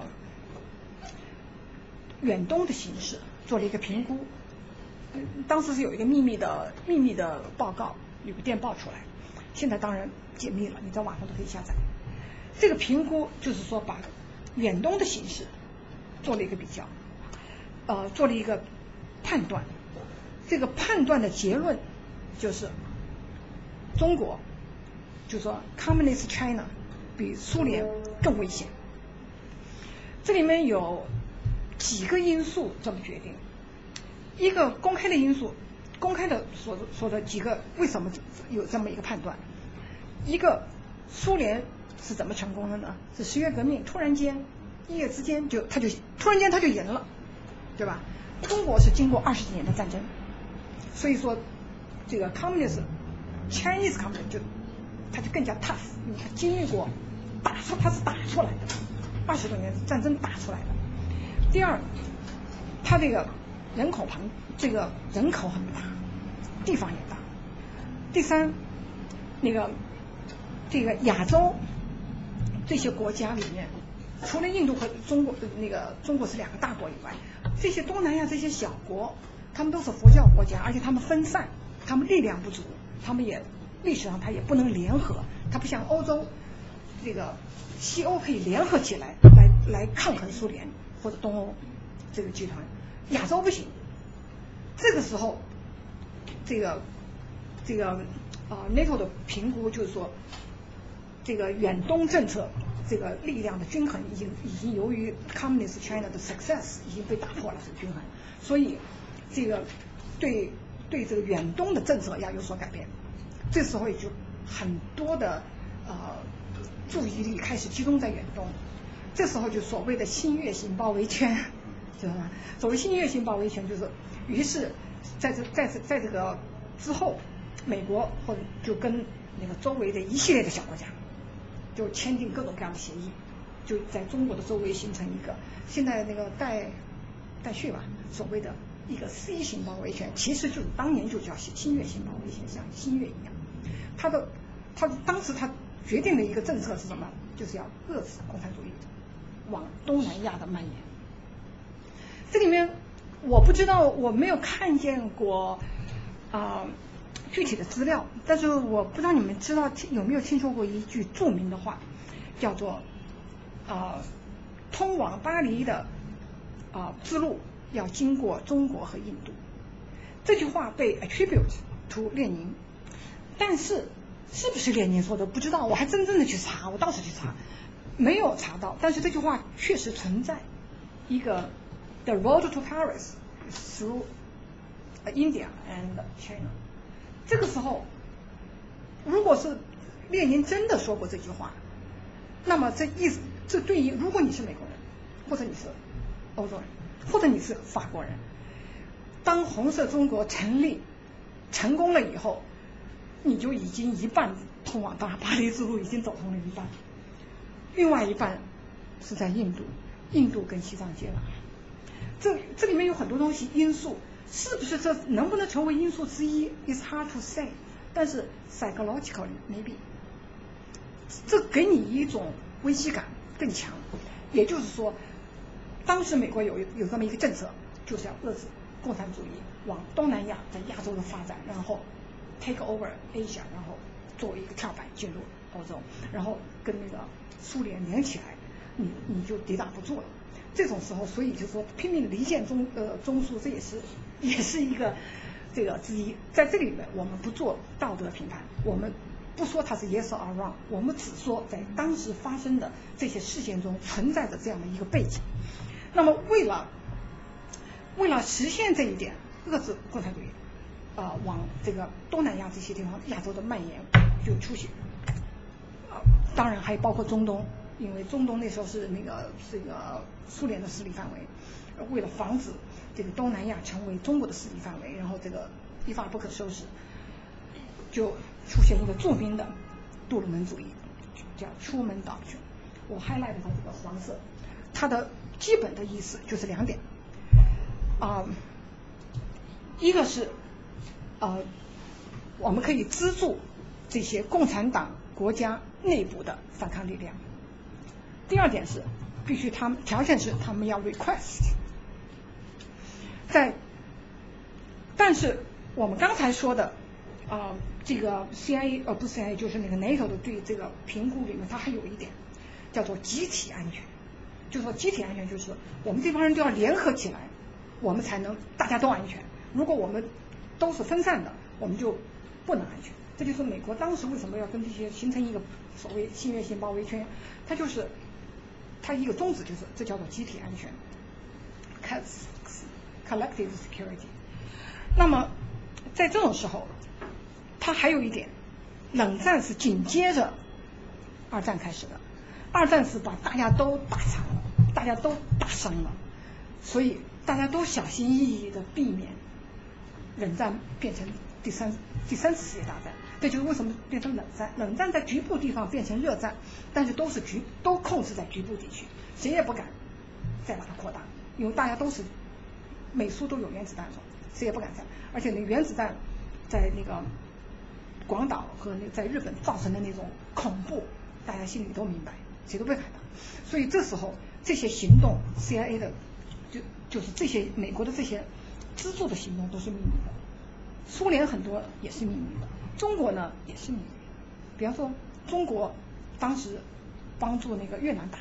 远东的形势做了一个评估，当时是有一个秘密的秘密的报告，有个电报出来，现在当然解密了，你在网上都可以下载。这个评估就是说把远东的形势做了一个比较，呃，做了一个判断。这个判断的结论就是中国，就说 Communist China 比苏联更危险。这里面有几个因素这么决定，一个公开的因素，公开的说说的几个为什么有这么一个判断，一个苏联是怎么成功的呢？是十月革命突然间一夜之间就他就突然间他就赢了，对吧？中国是经过二十几年的战争，所以说这个 communist Chinese communist 就他就更加 tough， 因为他经历过打出他是打出来的，二十多年战争打出来的。第二，他这个人口庞这个人口很大，地方也大。第三，那个这个亚洲这些国家里面，除了印度和中国那个中国是两个大国以外，这些东南亚这些小国，他们都是佛教国家，而且他们分散，他们力量不足，他们也历史上他也不能联合，他不像欧洲这个西欧可以联合起来来来抗衡苏联或者东欧这个集团，亚洲不行。这个时候，这个这个啊 NATO 的评估就是说，这个远东政策这个力量的均衡已经已经由于 Communist China 的 success 已经被打破了这个均衡，所以这个对对这个远东的政策要有所改变。这时候也就很多的呃注意力开始集中在远东，这时候就所谓的新月型包围圈，知道吗？所谓新月型包围圈就是，于是在这在这在这个之后，美国或者就跟那个周围的一系列的小国家就签订各种各样的协议，就在中国的周围形成一个现在那个戴戴旭吧所谓的一个 C 型包围圈，其实就当年就叫新月型包围圈，像新月一样。他的他当时他决定的一个政策是什么？就是要遏制共产主义往东南亚的蔓延。这里面我不知道，我没有看见过啊、呃、具体的资料，但是我不知道你们知道有没有听说过一句著名的话，叫做啊、呃、通往巴黎的啊、呃、之路要经过中国和印度。这句话被 attribute to 列宁，但是是不是列宁说的不知道，我还真正的去查，我到处去查，没有查到。但是这句话确实存在，一个 The road to Paris through India and China。这个时候，如果是列宁真的说过这句话，那么这意思，这对于如果你是美国人，或者你是欧洲人，或者你是法国人，当红色中国成立成功了以后，你就已经一半通往巴巴黎之路已经走通了一半，另外一半是在印度，印度跟西藏接壤。这这里面有很多东西因素，是不是这能不能成为因素之一 ？It's hard to say， 但是 psychologically maybe， 这给你一种危机感更强。也就是说，当时美国有有这么一个政策，就是要遏制共产主义往东南亚在亚洲的发展，然后 take over Asia， 然后作为一个跳板进入欧洲，然后跟那个苏联连起来，你你就抵挡不住了。这种时候，所以就说拼命离间中呃中苏，这也是也是一个这个之一。在这里面，我们不做道德评判，我们不说它是 yes or wrong， 我们只说在当时发生的这些事件中存在着这样的一个背景。那么为了为了实现这一点，遏制共产主义啊、呃、往这个东南亚这些地方亚洲的蔓延就出现啊、呃，当然还包括中东。因为中东那时候是那个这个苏联的势力范围，为了防止这个东南亚成为中国的势力范围，然后这个一发不可收拾，就出现一个著名的杜鲁门主义，叫出门导军。 我 highlight 它这个黄色，它的基本的意思就是两点啊、呃，一个是呃我们可以资助这些共产党国家内部的反抗力量，第二点是必须他们条件是他们要 request， 在但是我们刚才说的啊、呃、这个 C I A 呃不是 C I A 就是那个 NATO 的对这个评估里面，它还有一点叫做集体安全，就是说集体安全就是我们这帮人都要联合起来，我们才能大家都安全。如果我们都是分散的，我们就不能安全。这就是美国当时为什么要跟这些形成一个所谓新月性包围圈，它就是它一个宗旨就是这叫做集体安全 collective security。 那么在这种时候，它还有一点，冷战是紧接着二战开始的，二战是把大家都打残了，大家都打伤了，所以大家都小心翼翼的避免冷战变成第三第三次世界大战。这就是为什么变成冷战。冷战在局部地方变成热战，但是都是局都控制在局部地区，谁也不敢再把它扩大，因为大家都是每苏都有原子弹，谁也不敢再。而且那原子弹在那个广岛和那在日本造成的那种恐怖，大家心里都明白，谁都不敢打。所以这时候这些行动 C I A 的就就是这些美国的这些资助的行动都是秘密的，苏联很多也是秘密的，中国呢也是秘密的。比方说中国当时帮助那个越南打，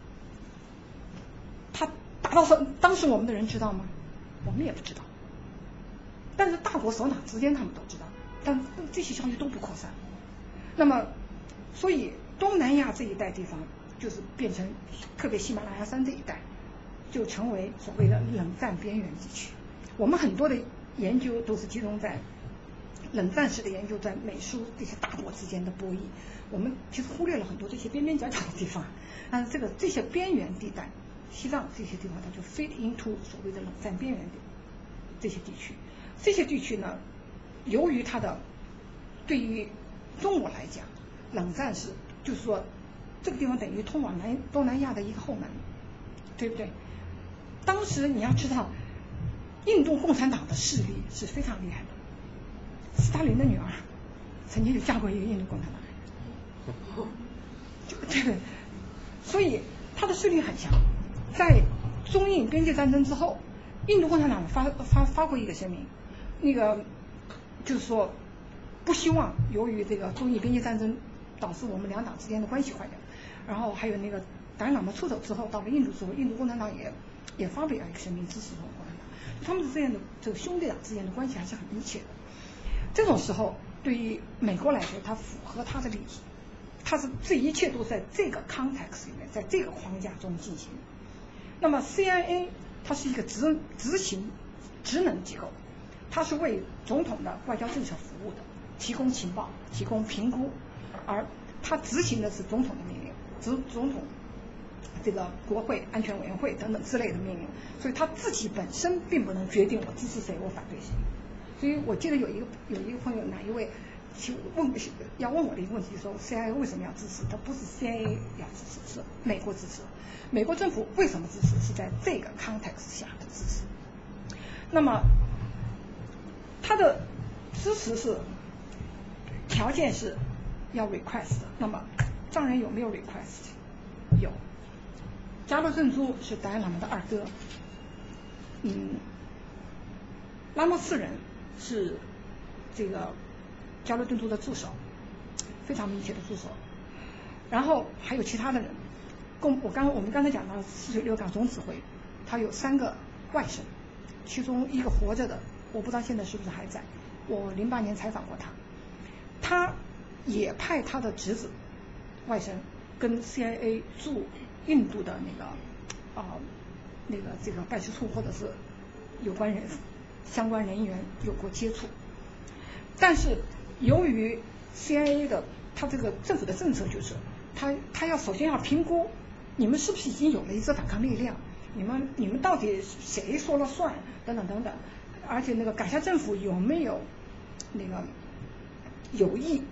他打到什当时我们的人知道吗？我们也不知道，但是大国首脑之间他们都知道，但这些消息都不扩散。那么所以东南亚这一带地方就是变成，特别喜马拉雅山这一带就成为所谓的冷战边缘地区。我们很多的研究都是集中在冷战时的研究，在美苏这些大国之间的博弈，我们其实忽略了很多这些边边角角的地方。但是这个这些边缘地带，西藏这些地方，它就 fit into 所谓的冷战边缘的这些地区。这些地区呢，由于它的对于中国来讲，冷战是就是说这个地方等于通往南东南亚的一个后门，对不对？当时你要知道，印度共产党的势力是非常厉害的。斯大林的女儿曾经就嫁过一个印度共产党人，就对不对？所以他的势力很强。在中印边界战争之后，印度共产党发发发过一个声明，那个就是说不希望由于这个中印边界战争导致我们两党之间的关系坏掉。然后还有那个达赖喇嘛出走之后，到了印度之后，印度共产党也也发表一个声明支持中国共产党，他们之间的这个兄弟党之间的关系还是很密切的。这种时候，对于美国来说，它符合它的利益，它是这一切都在这个 context 里面，在这个框架中进行。那么 C I A 它是一个执执行职能机构，它是为总统的外交政策服务的，提供情报，提供评估，而它执行的是总统的命令，执总统这个国会安全委员会等等之类的命令，所以他自己本身并不能决定我支持谁，我反对谁。所以我记得有一个有一个朋友哪一位去问要问我的一个问题，说 C I A 为什么要支持？他不是 C I A 要支持，是美国支持。美国政府为什么支持？是在这个 context 下的支持。那么他的支持是条件是要 request， 那么藏人有没有 request？ 有。加洛镇珠是达赖喇嘛的二哥，嗯，拉莫斯人是这个加洛镇珠的助手，非常密切的助手。然后还有其他的人，共我刚我们刚才讲到四九六港总指挥，他有三个外甥，其中一个活着的，我不知道现在是不是还在。我零八年采访过他，他也派他的侄子外甥跟 C I A 驻印度的那个啊、呃、那个这个办事处或者是有关人相关人员有过接触，但是由于 C I A 的他这个政府的政策就是他他要首先要评估你们是不是已经有了一支反抗力量，你们你们到底谁说了算等等等等，而且那个改辖政府有没有那个有意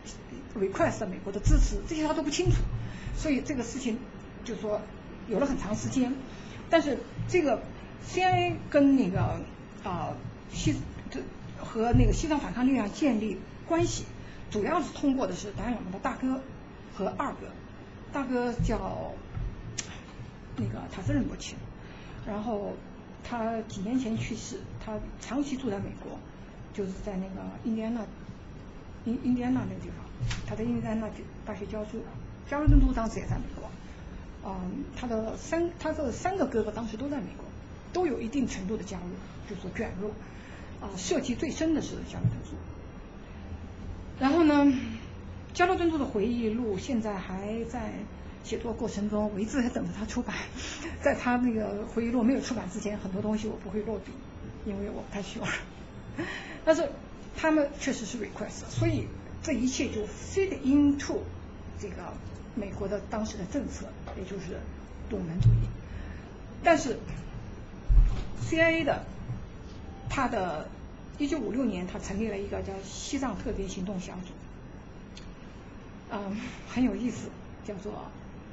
request 美国的支持，这些他都不清楚，所以这个事情就是说有了很长时间。但是这个 C I A 跟那个啊、呃、西这和那个西藏反抗力量建立关系，主要是通过的是达赖喇嘛的大哥和二哥，大哥叫那个塔斯仁波切，然后他几年前去世，他长期住在美国，就是在那个印第安纳印印第安纳那个地方，他在印第安纳大学教书，加州珍珠当时也在美国，嗯，他的三他的三个哥哥当时都在美国，都有一定程度的加入，就是说卷入，啊、呃，涉及最深的是加州珍珠。然后呢，加州珍珠的回忆录现在还在写作过程中，我一直在等着他出版。在他那个回忆录没有出版之前，很多东西我不会落笔，因为我不太喜欢。但是他们确实是 request， 所以这一切就 fit into 这个美国的当时的政策，也就是多门主义。但是 C I A 的他的一九五六年，他成立了一个叫西藏特别行动小组，嗯，很有意思，叫做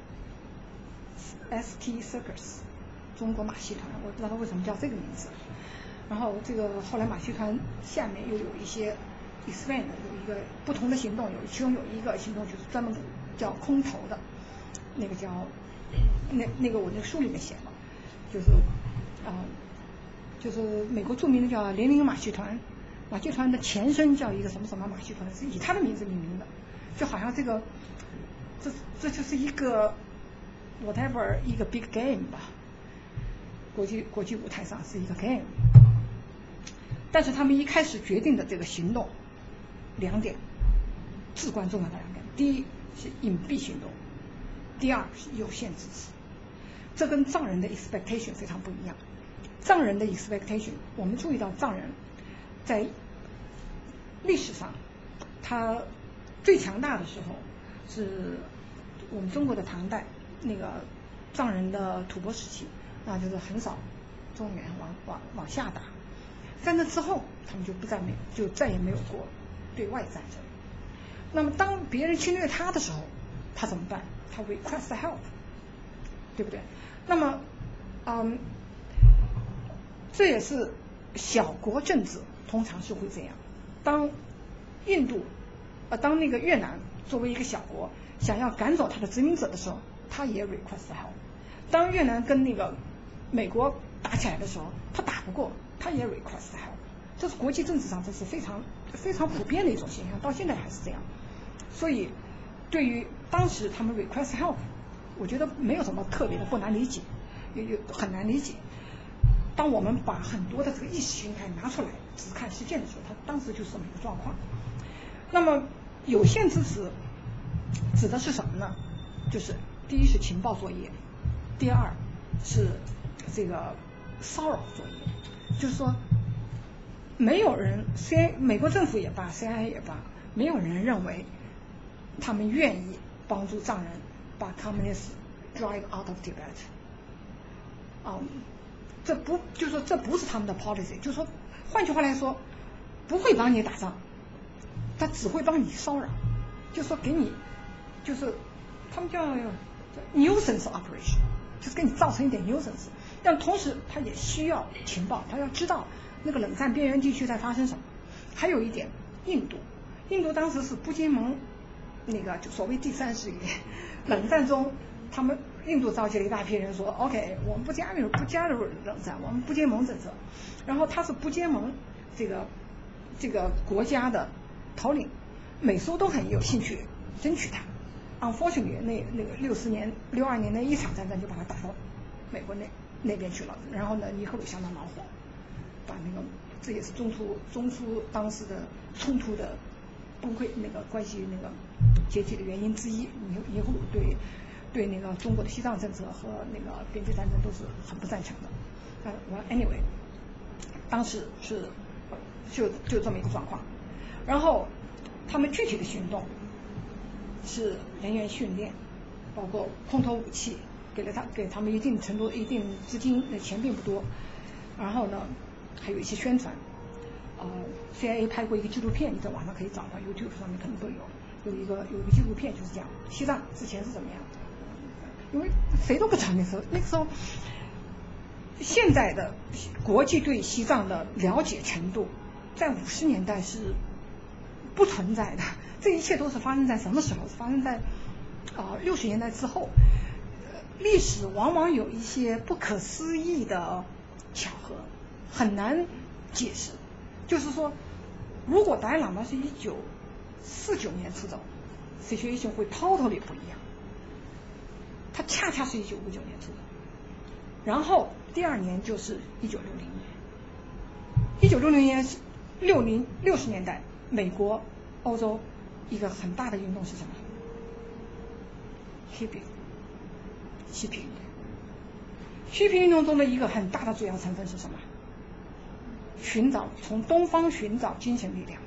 S T Circus 中国马戏团，我不知道他为什么叫这个名字。然后这个后来马戏团下面又有一些 expand 有一个不同的行动，有其中有一个行动就是专门叫空投的，那个叫那那个我那个书里面写了，就是啊、呃，就是美国著名的叫联营马戏团，马戏团的前身叫一个什么什么马戏团，是以他的名字命名的，就好像这个这这就是一个 whatever 一个 big game 吧，国际国际舞台上是一个 game。但是他们一开始决定的这个行动，两点至关重要的两点：第一是隐蔽行动，第二是有限支持。这跟藏人的 expectation 非常不一样。藏人的 expectation， 我们注意到藏人在历史上，他最强大的时候是我们中国的唐代那个藏人的吐蕃时期，那就是横扫中原，往往往下打。在那之后，他们就不再没就再也没有过对外战争。那么当别人侵略他的时候，他怎么办？他 request help， 对不对？那么，嗯，这也是小国政治通常是会这样。当印度，呃，当那个越南作为一个小国想要赶走他的殖民者的时候，他也 request help。当越南跟那个美国打起来的时候，他打不过，他也 request help。这是国际政治上这是非常非常普遍的一种现象，到现在还是这样。所以对于当时他们 request help， 我觉得没有什么特别的不难理解，也也很难理解。当我们把很多的这个意识形态拿出来只看实践的时候，它当时就是这么一个状况。那么有限支持指的是什么呢？就是第一是情报作业，第二是这个骚扰作业，就是说没有人 C 美国政府也罢 C I A 也罢，没有人认为他们愿意帮助藏人把 communists drive out of Tibet。啊、嗯，这不就是说这不是他们的 policy， 就是说换句话来说，不会帮你打仗，他只会帮你骚扰，就是说给你就是他们叫 nuisance operation， 就是给你造成一点 nuisance。但同时他也需要情报，他要知道那个冷战边缘地区在发生什么。还有一点，印度，印度当时是不结盟，那个就所谓第三势力。冷战中，他们印度召集了一大批人说 ，OK， 我们不加入不加入冷战，我们不结盟政策。然后他是不结盟这个这个国家的头领，美苏都很有兴趣争取他。Unfortunately， 那那个六十年六二年那一场战争就把他打到美国那那边去了。然后呢，尼赫鲁相当恼火，把那个这也是中苏中苏当时的冲突的崩溃那个关系那个解体的原因之一。尼尼赫鲁对对那个中国的西藏政策和那个边界战争都是很不赞成的。啊，我 anyway， 当时是就就这么一个状况。然后他们具体的行动是人员训练，包括空投武器，给了他给他们一定程度一定资金，那钱并不多。然后呢，还有一些宣传。呃 ，C I A 拍过一个纪录片，你在网上可以找到 ，YouTube 上面可能都有， 有一个有一个纪录片就是讲西藏之前是怎么样，因为谁都不知道那时候那个时候现在的国际对西藏的了解程度，在五十年代是不存在的。这一切都是发生在什么时候？发生在啊六十年代之后。历史往往有一些不可思议的巧合，很难解释。就是说，如果达赖喇嘛是一九四九年出走 ，situation 会 totally 不一样。他恰恰是一九五九年出走，然后第二年就是一九六零年。一九六零年是六零六十年代，美国、欧洲一个很大的运动是什么 ？hippie。嬉皮运动，嬉皮运动中的一个很大的主要成分是什么？寻找从东方寻找精神力量。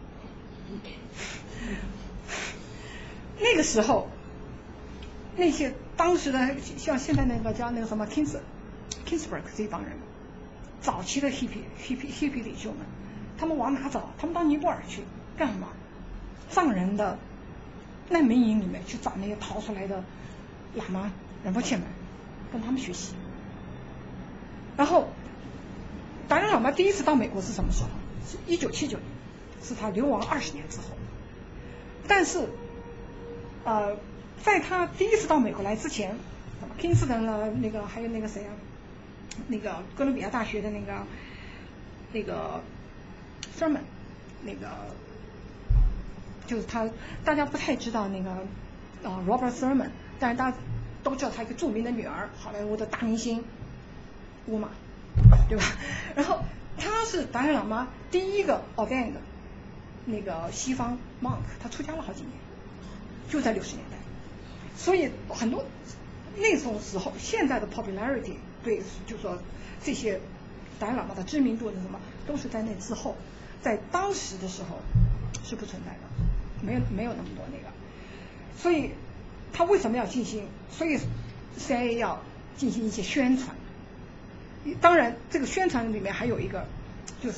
那个时候，那些当时的像现在那个叫那个什么 Kings Kingsburg 这帮人，早期的 hippie hippie hippie 领袖们，他们往哪走？他们到尼泊尔去干什么？藏人的难民营里面去找那些逃出来的喇嘛。仁波切们跟他们学习，然后达赖喇嘛第一次到美国是什么时候？是一九七九年，是他流亡二十年之后。但是，呃，在他第一次到美国来之前，金斯顿的那个还有那个谁啊，那个哥伦比亚大学的那个那个 Thurman， 那个就是他，大家不太知道那个啊、呃、Robert Thurman， 但是大家都知道他一个著名的女儿，好莱坞的大明星乌玛，对吧？然后他是达赖喇嘛第一个 ordained 的那个西方 monk， 他出家了好几年，就在六十年代。所以很多那种时候，现在的 popularity 对，就是说这些达赖喇嘛的知名度的什么，都是在那之后，在当时的时候是不存在的，没有没有那么多那个，所以。他为什么要进行？所以 C I A 要进行一些宣传。当然，这个宣传里面还有一个，就是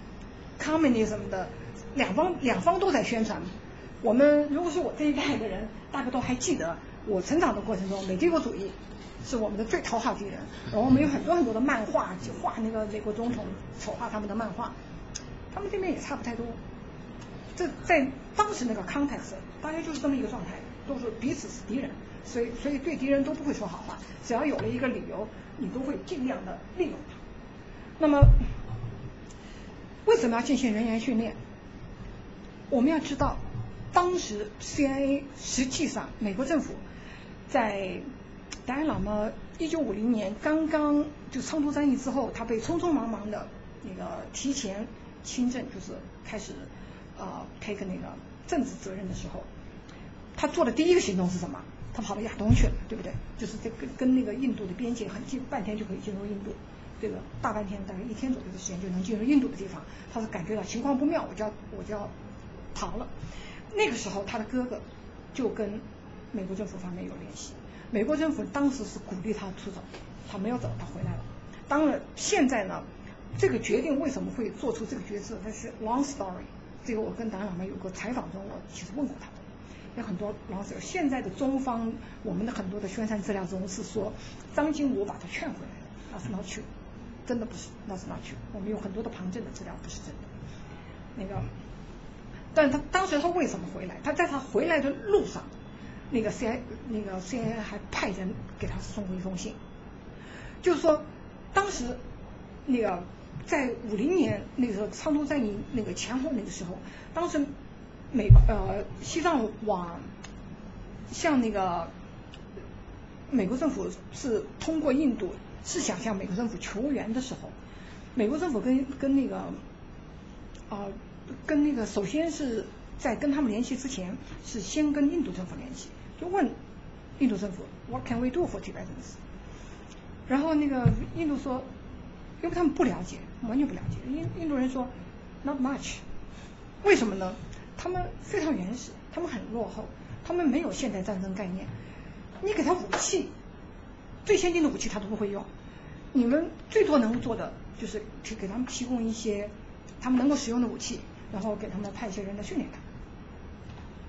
communism 的两方两方都在宣传。我们如果是我这一代的人，大家都还记得，我成长的过程中，美帝国主义是我们的最头号敌人。然后我们有很多很多的漫画，就画那个美国总统丑化他们的漫画，他们这边也差不太多。这在当时那个 context， 大家就是这么一个状态。都是彼此是敌人，所以所以对敌人都不会说好话，只要有了一个理由，你都会尽量的利用它。那么为什么要进行人员训练？我们要知道，当时 C I A 实际上美国政府在达赖喇嘛一九五零年刚刚就长途战役之后，他被匆匆忙忙的那个提前亲政，就是开始呃 take 那个政治责任的时候。他做的第一个行动是什么？他跑到亚东去了，对不对？就是这跟跟那个印度的边界很近，半天就可以进入印度，这个大半天大概一天左右的时间就能进入印度的地方。他是感觉到情况不妙，我就要我就要逃了。那个时候他的哥哥就跟美国政府方面有联系，美国政府当时是鼓励他出走，他没有走，他回来了。当然现在呢，这个决定为什么会做出这个决策，那是 long story。这个我跟达赖喇嘛有过采访中，我其实问过他的。有很多老师，现在的中方，我们的很多的宣传资料中是说张经国把他劝回来了，那是 not true， 真的不是，那是 not true。我们有很多的旁证的资料不是真的。那个，但他当时他为什么回来？他在他回来的路上，那个 C I 那个 C I A 还派人给他送过一封信，就是说当时那个在五零年那个时候长途战役那个前后那个时候，当时。美呃西藏往向那个美国政府是通过印度是想向美国政府求援的时候，美国政府跟跟那个啊、呃、跟那个首先是在跟他们联系之前是先跟印度政府联系，就问印度政府 What can we do for Tibetans？ 然后那个印度说，因为他们不了解，完全不了解，印印度人说 Not much， 为什么呢？他们非常原始，他们很落后，他们没有现代战争概念。你给他武器，最先进的武器他都不会用。你们最多能做的就是去给他们提供一些他们能够使用的武器，然后给他们派一些人来训练他们。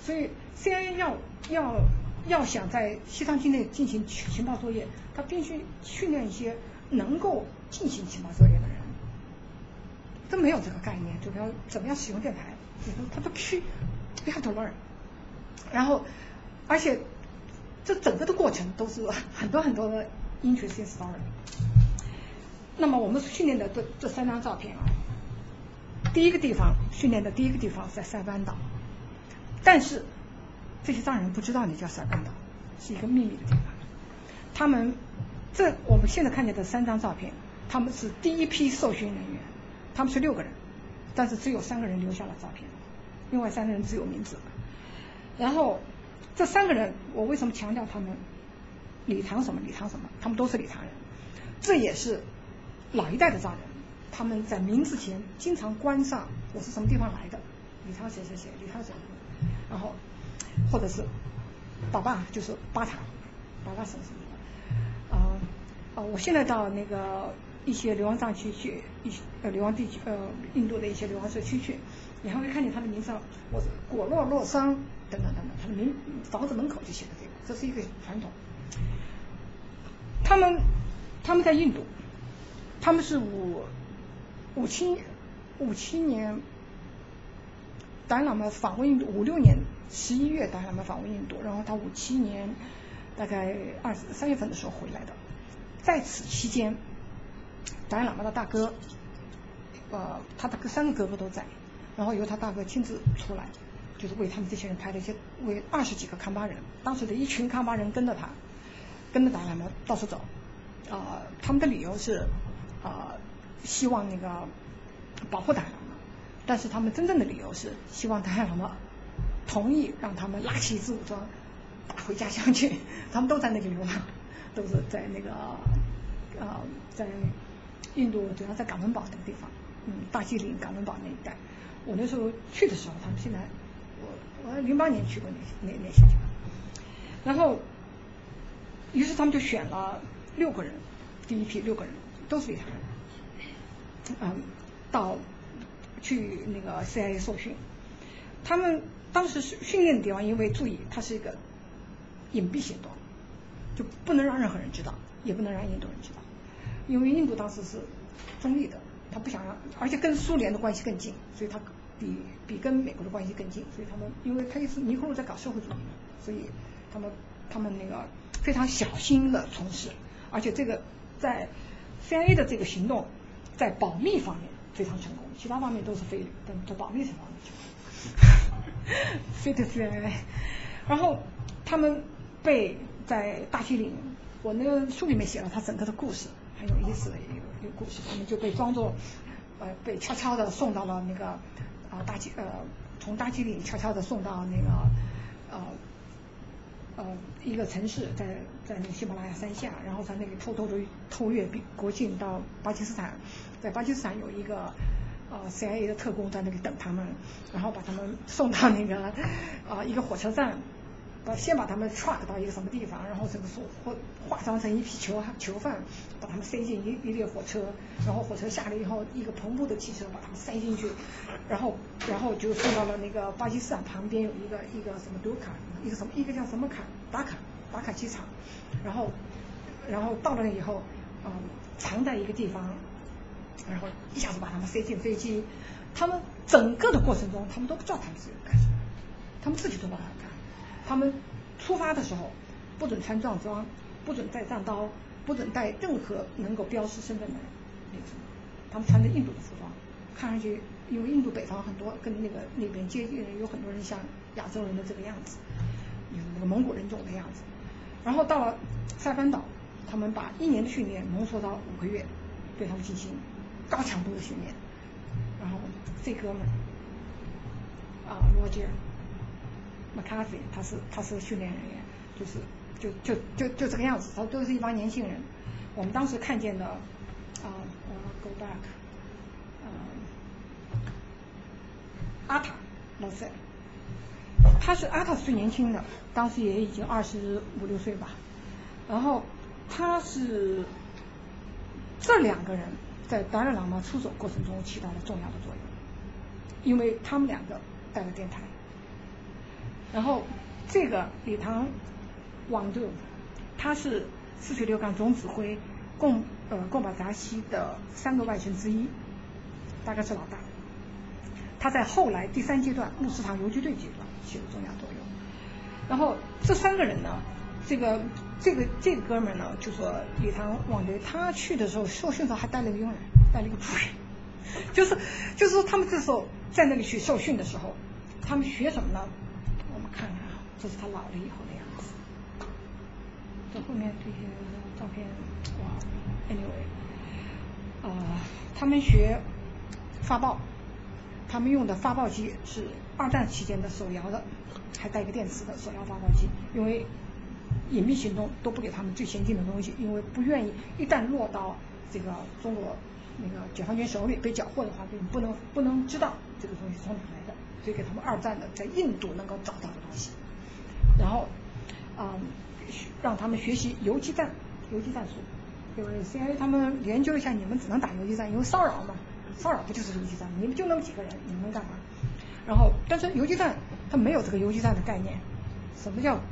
所以 C I A 要要要想在西藏境内进行情报作业，他必须训练一些能够进行情报作业的人，都没有这个概念，就要怎么样使用电台，他都必须 you have to learn。然后，而且这整个的过程都是很多很多的 interesting story。那么我们训练的这这三张照片啊，第一个地方训练的第一个地方在塞班岛，但是这些藏人不知道那叫塞班岛，是一个秘密的地方。他们这我们现在看见的三张照片，他们是第一批受训人员，他们是六个人，但是只有三个人留下了照片，另外三个人只有名字。然后这三个人，我为什么强调他们礼堂什么礼堂什么，他们都是礼堂人，这也是老一代的藏人，他们在名字前经常关上我是什么地方来的，礼堂谁谁谁，礼堂谁，然后或者是爸爸就是巴塔，爸爸什么什么的，啊、呃、啊，我现在到那个一些流亡藏区去，一些呃流亡地区呃印度的一些流亡社区去，你还会看见他的名字上，我是果洛洛桑等等等等，他的名房子门口就写的这个，这是一个传统。他们他们在印度。他们是五五七五七年，达赖喇嘛访问印度，五六年十一月达赖喇嘛访问印度，然后他五七年大概二三月份的时候回来的。在此期间，达赖喇嘛的大哥，呃，他的三个哥哥都在，然后由他大哥亲自出来，就是为他们这些人拍了一些，为二十几个康巴人，当时的一群康巴人跟着他，跟着达赖喇嘛到处走，啊、呃，他们的理由是。呃，希望那个保护达赖喇嘛，但是他们真正的理由是希望达赖喇嘛同意让他们拉起一支武装打回家乡去。他们都在那个流浪，都是在那个呃在印度，主要在冈伦堡那个地方，嗯，大吉岭、冈伦堡那一带。我那时候去的时候，他们现在我我零八年去过那那那些地方，然后于是他们就选了六个人，第一批六个人。都是礼堂人，嗯，到去那个 C I A 受训。他们当时训练的地方，因为注意，它是一个隐蔽行动，就不能让任何人知道，也不能让印度人知道，因为印度当时是中立的，他不想让，而且跟苏联的关系更近，所以他比比跟美国的关系更近，所以他们因为他一直尼赫鲁在搞社会主义嘛，所以他们他们那个非常小心的从事，而且这个在C I A 的这个行动在保密方面非常成功，其他方面都是非礼，但在保密这方面成功。非的 C I A， 然后他们被在大吉岭，我那个书里面写了他整个的故事，很有意思的一个一个故事。他们就被装作呃被悄悄的送到了那个啊、呃、大吉呃从大吉岭悄悄的送到那个呃。呃，一个城市在在那个喜马拉雅山下，然后在那里偷偷的偷越国境到巴基斯坦，在巴基斯坦有一个呃 C I A 的特工在那里等他们，然后把他们送到那个啊、呃、一个火车站，把先把他们 truck 到一个什么地方，然后这个化化妆成一批囚囚犯，把他们塞进一一列火车，然后火车下来以后，一个篷布的汽车把他们塞进去，然后然后就送到了那个巴基斯坦旁边有一个一个什么杜卡，一个什么一个叫什么卡达卡达卡机场，然后然后到了那以后，嗯，藏在一个地方，然后一下子把他们塞进飞机，他们整个的过程中，他们都不知道他们自己干什么，他们自己都不知道干。他们出发的时候不准穿藏装，不准带藏刀，不准带任何能够标识身份的那个什么，他们穿着印度的服装，看上去因为印度北方很多跟那个那边接近人，有很多人像亚洲人的这个样子，有那个蒙古人种的样子。然后到了塞班岛，他们把一年的训练浓缩到五个月，对他们进行高强度的训练。然后这哥们啊罗杰McCarthy， 他是他是训练人员，就是就就就就这个样子，他都是一帮年轻人。我们当时看见的啊，呃 ，Go back， 呃，阿塔老塞，他是阿塔是最年轻的，当时也已经二十五六岁吧。然后他是这两个人在达赖喇嘛出走过程中起到了重要的作用，因为他们两个带了电台。 然后这个李唐王度，他是四十六杠总指挥贡呃贡巴扎西的三个外甥之一，大概是老大。他在后来第三阶段穆斯塔游击队阶段起了重要作用。然后这三个人呢，这个这个这个哥们儿呢，就说李唐王队他去的时候受训的时候还带了个佣人，带了一个仆人，就是就是说他们这时候在那里去受训的时候，他们学什么呢？我们看看，这是他老了以后的样子。这后面这些照片，哇 ，anyway， 呃，他们学发报，他们用的发报机是二战期间的手摇的，还带个电池的手摇发报机，因为隐秘行动都不给他们最先进的东西，因为不愿意一旦落到这个中国那个解放军手里被缴获的话，就不能不能知道这个东西从哪来的，所以给他们二战的在印度能够找到的东西，然后啊、嗯、让他们学习游击战游击战术，因为 C I A 他们研究一下，你们只能打游击战，因为骚扰嘛，骚扰不就是游击战？你们就那么几个人，你们能干嘛？然后但是游击战它没有这个游击战的概念，什么叫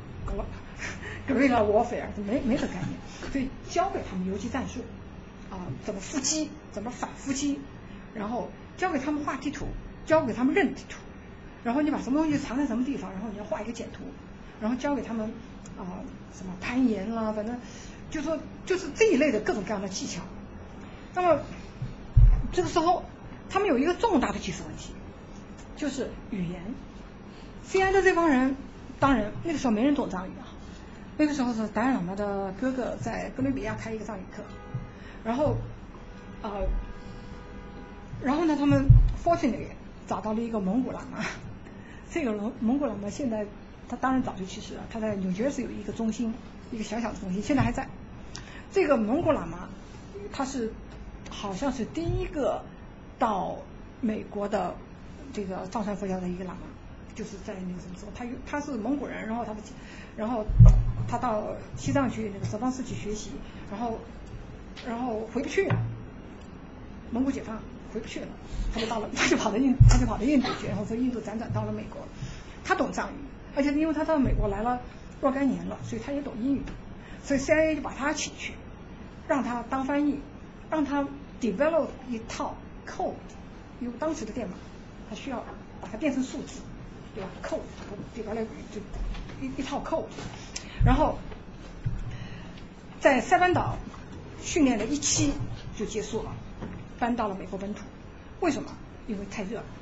guerrilla warfare 没没这个概念，所以教给他们游击战术啊、呃，怎么伏击，怎么反伏击，然后教给他们画地图，教给他们认地图，然后你把什么东西藏在什么地方，然后你要画一个简图，然后教给他们啊、呃、什么攀岩啦，反正就说就是这一类的各种各样的技巧。那么这个时候他们有一个重大的技术问题，就是语言。C I A 的这帮人，当然那个时候没人懂藏语啊，那个时候是达赖喇嘛的哥哥在哥伦比亚开一个藏语课，然后呃，然后呢，他们 fortunately 找到了一个蒙古喇嘛，这个蒙蒙古喇嘛现在他当然早就去世了，他在纽约市有一个中心，一个小小的中心，现在还在。这个蒙古喇嘛他是好像是第一个到美国的这个藏传佛教的一个喇嘛，就是在那个什么时候，他他是蒙古人，然后他的然后他到西藏去那个哲蚌寺去学习，然后然后回不去了，蒙古解放回不去了，他就到了他就跑到印他就跑到印度去，然后从印度辗转到了美国。他懂藏语，而且因为他到美国来了若干年了，所以他也懂英语，所以 C I A 就把他请去，让他当翻译，让他 develop 一套 code， 因为当时的电码他需要把它变成数字，对吧 ？code develop 就一一套 code， 然后在塞班岛训练了一期就结束了，搬到了美国本土。为什么？因为太热了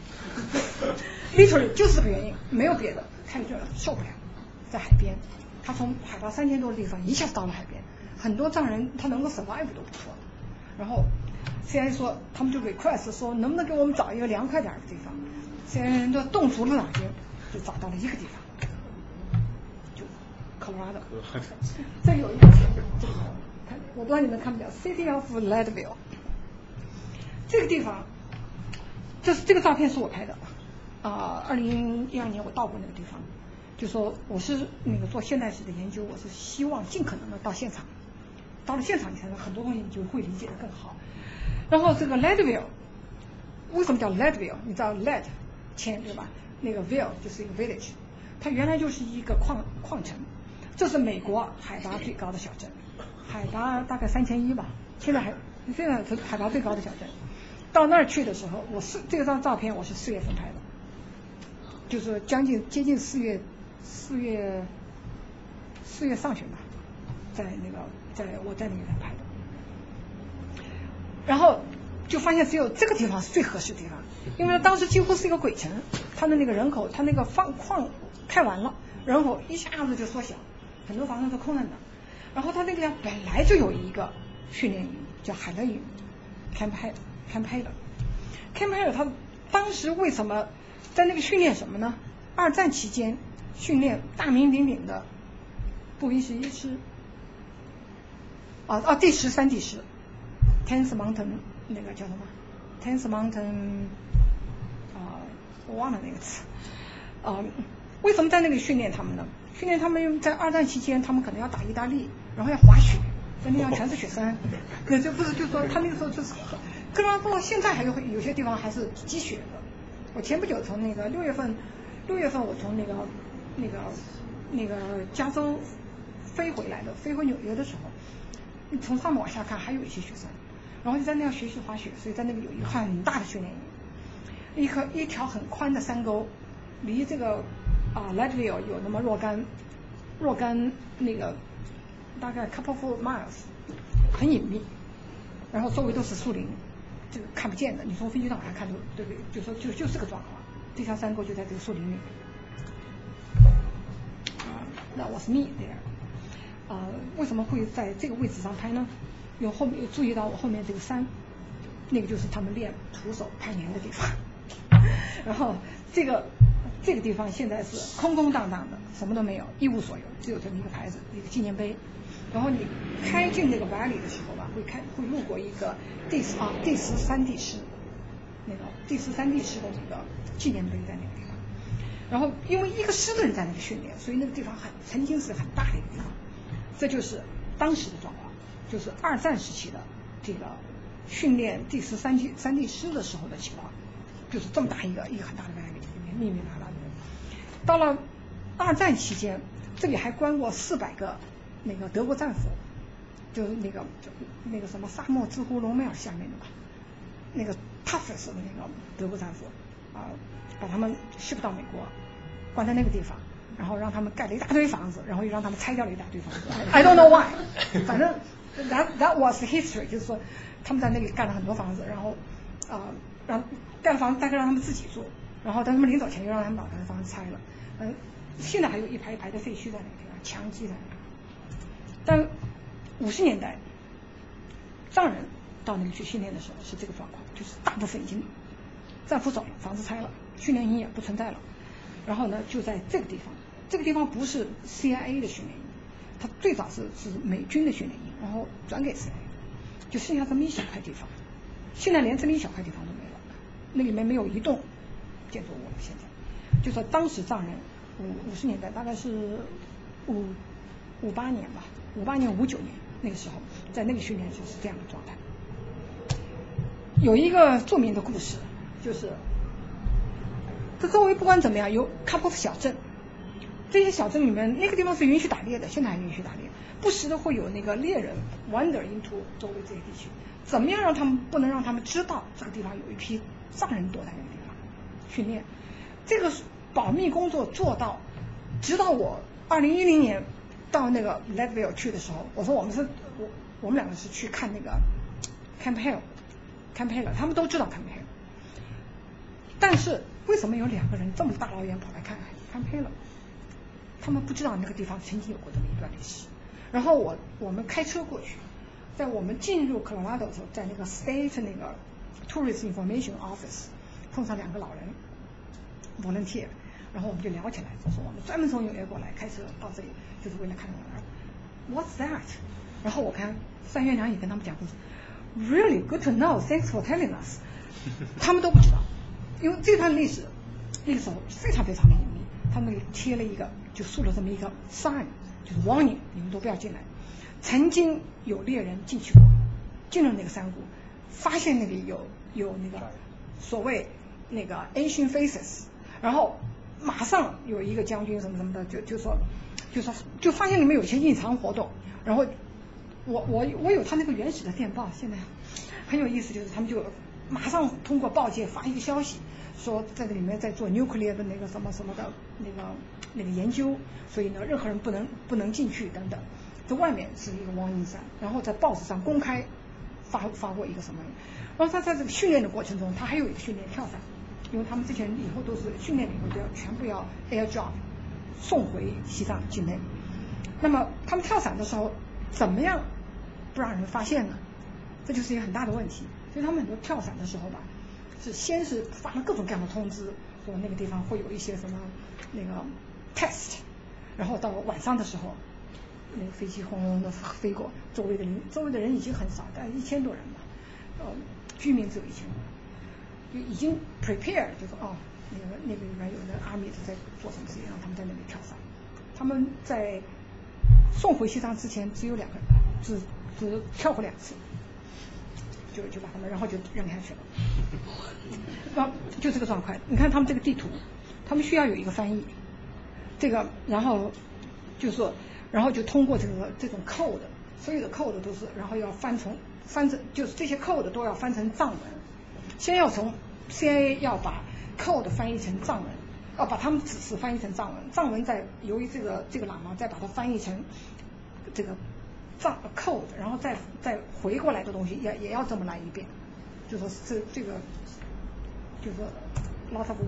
，literally 就是这个原因，没有别的，太热了受不了。在海边，他从海拔三千多的地方一下子到了海边，很多藏人他能够 survive 都不错。然后 C I A 说，他们就 request 说，能不能给我们找一个凉快点的地方 ？C I A 人就动足了脑筋，就找到了一个地方，就 Colorado。这有一个这个，看我不知道你们看不了 ，City of Leadville 这个地方，这是这个照片是我拍的，啊、呃，二零一二年我到过那个地方，就说我是那个做现代史的研究，我是希望尽可能的到现场。到了现场，你才能很多东西你就会理解的更好。然后这个 Leadville 为什么叫 Leadville？ 你知道 lead 铅对吧？那个 ville 就是一个 village， 它原来就是一个矿矿城，这是美国海拔最高的小镇，海拔大概三千一吧，现在还现在是海拔最高的小镇。到那儿去的时候，我是这张照片我是四月份拍的，就是将近接近四月四月四月上旬吧，在那个在我在那个拍的，然后就发现只有这个地方是最合适的地方，因为当时几乎是一个鬼城，它的那个人口，它那个放矿开完了，人口一下子就缩小，很多房子都空了的。然后它那个地方本来就有一个训练营，叫海乐营 Camp Camp Hill。Camp Hill 它当时为什么在那个训练什么呢？二战期间训练大名鼎鼎的步兵十一师，啊啊第十三地师 ，Tenth Mountain 那个叫什么 ？Tenth Mountain 啊，我忘了那个词。啊，为什么在那里训练他们呢？训练他们在二战期间，他们可能要打意大利，然后要滑雪，在那上全是雪山，那就不是就说他那个时候就是。科罗拉多现在还有有些地方还是积雪的。我前不久从那个六月份， 六月份我从那个那个那个加州飞回来的，飞回纽约的时候，你从上面往下看还有一些雪山，然后就在那要学习滑雪，所以在那里有一个很大的训练营，一颗一条很宽的山沟，离这个啊 Leadville 有那么若干若干那个大概 couple of miles， 很隐秘，然后周围都是树林，这个看不见的，你从飞机上往下看都对不对？就说就就是个状况，这条山沟就在这个树林里。那我是 me there， 呃，为什么会在这个位置上拍呢？有后面有注意到我后面这个山，那个就是他们练徒手攀岩的地方。然后这个这个地方现在是空空荡荡的，什么都没有，一无所有，只有这么一个牌子，一个纪念碑。然后你开进那个 valley 的时候吧，会开会路过一个第十啊第十三地师，那个第十三地师的这个纪念碑在那个地方。然后因为一个师的人在那里训练，所以那个地方很曾经是很大的一个地方。这就是当时的状况，就是二战时期的这个训练第十三地三地师的时候的情况，就是这么大一个一个很大的 valley 里面密密麻麻的人。到了二战期间，这里还关过四百个那个德国战俘，就是那个那个什么沙漠之狐隆美尔下面的吧，那个 toughest 的那个德国战俘啊，把他们 ship 到美国，关在那个地方，然后让他们盖了一大堆房子，然后又让他们拆掉了一大堆房子。I don't know why， 反正 that that was history， 就是说他们在那里盖了很多房子，然后啊、呃、让盖了房子大概让他们自己住，然后等他们临走前又让他们把他的房子拆了。嗯，现在还有一排一排的废墟在那个地方，墙基在那里。但五十年代藏人到那里去训练的时候是这个状况，就是大部分已经战俘走了，房子拆了，训练营也不存在了。然后呢，就在这个地方，这个地方不是 C I A 的训练营，它最早是是美军的训练营，然后转给 C I A， 就剩下这么一小块地方。现在连这么一小块地方都没了，那里面没有一栋建筑物了。现在就说当时藏人五五十年代大概是五五八年吧，五八年五九年那个时候，在那个训练就是这样的状态。有一个著名的故事，就是这周围不管怎么样有 couple of 小镇，这些小镇里面那个地方是允许打猎的，现在还允许打猎，不时的会有那个猎人 wander into 周围这些地区，怎么样让他们不能让他们知道这个地方有一批藏人躲在那个地方训练，这个保密工作做到，直到我二零一零年到那个 Leadville 去的时候，我说我们是我我们两个是去看那个 Camp Hill。Camp Hill， 他们都知道 Camp Hill， 但是为什么有两个人这么大老远跑来看 Camp Hill？ 他们不知道那个地方曾经有过这么一段历史。然后我我们开车过去，在我们进入 Colorado 的时候，在那个 State 那个 Tourist Information Office 碰上两个老人 volunteer， 然后我们就聊起来，就说我们专门从纽约过来，开车到这里就是为了看老人。What's that？ 然后我看三月娘也跟他们讲故事。Really good to know. Thanks for telling us. 他们都不知道，因为这段历史那个时候非常非常的隐秘。他们贴了一个，就竖了这么一个 sign， 就是 warning， 你们都不要进来。曾经有猎人进去过，进了那个山谷，发现那里有有那个所谓那个 Asian faces， 然后马上有一个将军什么什么的，就就说就说就发现里面有一些隐藏活动，然后。我我我有他那个原始的电报，现在很有意思，就是他们就马上通过报界发一个消息，说在这里面在做 nuclear 的那个什么什么的那个那个研究，所以呢任何人不能不能进去等等。这外面是一个 warning sign， 然后在报纸上公开发发过一个什么，然后他在这个训练的过程中，他还有一个训练跳伞，因为他们之前以后都是训练以后都要全部要 air drop 送回西藏境内。那么他们跳伞的时候怎么样不让人发现呢？这就是一个很大的问题。所以他们很多跳伞的时候吧，是先是发了各种各样的通知，说那个地方会有一些什么那个 test， 然后到晚上的时候，那个飞机轰隆的飞过，周围的人周围的人已经很少，大概一千多人吧，呃，居民只有一千多，就已经 prepare， 就说哦，那个那个里面有人 army 在做什么事情，让他们在那里跳伞。他们在送回西藏之前只有两个人，只只跳过两次，就就把他们然后就扔下去了。啊，就这个状况。你看他们这个地图， 他们需要有一个翻译，这个然后就说，然后就通过这个这种 code， 所有的 code 都是，然后要翻成翻成就是这些 code 都要翻成藏文，先要从 C I A 要把 code 翻译成藏文，要把他们指示翻译成藏文，藏文再由于这个这个喇嘛再把它翻译成这个藏 code， 然后再再回过来的东西也也要这么来一遍，就说这这个就说 lot of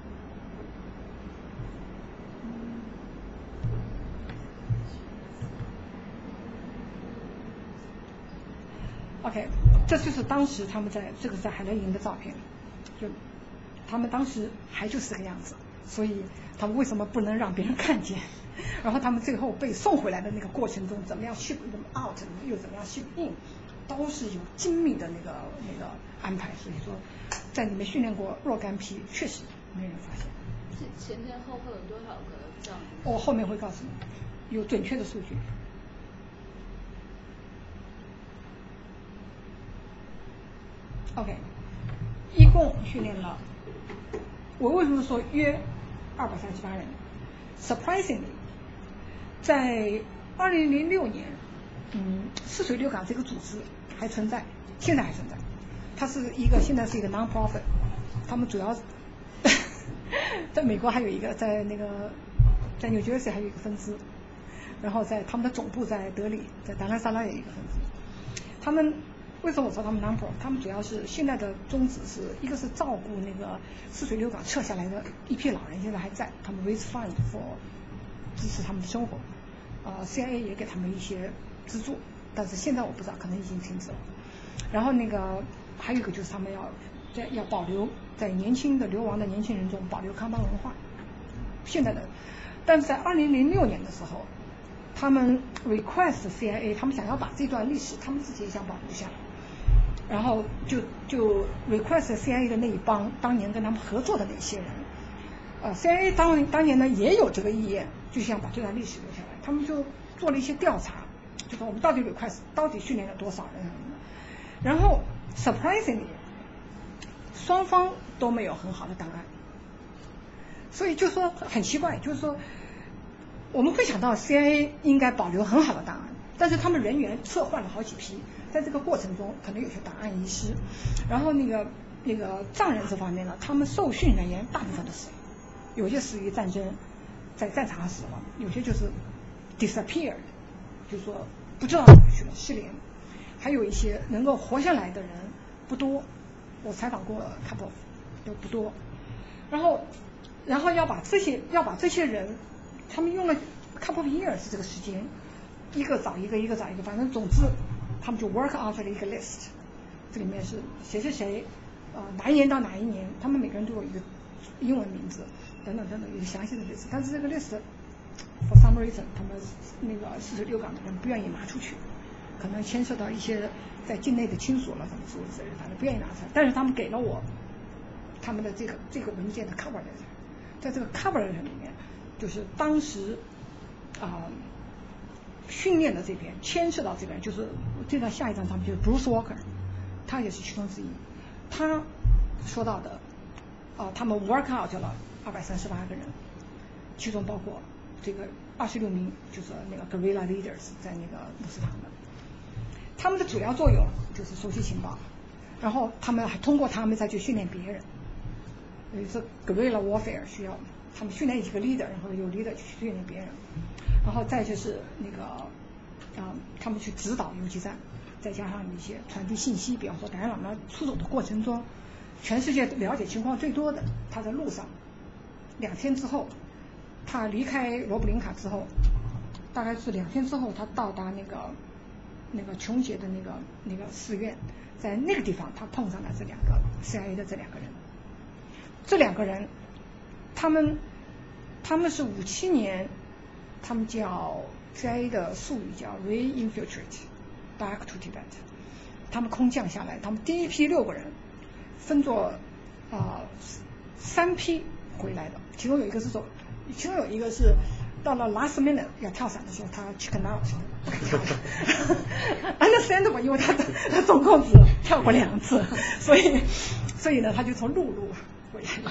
work。OK， 这就是当时他们在这个在海伦营的照片，就他们当时还就是这个样子，所以他们为什么不能让别人看见？然后他们最后被送回来的那个过程中，怎么样 ship them out， 又怎么样 ship in， 都是有精密的那个那个安排。所以说，在里面训练过若干批，确实没人发现。 前前后后有多少个这样？ 我后面会告诉你，有准确的数据。OK， 一共训练了，我为什么说约二百三十八人 ？Surprisingly， 在二零零六年，嗯，泗水流港这个组织还存在，现在还存在。它是一个现在是一个 non-profit， 他们主要在美国还有一个，在那个在纽约市还有一个分支，然后在他们的总部在德里，在达拉萨拉有一个分支，他们。为什么我说他们 non-profit？ 他们主要是现在的宗旨是一个是照顾那个泗水流港撤下来的一批老人，现在还在，他们 raise fund for 支持他们的生活，呃 C I A 也给他们一些资助，但是现在我不知道，可能已经停止了。然后那个还有一个就是他们要在要保留在年轻的流亡的年轻人中保留康巴文化，现在的，但是在二零零六年的时候，他们 request C I A， 他们想要把这段历史他们自己也想保留下来。然后就就 request C I A 的那一帮当年跟他们合作的那些人，呃 C I A 当当年呢也有这个意愿，就想把这段历史留下来。他们就做了一些调查，就说我们到底 request 到底训练了多少人什么的。然后 surprisingly， 双方都没有很好的档案，所以就说很奇怪，就是说我们会想到 C I A 应该保留很好的档案，但是他们人员撤换了好几批。在这个过程中，可能有些档案遗失，然后那个那个藏人这方面呢，他们受训人员大部分都死了，有些死于战争，在战场上死了，有些就是 disappeared， 就是说不知道哪去了，失联，还有一些能够活下来的人不多，我采访过 couple 都不多，然后然后要把这些要把这些人，他们用了 couple of years 这个时间，一个找一个，一个找一个，反正总之。他们就 work out 了一个 list， 这里面是谁谁谁，呃哪一年到哪一年，他们每个人都有一个英文名字等等等等，有详细的 list。但是这个 list for some reason， 他们那个泗水流港的人不愿意拿出去，可能牵涉到一些在境内的亲属了什么之类的，反正不愿意拿出来。但是他们给了我他们的这个这个文件的 cover letter， 在这个 cover letter 里面，就是当时啊。呃训练的这边牵涉到这边，就是这张下一张照片就是 Bruce Walker， 他也是其中之一。他说到的，呃，他们 work out 了二百三十八个人，其中包括这个二十六名就是那个 guerrilla leaders 在那个穆斯塔的。他们的主要作用就是收集情报，然后他们还通过他们再去训练别人。等于是 guerrilla warfare 需要他们训练几个 leader， 然后有 leader 去训练别人。然后再就是那个啊、呃，他们去指导游击战，再加上一些传递信息，比方说达赖喇嘛出走的过程中，全世界了解情况最多的，他在路上两天之后，他离开罗布林卡之后，大概是两天之后，他到达那个那个琼杰的那个那个寺院，在那个地方他碰上了这两个 C I A 的这两个人，这两个人，他们他们是五七年。他们叫 C I A 的术语叫 reinfiltrate back to Tibet， 他们空降下来，他们第一批六个人分作啊、呃、三批回来的，其中有一个是走，其中有一个是到了 last minute 要跳伞的时候，他 chicken out 不可以跳，understandable， 因为他他总共只跳过两次，所以所以呢他就从陆路回来了。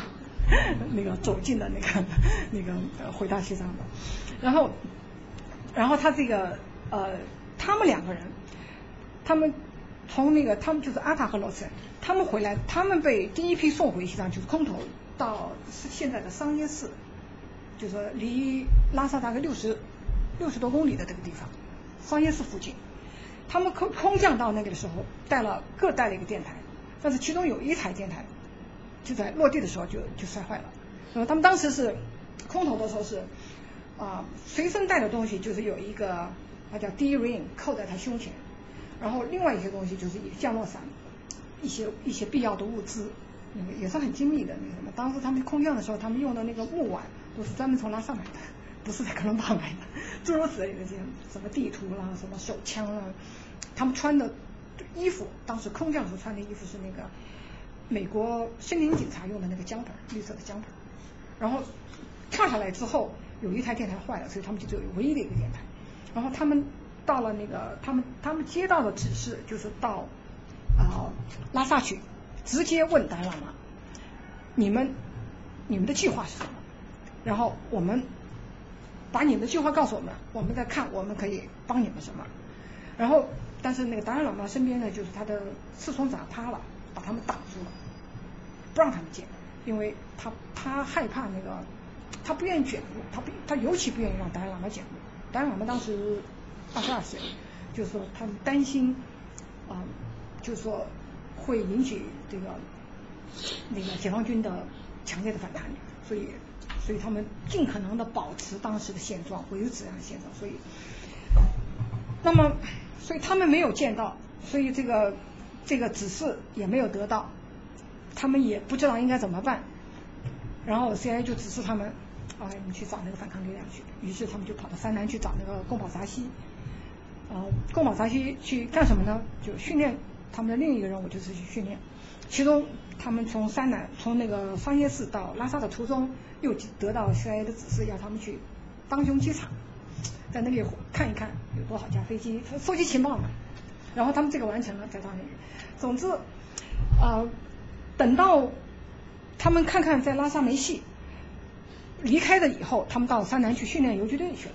那个走进的那个那个呃回到西藏的，然后然后他这个呃他们两个人，他们从那个他们就是阿塔和罗森，他们回来，他们被第一批送回西藏就是空投到现在的桑耶寺，就是说离拉萨大概六十六十多公里的这个地方，桑耶寺附近。他们空空降到那个的时候，带了各带了一个电台，但是其中有一台电台就在落地的时候就就摔坏了。然后他们当时是空投的时候是啊、呃、随身带的东西就是有一个它叫 D ring 扣在他胸前，然后另外一些东西就是降落伞，一些一些必要的物资，那个也是很精密的那个什么。当时他们空降的时候，他们用的那个木碗都是专门从拉萨买的，不是在科伦堡买的，诸如此类的这些什么地图啦、什么手枪啦，他们穿的衣服，当时空降的时候穿的衣服是那个美国森林警察用的那个江本，绿色的江本。然后跳下来之后，有一台电台坏了，所以他们就只有唯一的一个电台。然后他们到了那个，他们他们接到的指示就是到呃拉萨去，直接问达赖喇嘛，你们你们的计划是什么？然后我们把你们的计划告诉我们，我们再看我们可以帮你们什么。然后但是那个达赖喇嘛身边呢，就是他的侍从长帕拉把他们挡住了，不让他们见，因为他他害怕那个，他不愿意卷入，他不他尤其不愿意让达赖喇嘛卷入。达赖喇嘛当时二十二岁，就是说他们担心啊、呃，就是说会引起这个那个解放军的强烈的反弹，所以所以他们尽可能的保持当时的现状，维持这样的现状。所以那么所以他们没有见到，所以这个这个指示也没有得到，他们也不知道应该怎么办。然后 C I A 就指示他们啊，你们去找那个反抗力量去。于是他们就跑到山南去找那个贡宝扎西。呃，贡宝扎西去干什么呢？就训练他们的另一个任务就是去训练。其中他们从山南从那个桑耶寺到拉萨的途中，又得到 C I A 的指示，要他们去当雄机场，在那里看一看有多少架飞机，收集情报嘛。然后他们这个完成了，再到那里。总之，呃，等到他们看看在拉萨没戏，离开了以后，他们到山南去训练游击队去了。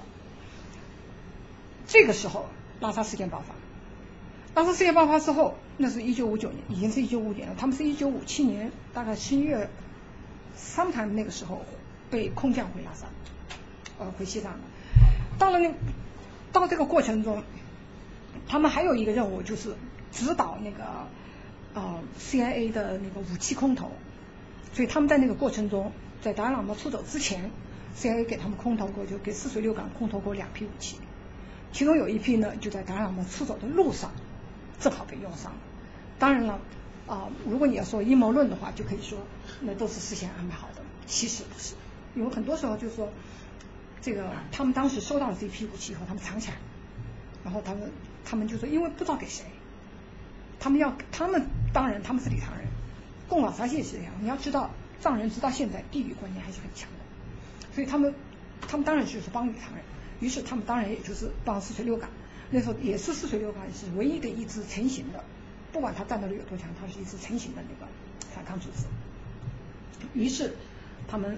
这个时候，拉萨事件爆发。拉萨事件爆发之后，那是一九五九年，已经是一九五年了。他们是一九五七年大概十一月，sometime那个时候被空降回拉萨，呃，回西藏的。到了那，到这个过程中，他们还有一个任务就是指导那个呃 C I A 的那个武器空投。所以他们在那个过程中，在达赖喇嘛出走之前 ，C I A 给他们空投过，就给泗水六港空投过两批武器，其中有一批呢就在达赖喇嘛出走的路上，正好被用上了。当然了，啊、呃，如果你要说阴谋论的话，就可以说那都是事先安排好的，其实不是，因为很多时候就是说，这个他们当时收到了这一批武器以后，他们藏起来，然后他们他们就说，因为不知道给谁，他们要他们当然他们是理塘人。贡宝扎西也是这样，你要知道藏人直到现在地域观念还是很强的，所以他们他们当然就是帮理塘人，于是他们当然也就是帮泗水六港，那时候也是泗水六港是唯一的一支成型的，不管他战斗力有多强，它是一支成型的那个反抗组织。于是他们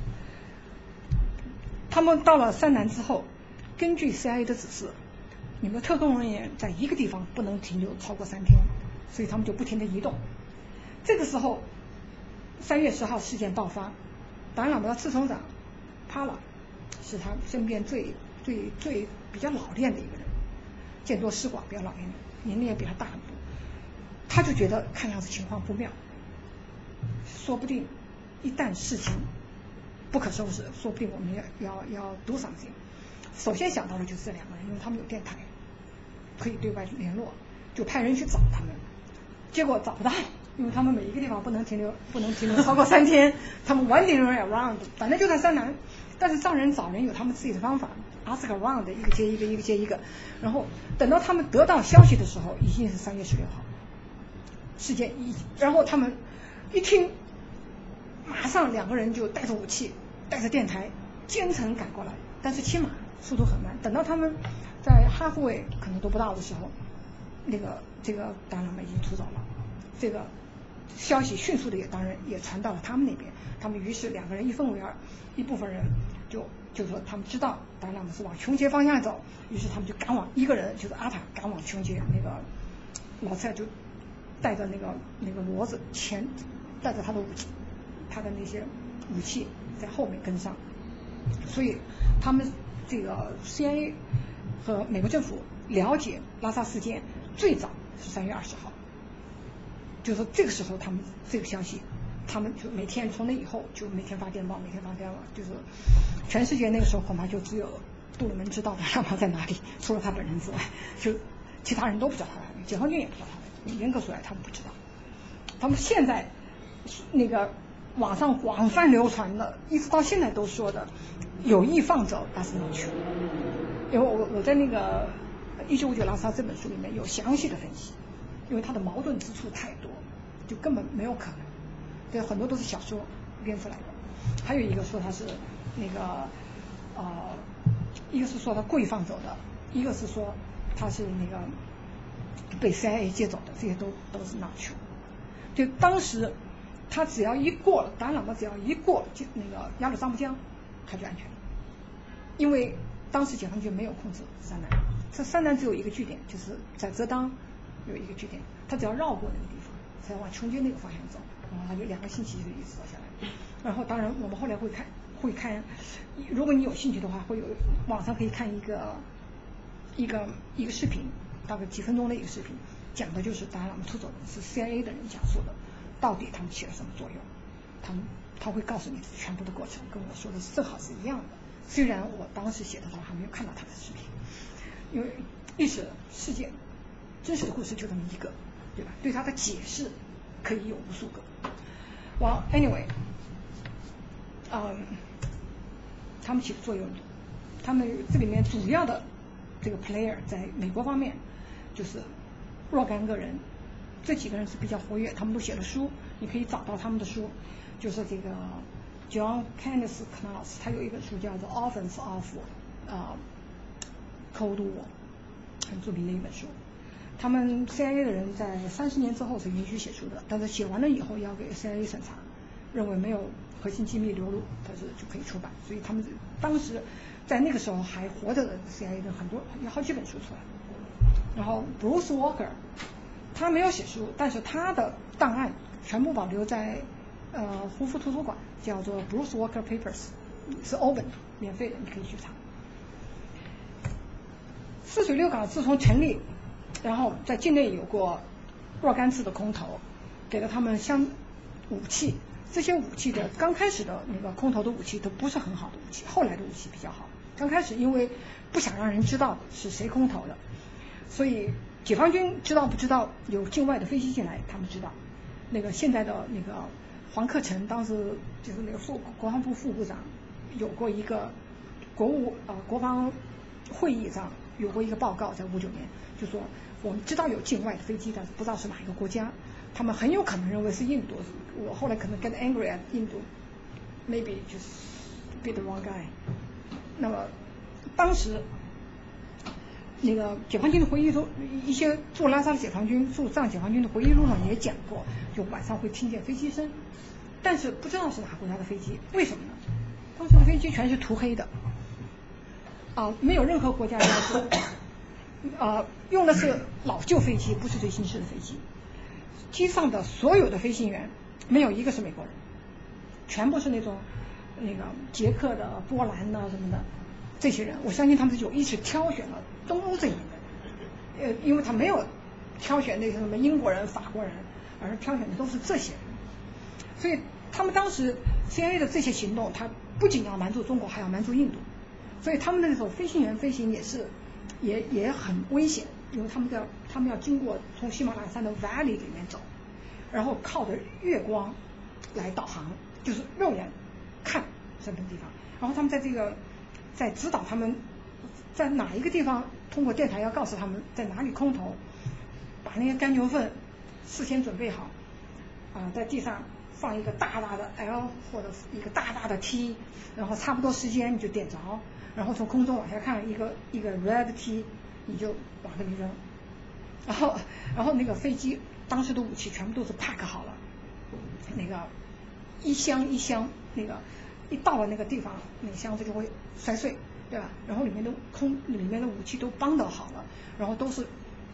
他们到了山南之后，根据 C I A 的指示，你们的特工人员在一个地方不能停留超过三天，所以他们就不停地移动。这个时候，三月十号事件爆发，达赖喇嘛的侍从长帕拉是他身边最最最比较老练的一个人，见多识广，比较老练，年龄也比他大很多。他就觉得看样子情况不妙，说不定一旦事情不可收拾，说不定我们要要要 do something。首先想到的就是这两个人，因为他们有电台，可以对外联络，就派人去找他们，结果找不到。因为他们每一个地方不能停留，不能停留超过三天，他们 wandering around， 反正就在山南。但是藏人找人有他们自己的方法 ，ask around， 一个接一个，一个接一个。然后等到他们得到消息的时候，已经是三月十六号，事件一，然后他们一听，马上两个人就带着武器，带着电台，兼程赶过来，但是骑马速度很慢。等到他们在哈夫尾可能都不到的时候，那个这个达赖喇嘛已经出走了。这个消息迅速的也当然也传到了他们那边，他们于是两个人一分为二，一部分人就就说他们知道达赖喇嘛是往琼街方向走，于是他们就赶往，一个人就是阿塔赶往琼街，那个老蔡就带着那个那个骡子前带着他的武器，他的那些武器在后面跟上，所以他们这个 C I A 和美国政府了解拉萨事件最早是三月二十号，就是说这个时候他们这个消息，他们就每天从那以后就每天发电报，每天发电报，就是全世界那个时候恐怕就只有杜鲁门知道达赖喇嘛在哪里，除了他本人之外，就其他人都不知道他在哪里，解放军也不知道他在哪里，严格说来他们不知道。他们现在那个网上广泛流传的，一直到现在都说的有意放走拉斯内区，因为我我在那个一九五九拉萨这本书里面有详细的分析，因为它的矛盾之处太多，就根本没有可能，对，很多都是小说编出来的。还有一个说他是那个呃，一个是说他故意放走的，一个是说他是那个被 C I A 接走的，这些都都是闹球。就当时他只要一过了，达赖喇嘛只要一过就那个雅鲁藏布江，他就安全了，因为当时解放军没有控制山南，这山南只有一个据点，就是在遮当有一个据点，他只要绕过那个地方，才往琼街那个方向走，然后他就两个星期就一直走下来。然后当然我们后来会看会看，如果你有兴趣的话，会有网上可以看一个一个一个视频，大概几分钟的一个视频，讲的就是达赖喇嘛出走是 C I A 的人讲述的，到底他们起了什么作用，他们他会告诉你全部的过程，跟我说的正好是一样的。虽然我当时写的时候还没有看到他的视频，因为历史事件真实的故事就这么一个，对吧？对他的解释可以有无数个。Well, anyway， 嗯，他们起的作用，他们这里面主要的这个 player 在美国方面就是若干个人，这几个人是比较活跃，他们都写了书，你可以找到他们的书，就是这个 John Kenneth Knauss， 他有一本书叫做 Offense of 呃 Cold War， 很著名的一本书。他们 C I A 的人在三十年之后是允许写书的，但是写完了以后要给 C I A 审查，认为没有核心机密流露，但是就可以出版。所以他们当时在那个时候还活着的 C I A 的很多有好几本书出来。然后 Bruce Walker 他没有写书，但是他的档案全部保留在呃胡佛图书馆，叫做 Bruce Walker Papers， 是欧本免费的，你可以去查。泗水六港自从成立，然后在境内有过若干次的空投，给了他们相武器，这些武器的刚开始的那个空投的武器都不是很好的武器，后来的武器比较好。刚开始因为不想让人知道是谁空投的，所以解放军知道不知道有境外的飞机进来，他们知道。那个现在的那个黄克诚当时就是那个副国防部副部长，有过一个国务呃国防会议上有过一个报告，在五九年就说我们知道有境外的飞机，但是不知道是哪一个国家，他们很有可能认为是印度。我后来可能 get angry at 印度 maybe just be the wrong guy。 那么当时那个解放军的回忆录，一些驻拉萨的解放军驻藏解放军的回忆录上也讲过，就晚上会听见飞机声，但是不知道是哪个国家的飞机，为什么呢？当时的飞机全是涂黑的啊，没有任何国家要求啊，用的是老旧飞机，不是最新式的飞机。机上的所有的飞行员没有一个是美国人，全部是那种那个捷克的、波兰的什么的这些人。我相信他们是有意识挑选了东欧阵营的，呃，因为他没有挑选那个什么英国人、法国人，而是挑选的都是这些人。所以他们当时 C I A 的这些行动，他不仅要瞒住中国，还要瞒住印度。所以他们那时候飞行员飞行也是也也很危险，因为他们要他们要经过从喜马拉雅山的 valley 里面走，然后靠着月光来导航，就是肉眼看什么地方，然后他们在这个在指导他们在哪一个地方，通过电台要告诉他们在哪里空投，把那些干牛粪事先准备好啊、呃，在地上放一个大大的 L 或者一个大大的 T， 然后差不多时间你就点着，然后从空中往下看一个一个 red T， 你就往那里扔，然后然后那个飞机当时的武器全部都是 pack 好了， 那个一箱一箱那个一到了那个地方，那个箱子就会摔碎，对吧？然后里面的空里面的武器都绑得好了，然后都是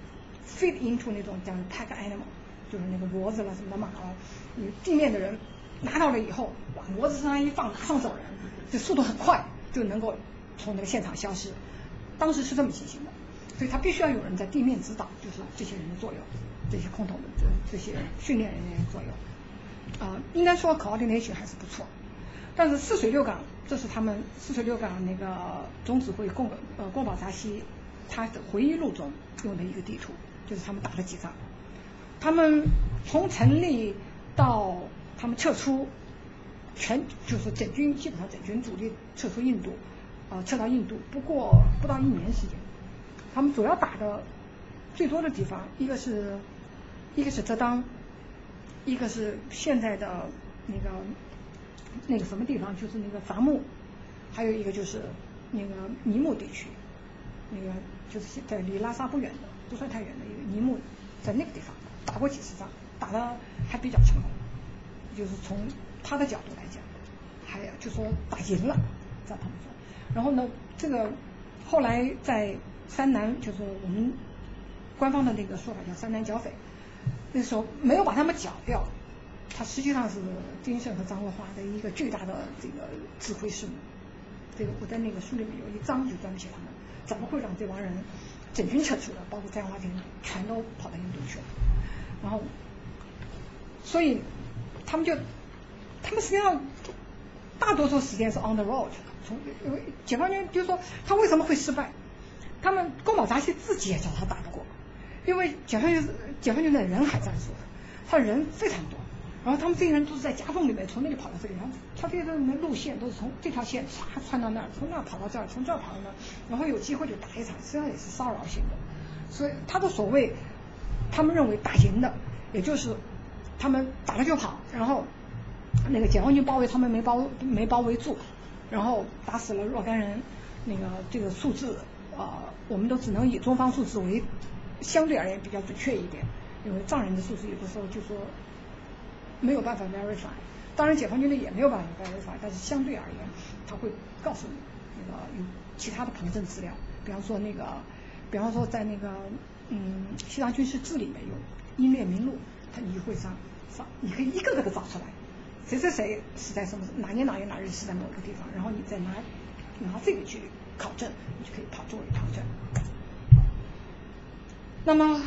fit into 那种叫 tag animal， 就是那个骡子了什么的马了，你地面的人拿到了以后，往骡子身上一放，马上走人，这速度很快，就能够从那个现场消失。当时是这么进行的，所以他必须要有人在地面指导，就是这些人的作用，这些空投的这这些训练人员的作用。啊、呃，应该说 coordination 还是不错。但是泗水六港，这是他们泗水六港那个总指挥宫呃宫保扎西他的回忆录中用的一个地图，就是他们打了几仗。他们从成立到他们撤出，全就是整军基本上整军主力撤出印度，呃撤到印度，不过不到一年时间。他们主要打的最多的地方，一个是一个是浙当，一个是现在的那个那个什么地方，就是那个伐木，还有一个就是那个尼木地区，那个就是在离拉萨不远的，不算太远的一个尼木，在那个地方打过几次仗，打得还比较成功，就是从他的角度来讲，还就说打赢了，在他们说。然后呢，这个后来在山南，就是我们官方的那个说法叫山南剿匪，那时候没有把他们剿掉，它实际上是金盛和张国华的一个巨大的这个指挥失误。这个我在那个书里面有一章就专门写他们怎么会让这帮人整军撤出的，包括张华亭全都跑到印度去了。然后，所以他们就，他们实际上大多数时间是 on the road。从因为解放军就是说他为什么会失败，他们宫保扎西自己也知道他打不过，因为解放军解放军的人海战术，他的人非常多，然后他们这些人都是在夹缝里面从那里跑到这里，然后他这些人的路线都是从这条线唰穿到那儿，从那儿跑到这儿，从这儿跑到那儿，然后有机会就打一场，实际上也是骚扰性的。所以他的所谓他们认为打赢的，也就是他们打了就跑，然后那个解放军包围他们没包没包围住，然后打死了若干人，那个这个数字啊、呃，我们都只能以中方数字为相对而言比较准确一点，因为藏人的数字有的时候就说没有办法 verify， 当然解放军的也没有办法 verify， 但是相对而言他会告诉你那个有其他的旁证资料，比方说那个比方说在那个嗯西藏军事志里面有英烈名录，他你会上上你可以一个个的找出来，谁谁谁是在什么哪年哪月哪日是在某个地方，然后你再拿拿这个去考证，你就可以跑作为旁证。那么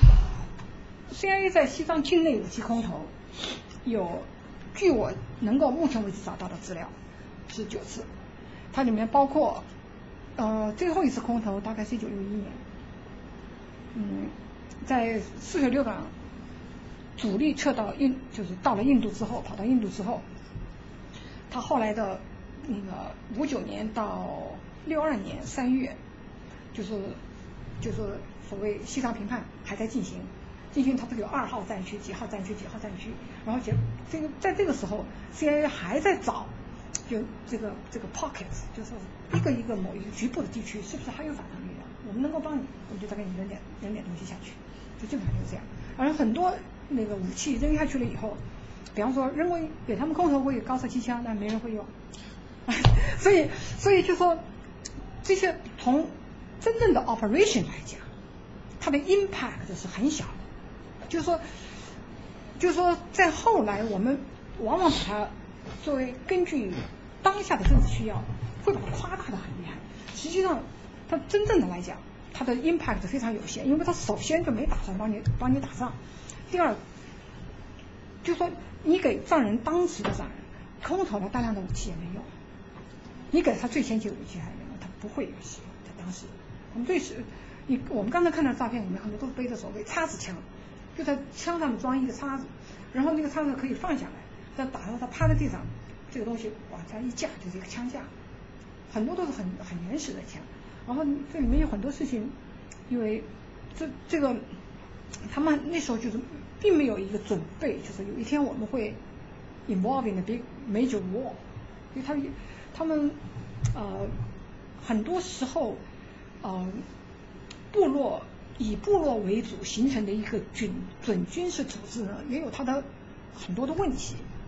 C I A 在西藏境内武器空投有，据我能够目前为止找到的资料是九次，它里面包括呃最后一次空投大概是一九六一年，嗯，在泗水六港主力撤到印，就是到了印度之后，跑到印度之后，他后来的那个五九年到六二年三月，就是就是所谓西藏评判还在进行，进行它不是有二号战区、几号战区、几号战区，然后结这个在这个时候 C I A 还在找，就这个这个 pockets， 就是一个一个某一个局部的地区是不是还有反抗力量，我们能够帮你，我们就再给你扔点扔点东西下去，就基本上就是这样。而很多那个武器扔下去了以后，比方说扔过给他们空投过有高射机枪，但没人会用，所以所以就说这些从真正的 operation 来讲，它的 impact 是很小的，就是说就是说在后来我们往往把它作为根据当下的政治需要会把它夸大的很厉害，实际上它真正的来讲它的 impact 非常有限，因为它首先就没打算帮你帮你打仗，第二就是说你给藏人当时的藏人空投了大量的武器也没用，你给他最先进的武器还没用，他不会有使用。他当时我们最是你我们刚才看到的照片里面很多都是背着所谓叉子枪，就在枪上面装一个叉子，然后那个叉子可以放下来，再打到他趴在地上，这个东西往下一架就是一个枪架，很多都是很很原始的枪。然后这里面有很多事情，因为这这个他们那时候就是并没有一个准备，就是有一天我们会 involve in a big major war， 因为他他们呃很多时候呃部落以部落为主形成的一个军准军事组织呢，也有它的很多的问题，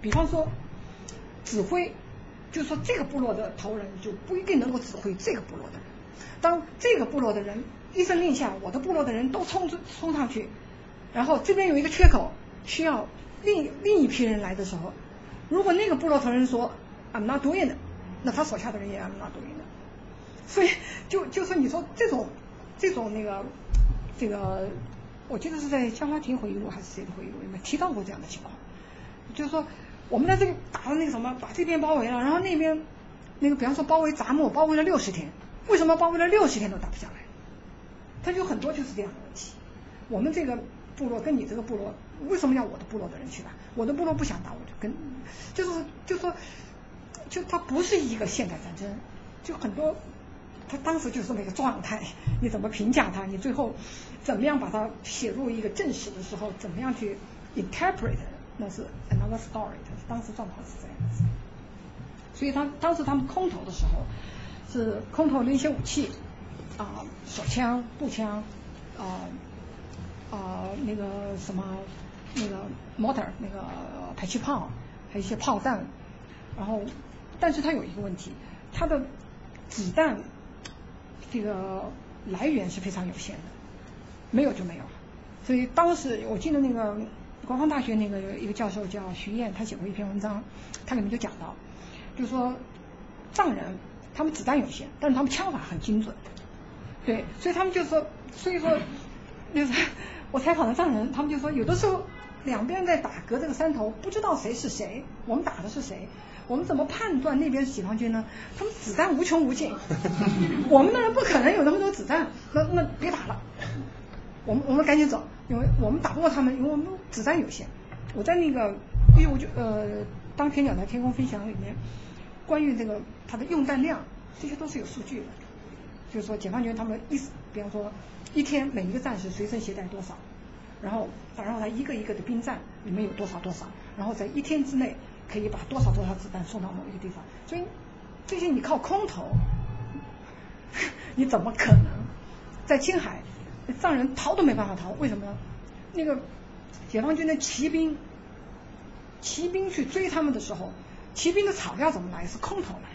比方说指挥，就是说这个部落的头人就不一定能够指挥这个部落的人。当这个部落的人一声令下，我的部落的人都冲冲上去，然后这边有一个缺口，需要另另一批人来的时候，如果那个部落头人说 I'm not doing it， 那他手下的人也 I'm not doing it。所以就就说你说这种这种那个这个，我记得是在江华亭回忆录还是谁的回忆录里面提到过这样的情况，就是说我们在这里打了那个什么，把这边包围了，然后那边那个比方说包围杂木，包围了六十天，为什么包围了六十天都打不下来？他有很多就是这样的问题。我们这个部落跟你这个部落，为什么要我的部落的人去打？我的部落不想打，我就跟就是就说就它不是一个现代战争，就很多。他当时就是这么一个状态，你怎么评价他？你最后怎么样把它写入一个正史的时候，怎么样去 interpret， 那是 another story。当时状况是这样子，所以他当时他们空投的时候，是空投了一些武器啊、呃，手枪、步枪，啊、呃、啊、呃、那个什么那个 mortar 那个排气炮，还有一些炮弹，然后，但是它有一个问题，它的子弹。这个来源是非常有限的，没有就没有了。所以当时我记得那个国防大学那个一个教授叫徐燕，他写过一篇文章，他里面就讲到，就是说藏人他们子弹有限，但是他们枪法很精准，对，所以他们就说，所以说就是我采访的藏人，他们就说有的时候两边在打，隔这个山头，不知道谁是谁，我们打的是谁。我们怎么判断那边是解放军呢？他们子弹无穷无尽，我们的人不可能有那么多子弹，那那别打了，我们我们赶紧走，因为我们打不过他们，因为我们子弹有限。我在那个因为我就呃当天鸟在天空飞翔里面，关于这个它的用弹量，这些都是有数据的，就是说解放军他们一比方说一天每一个战士随身携带多少，然后然后他一个一个的兵站里面有多少多少，然后在一天之内可以把多少多少子弹送到某一个地方，所以这些你靠空投，你怎么可能？在青海，藏人逃都没办法逃，为什么呢？那个解放军的骑兵，骑兵去追他们的时候，骑兵的草料怎么来？是空投来，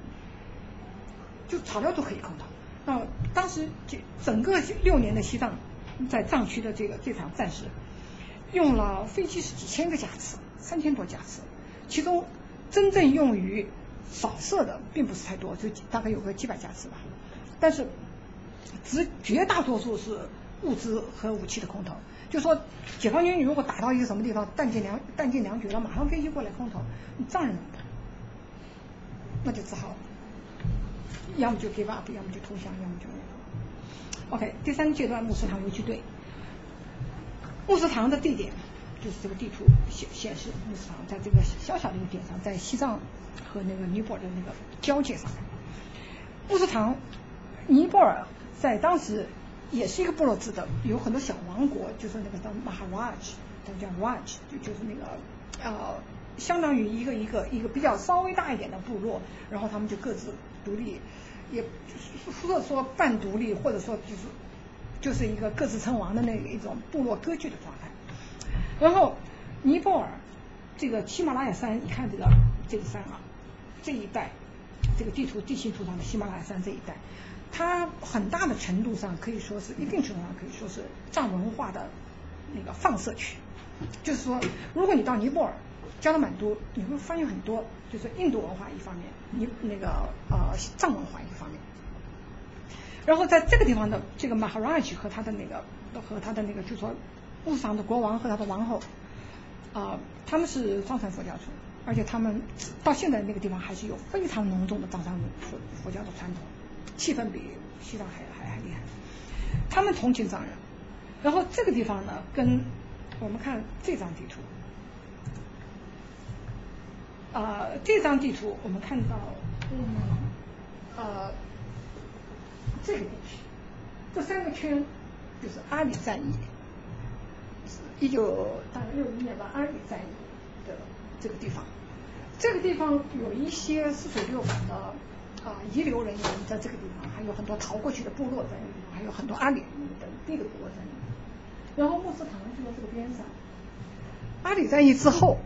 就草料都可以空投。那当时整个六年的西藏，在藏区的这个这场战事，用了飞机是几千个架次，三千多架次。其中真正用于扫射的并不是太多，就大概有个几百架次吧。但是只绝大多数是物资和武器的空投。就说解放军如果打到一个什么地方，弹尽粮弹尽粮绝了，马上飞机过来空投，藏人怎么办？那就只好要么就 give up， 要么就投降，要么就没有。OK， 第三阶段，木石塘游击队。木石塘的地点。就是这个地图显显示木石塘在这个小小的一个点上，在西藏和那个尼泊尔的那个交界上。木石塘，尼泊尔在当时也是一个部落制的，有很多小王国，就是那个叫 Maharaj， 它叫 Raj， 就就是那个呃，相当于一个一个一个比较稍微大一点的部落，然后他们就各自独立，也或者说半独立，或者说就是就是一个各自称王的那个一种部落割据的状态。然后尼泊尔这个喜马拉雅山，你看这个这个山啊，这一带这个地图地形图上的喜马拉雅山这一带，它很大的程度上可以说是一定程度上可以说是藏文化的那个放射区。就是说，如果你到尼泊尔加德满都，你会发现很多就是印度文化一方面，你那个呃藏文化一方面。然后在这个地方的这个 Maharaj 和他的那个和他的那个就是说木石塘的国王和他的王后啊、呃，他们是藏传佛教徒，而且他们到现在那个地方还是有非常浓重的藏传佛佛教的传统，气氛比西藏还还还厉害。他们同情藏人。然后这个地方呢，跟我们看这张地图，啊、呃，这张地图我们看到，嗯，呃，这个地区，这三个圈就是阿里战役。一九大概六一年吧，阿里战役的这个地方，这个地方有一些四水六反的啊、呃、遗留人员在这个地方，还有很多逃过去的部落在那个地方，还有很多阿里本地的部落在那里。然后木石塘就在这个边上。阿里战役之后，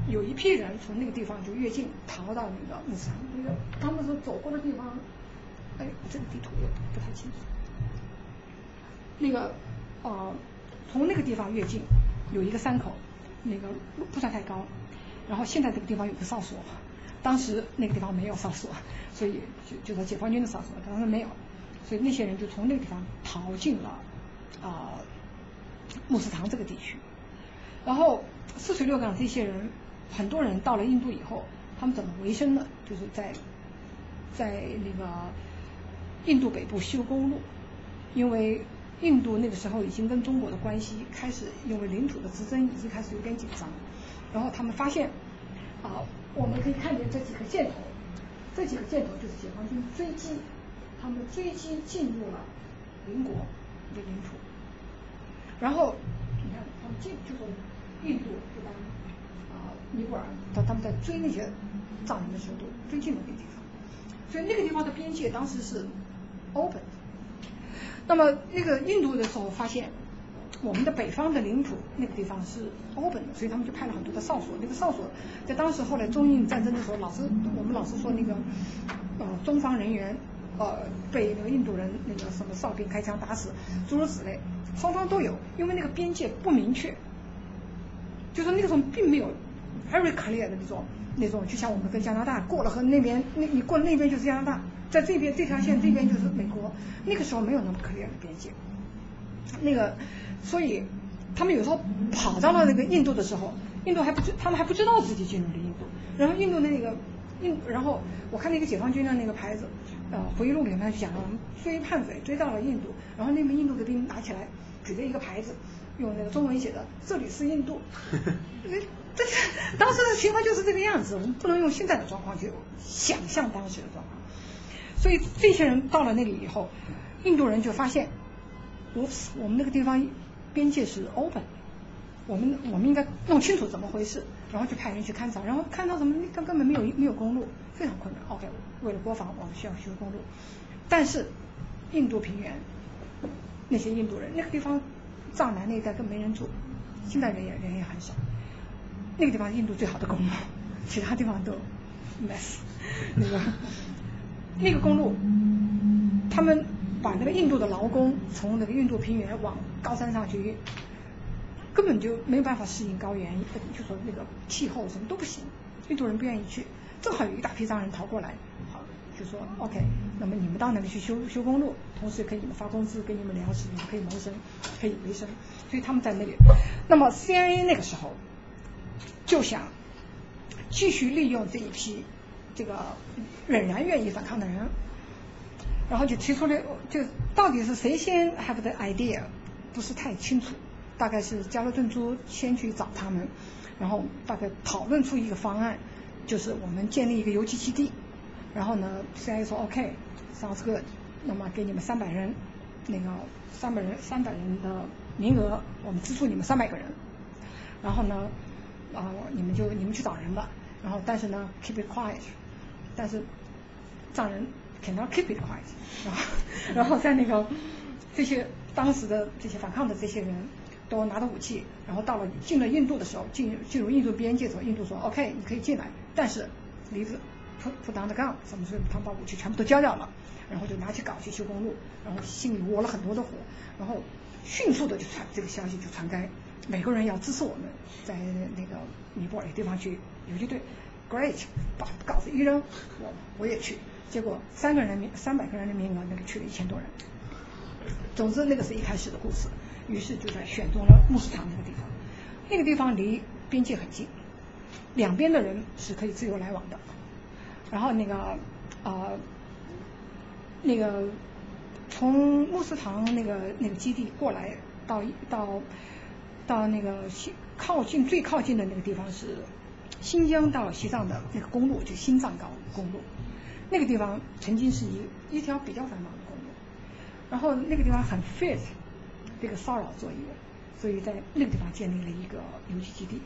有一批人从那个地方就越境逃到那个穆斯堂，那个他们说走过的地方，哎，这个地图也不太清楚。那个呃，从那个地方越境有一个山口，那个不算太高，然后现在这个地方有个哨所，当时那个地方没有哨所，所以就就说解放军的哨所，当时没有，所以那些人就从那个地方逃进了啊、呃、穆斯堂这个地区。然后四水六港这些人，很多人到了印度以后，他们怎么维生呢？就是在在那个印度北部修公路，因为印度那个时候已经跟中国的关系开始因为领土的之争已经开始有点紧张，然后他们发现啊，我们可以看见这几个箭头，这几个箭头就是解放军追击，他们追击进入了邻国的领土，然后你看他们进就是印度不丹啊尼泊尔，他他们在追那些藏人的时候都追进了那个地方，所以那个地方的边界当时是 open。那么那个印度的时候发现我们的北方的领土那个地方是 open 的，所以他们就派了很多的哨所。那个哨所在当时后来中印战争的时候，老师我们老师说那个呃中方人员呃被那个印度人那个什么哨兵开枪打死，诸如此类，双方都有，因为那个边界不明确，就是那个时候并没有 very clear 的那种那种，就像我们跟加拿大过了和那边那你过了那边就是加拿大，在这边这条线这边就是美国，那个时候没有那么 clear 的边界，那个所以他们有时候跑到了那个印度的时候，印度还不知他们还不知道自己进入了印度，然后印度的那个印，然后我看那个解放军的那个牌子，呃回忆录里面就讲了，我们追叛匪追到了印度，然后那边印度的兵拿起来举着一个牌子，用那个中文写的这里是印度。这当时的情况就是这个样子，我们不能用现在的状况去想象当时的状况。所以这些人到了那里以后，印度人就发现，oops，我们那个地方边界是 open， 我们我们应该弄清楚怎么回事，然后就派人去勘察，然后看到什么根根本没有没有公路，非常困难。OK， 为了国防，我们需要修公路，但是印度平原那些印度人那个地方藏南那一带更没人住，现在人也人也很少。那个地方是印度最好的公路，其他地方都 mess。那个那个公路，他们把那个印度的劳工从那个印度平原往高山上去运，根本就没有办法适应高原，就说那个气候什么都不行，印度人不愿意去。正好有一大批藏人逃过来，好就说 OK， 那么你们到那里去修修公路，同时可以你们发工资，给你们粮食，你们可以谋生，可以维生，所以他们在那里。那么 C I A 那个时候就想继续利用这一批这个仍然愿意反抗的人，然后就提出了，就到底是谁先 have the idea 不是太清楚，大概是加勒顿珠先去找他们，然后大概讨论出一个方案，就是我们建立一个游击基地，然后呢 C I A 说 OK sounds good， 那么给你们三百人，那个三百人三百人的名额，我们资助你们三百个人，然后呢啊、呃、你们就你们去找人吧，然后但是呢 keep it quiet， 但是藏人 cannot keep it quiet， 然后然后在那个这些当时的这些反抗的这些人都拿着武器，然后到了进了印度的时候，进进入印度边界的时候，印度说 OK 你可以进来，但是离子 put put down the gun， 什么时候他们把武器全部都交掉了，然后就拿起镐去修公路，然后心里窝了很多的火，然后迅速的就传这个消息就传开，美国人要支持我们在那个尼泊尔地方去游击队 ，great， 把镐子一扔，我我也去，结果三个人名三百个人的名额，那个去了一千多人。总之那个是一开始的故事，于是就在选中了穆斯堂那个地方，那个地方离边界很近，两边的人是可以自由来往的，然后那个呃那个从穆斯堂那个那个基地过来到到到那个西靠近最靠近的那个地方是新疆到西藏的那个公路，就新藏高公路，那个地方曾经是一一条比较繁忙的公路，然后那个地方很 fit 这个骚扰作业，所以在那个地方建立了一个游击基地。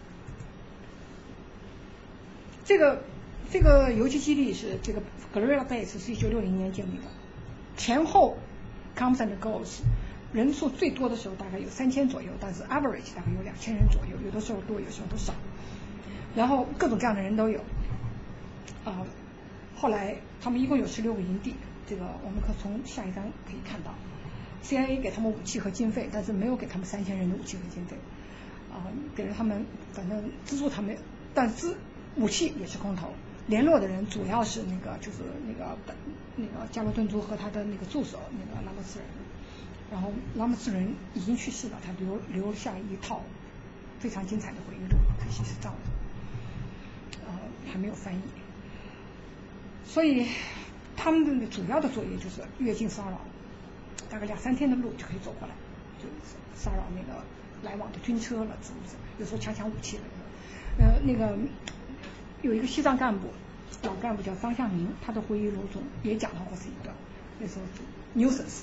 这个这个游击基地是这个 Guerrilla Base 是一九六零年建立的，前后 comes and goes， 人数最多的时候大概有三千左右，但是 average 大概有两千人左右，有的时候多，有时候都少。 然后各种各样的人都有。啊、呃，后来他们一共有十六个营地，这个我们可从下一张可以看到 ，C I A 给他们武器和经费，但是没有给他们三千人的武器和经费，啊、呃，给了他们反正资助他们，但资武器也是空投。联络的人主要是那个就是那个那个加罗顿族和他的那个助手那个拉莫斯人，然后拉莫斯人已经去世了，他留留下一套非常精彩的回忆录，可惜是照的，呃还没有翻译。所以他们的主要的作业就是越境骚扰，大概两三天的路就可以走过来，就骚扰那个来往的军车了，是不是？有时候抢抢武器了，呃那个。有一个西藏干部，老干部叫张向明，他的回忆录中也讲到过这一段，那时候 nuisance，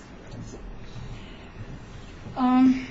嗯，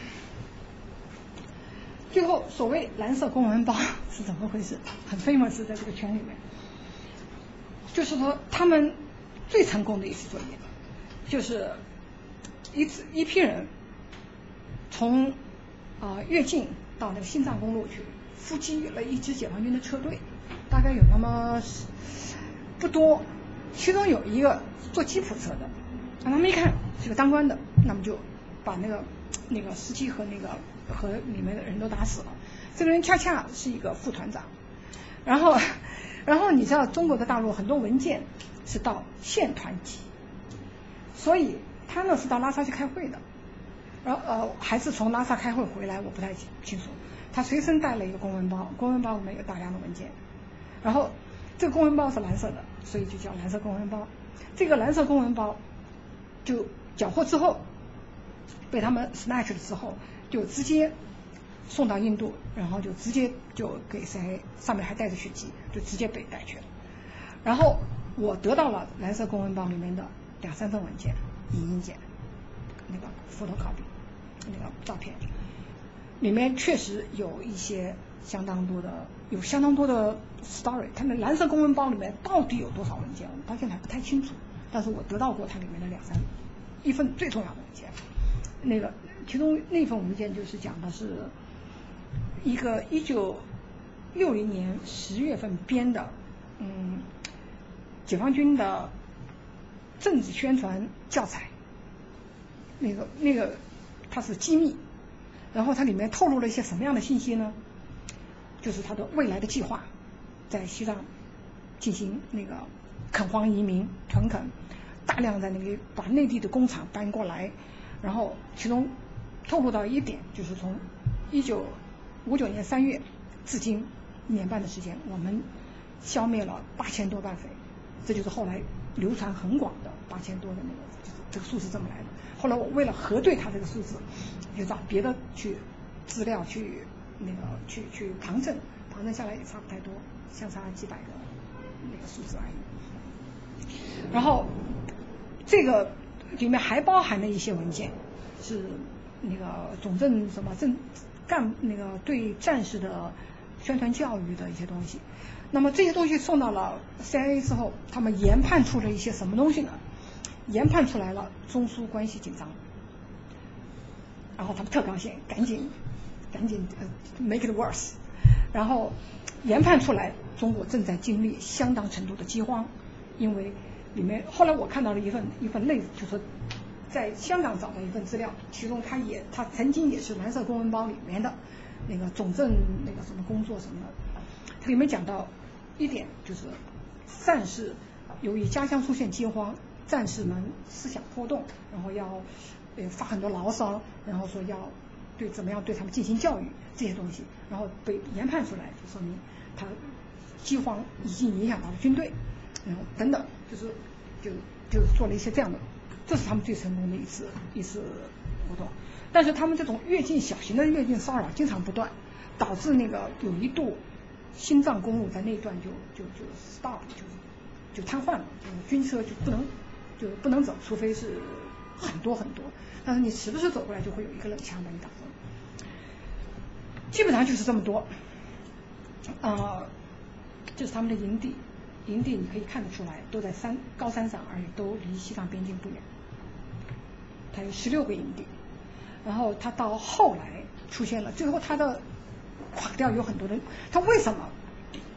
最后所谓蓝色公文包是怎么回事？很 famous 在这个圈里面，就是说他们最成功的一次作业，就是一次一批人从啊、呃、越境到那个新藏公路去，伏击了一支解放军的车队。大概有那么不多，其中有一个坐吉普车的，让他们一看是个当官的，那么就把那个那个司机和那个和里面的人都打死了。这个人恰恰是一个副团长，然后然后你知道中国的大陆很多文件是到县团级，所以他呢是到拉萨去开会的，然后呃还是从拉萨开会回来，我不太清楚。他随身带了一个公文包，公文包里面有大量的文件。然后这个公文包是蓝色的，所以就叫蓝色公文包。这个蓝色公文包就缴获之后，被他们 snatch 了之后，就直接送到印度，然后就直接就给谁，上面还带着血迹，就直接被带去了。然后我得到了蓝色公文包里面的两三份文件，影印件，那个 photocopy 那个照片，里面确实有一些相当多的。有相当多的 story， 它那蓝色公文包里面到底有多少文件，我到现在还不太清楚。但是我得到过它里面的两三一份最重要的文件，那个其中那份文件就是讲的是一个一九六零年十月份编的，嗯，解放军的政治宣传教材，那个那个它是机密，然后它里面透露了一些什么样的信息呢？就是他的未来的计划，在西藏进行那个垦荒移民、屯垦，大量在那里把内地的工厂搬过来，然后其中透露到一点，就是从一九五九年三月至今一年半的时间，我们消灭了八千多伴匪，这就是后来流传很广的八千多的那个，就是这个数字这么来的。后来我为了核对他这个数字，就找别的去资料去。那个去去旁证，旁证下来也差不太多，相差几百个那个数字而已。然后这个里面还包含了一些文件，是那个总政什么政干那个对战士的宣传教育的一些东西。那么这些东西送到了 C I A 之后，他们研判出了一些什么东西呢？研判出来了中苏关系紧张，然后他们特高兴，赶紧。赶紧呃 make it worse， 然后研判出来中国正在经历相当程度的饥荒，因为里面后来我看到了一份一份类似，就是在香港找到一份资料，其中它也它曾经也是蓝色公文包里面的那个总政那个什么工作什么的，它里面讲到一点就是战士由于家乡出现饥荒，战士们思想波动，然后要呃发很多牢骚，然后说要。对怎么样对他们进行教育这些东西，然后被研判出来，就说明他饥荒已经影响到了军队，然后等等，就是就就做了一些这样的，这是他们最成功的一次一次活动。但是他们这种越境小型的越境骚扰经常不断，导致那个有一度新藏公路在那一段就就就 stop 就就瘫痪了，就是军车就不能就不能走，除非是很多很多。但是你时不时走过来就会有一个冷枪把你打中，基本上就是这么多，啊、呃，这是他们的营地，营地你可以看得出来都在山高山上，而且都离西藏边境不远。它有十六个营地，然后它到后来出现了，最后它的垮掉有很多的，它为什么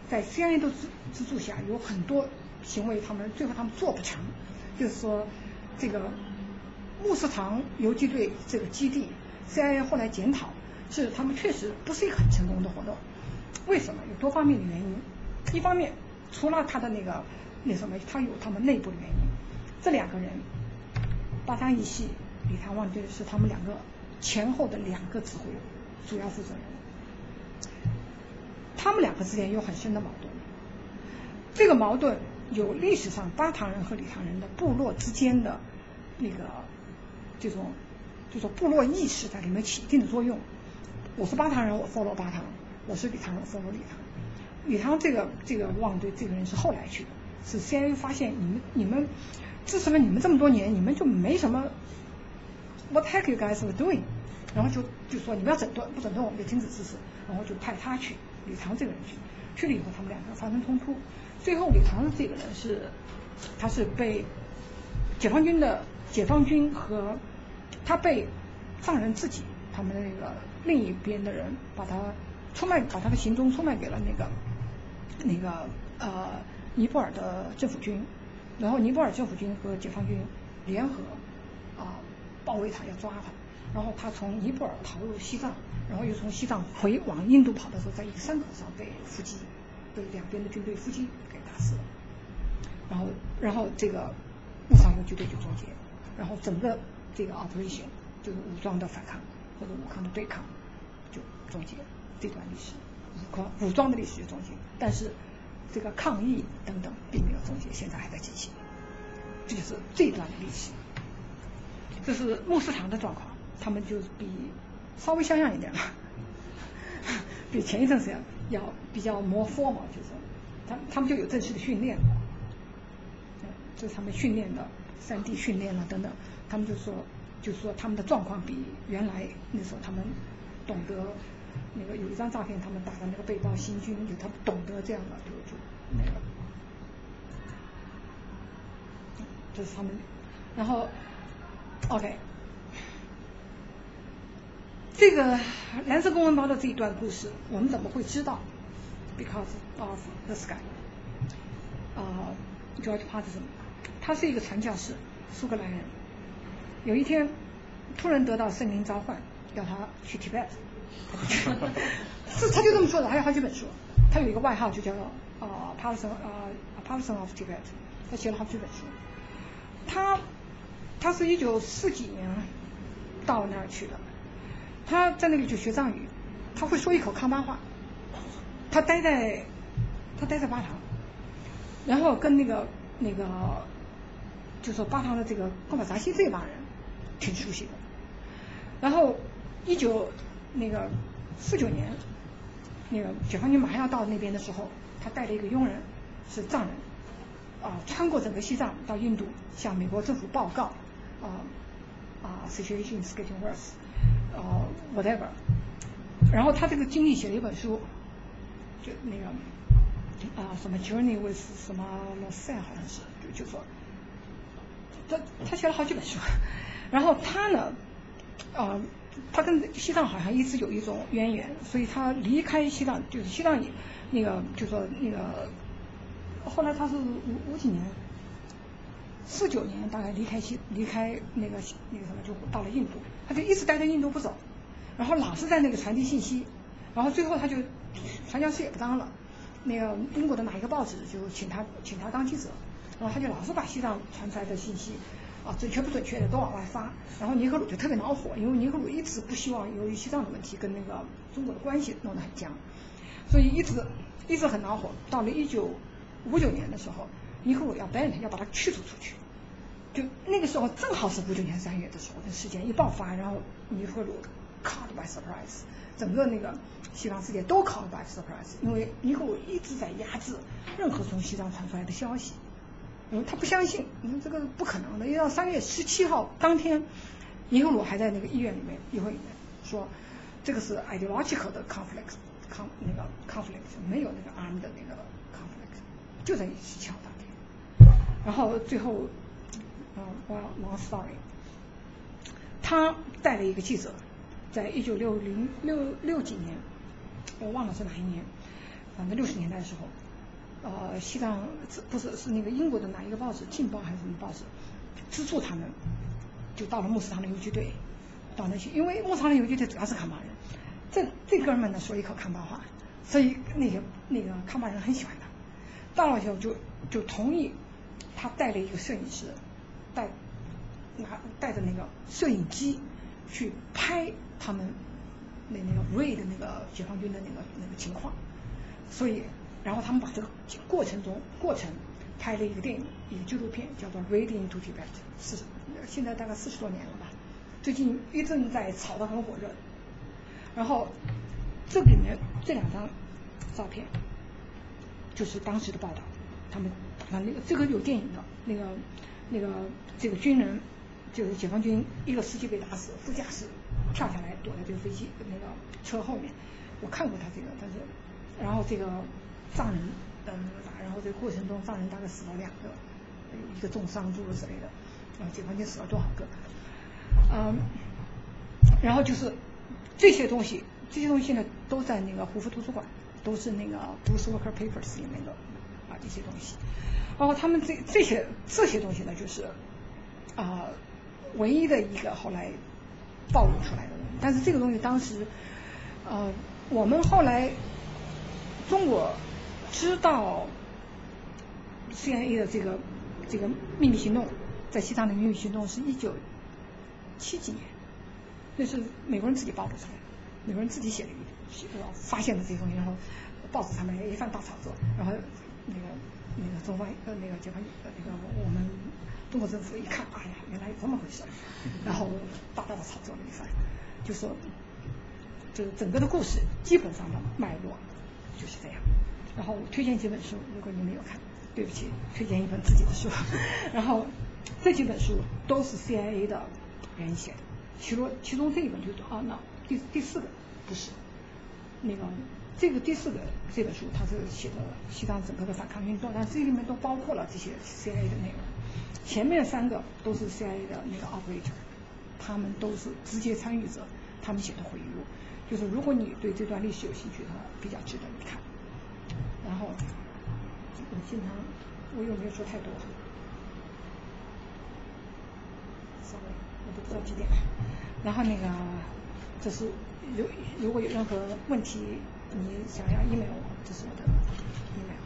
在 C I A 的资资助下，有很多行为他们最后他们做不成，就是说这个穆斯堂游击队这个基地 C I A 后来检讨，是他们确实不是一个很成功的活动。为什么？有多方面的原因。一方面，除了他的那个那什么，他有他们内部的原因。这两个人，巴汤一系、李唐旺队是他们两个前后的两个指挥主要负责人。他们两个之间有很深的矛盾。这个矛盾有历史上巴唐人和李唐人的部落之间的那个这种就说部落意识在里面起一定的作用。我是巴唐人，我 follow 巴唐；我是李唐人，我 follow 李唐。李唐这个这个旺队这个人是后来去的，是 C I A 发现你们你们支持了你们这么多年，你们就没什么 What heck you guys are doing？ 然后就就说你们要整顿，不整顿我们就停止支持，然后就派他去李唐这个人去，去了以后他们两个发生冲突，最后李唐这个人是他是被解放军的解放军和他被藏人自己他们的那个另一边的人把他出卖，把他的行踪出卖给了那个那个呃尼泊尔的政府军，然后尼泊尔政府军和解放军联合啊、呃、包围他，要抓他，然后他从尼泊尔逃入西藏，然后又从西藏回往印度跑的时候，在一个山口上被伏击，被两边的军队伏击给打死了，然后然后这个穆斯林游击队就终结，然后整个这个 operation 就是武装的反抗或者武抗的对抗就终结，这段历史武抗武装的历史就终结，但是这个抗议等等并没有终结，现在还在进行，这就是这一段的历史。这是穆斯堂的状况，他们就比稍微像样一点了，比前一阵子要比较more formal，就是他他们就有正式的训练，这是他们训练的三 D 训练了等等，他们就说就是说他们的状况比原来那时候他们懂得那个有一张照片，他们打的那个背包行军，就他们懂得这样的就就那个，这是他们，然后 OK。这个蓝色公文包的这一段故事，我们怎么会知道 ？Because of this guy， 啊、uh, ，George Patterson， 他是一个传教士，苏格兰人。有一天，突然得到圣灵召唤，要他去 Tibet， 他就去了。是他就这么说的，还有好几本书。他有一个外号就叫啊 Patterson 啊 Patterson of Tibet， 他写了好几本书。他他是一九四几年到那儿去的。他在那里就学藏语，他会说一口康巴话。他待在他待在巴塘，然后跟那个那个就说巴塘的这个贡巴扎西这帮人挺熟悉的。然后一九那个四九年，那个解放军马上要到那边的时候，他带了一个佣人是藏人，啊、呃，穿过整个西藏到印度，向美国政府报告，啊、呃、啊 situation is getting worse。呃、uh, ，whatever， 然后他这个经历写了一本书，就那个啊、呃、什么 Journey with 什么 Losan 好像是，就就说他他写了好几本书，然后他呢，呃，他跟西藏好像一直有一种渊源，所以他离开西藏，就是西藏那个就说那个，后来他是五五几年。四九年大概离开西离开那个那个什么就到了印度，他就一直待在印度不走，然后老是在那个传递信息，然后最后他就传教士也不当了，那个英国的哪一个报纸就请他请他当记者，然后他就老是把西藏传出来的信息啊准确不准确的都往外发，然后尼赫鲁就特别恼火，因为尼赫鲁一直不希望由于西藏的问题跟那个中国的关系弄得很僵，所以一直一直很恼火。到了一九五九年的时候，尼赫鲁要 ban 要把他驱逐出去，就那个时候正好是五九年三月的时候，这事件一爆发，然后尼赫鲁 caught by surprise， 整个那个西方世界都 caught by surprise， 因为尼赫鲁一直在压制任何从西藏传出来的消息，因为他不相信，你说这个不可能的。一到三月十七号当天，尼赫鲁还在那个医院里面议会里面说，这个是 ideological 的 conflict， con 那个 conflict 没有那个 armed 的那个 conflict， 就在十七号当天。然后最后，嗯、呃、，long story， 他带了一个记者，在一九六零六六几年，我忘了是哪一年，反正六十年代的时候， 呃西藏不是是那个英国的哪一个报纸，《镜报》还是什么报纸，资助他们，就到了木斯堂的游击队，到那去，因为木斯堂的游击队主要是康巴人，这这哥们呢说一口康巴话，所以那些那个康巴人很喜欢他。到了以后就就同意他带了一个摄影师，带拿带着那个摄影机去拍他们那那个 raid 那个解放军的那个那个情况，所以然后他们把这个过程中过程拍了一个电影，一个纪录片，叫做 Raid into Tibet， 是现在大概四十多年了吧，最近一直在炒得很火热。然后这里面这两张照片就是当时的报道，他们打算那个这个有电影的，那个那个这个军人就是解放军一个司机被打死，副驾驶跳下来躲在这个飞机那个车后面，我看过他这个，但是然后这个藏人嗯打，然后这个过程中藏人大概死了两个，一个重伤诸如此类的，然后解放军死了多少个，嗯，然后就是这些东西，这些东西呢都在那个胡佛图书馆，都是那个 Bruce Walker Papers 里面的啊这些东西，然后他们这这些这些东西呢就是啊、呃、唯一的一个后来暴露出来的东西，但是这个东西当时呃我们后来中国知道 C I A 的这个这个秘密行动，在西藏的秘密行动是一九七几年，那是美国人自己报的出来，美国人自己写的一个发现的这些东西，然后报纸上面一番大炒作，然后那个那个中方呃那个解放呃那个我们中国政府一看，哎呀原来有这么回事，然后大大的炒作了一番，就说就是整个的故事基本上的脉络就是这样。然后我推荐几本书，如果你没有看，对不起，推荐一本自己的书。然后这几本书都是 C I A 的人写的，其中其中这一本就是啊，那第第四个不是那个这个第四个这本书，它是写的西藏整个的反抗运动，但这里面都包括了这些 C I A 的内容。前面三个都是 C I A 的那个 operator， 他们都是直接参与者，他们写的回忆录。就是如果你对这段历史有兴趣的话，比较值得你看。然后我经常我有没有说太多 ？sorry， 我都不知道几点。然后那个就是如如果有任何问题，你想要 email 我，这是我的 email。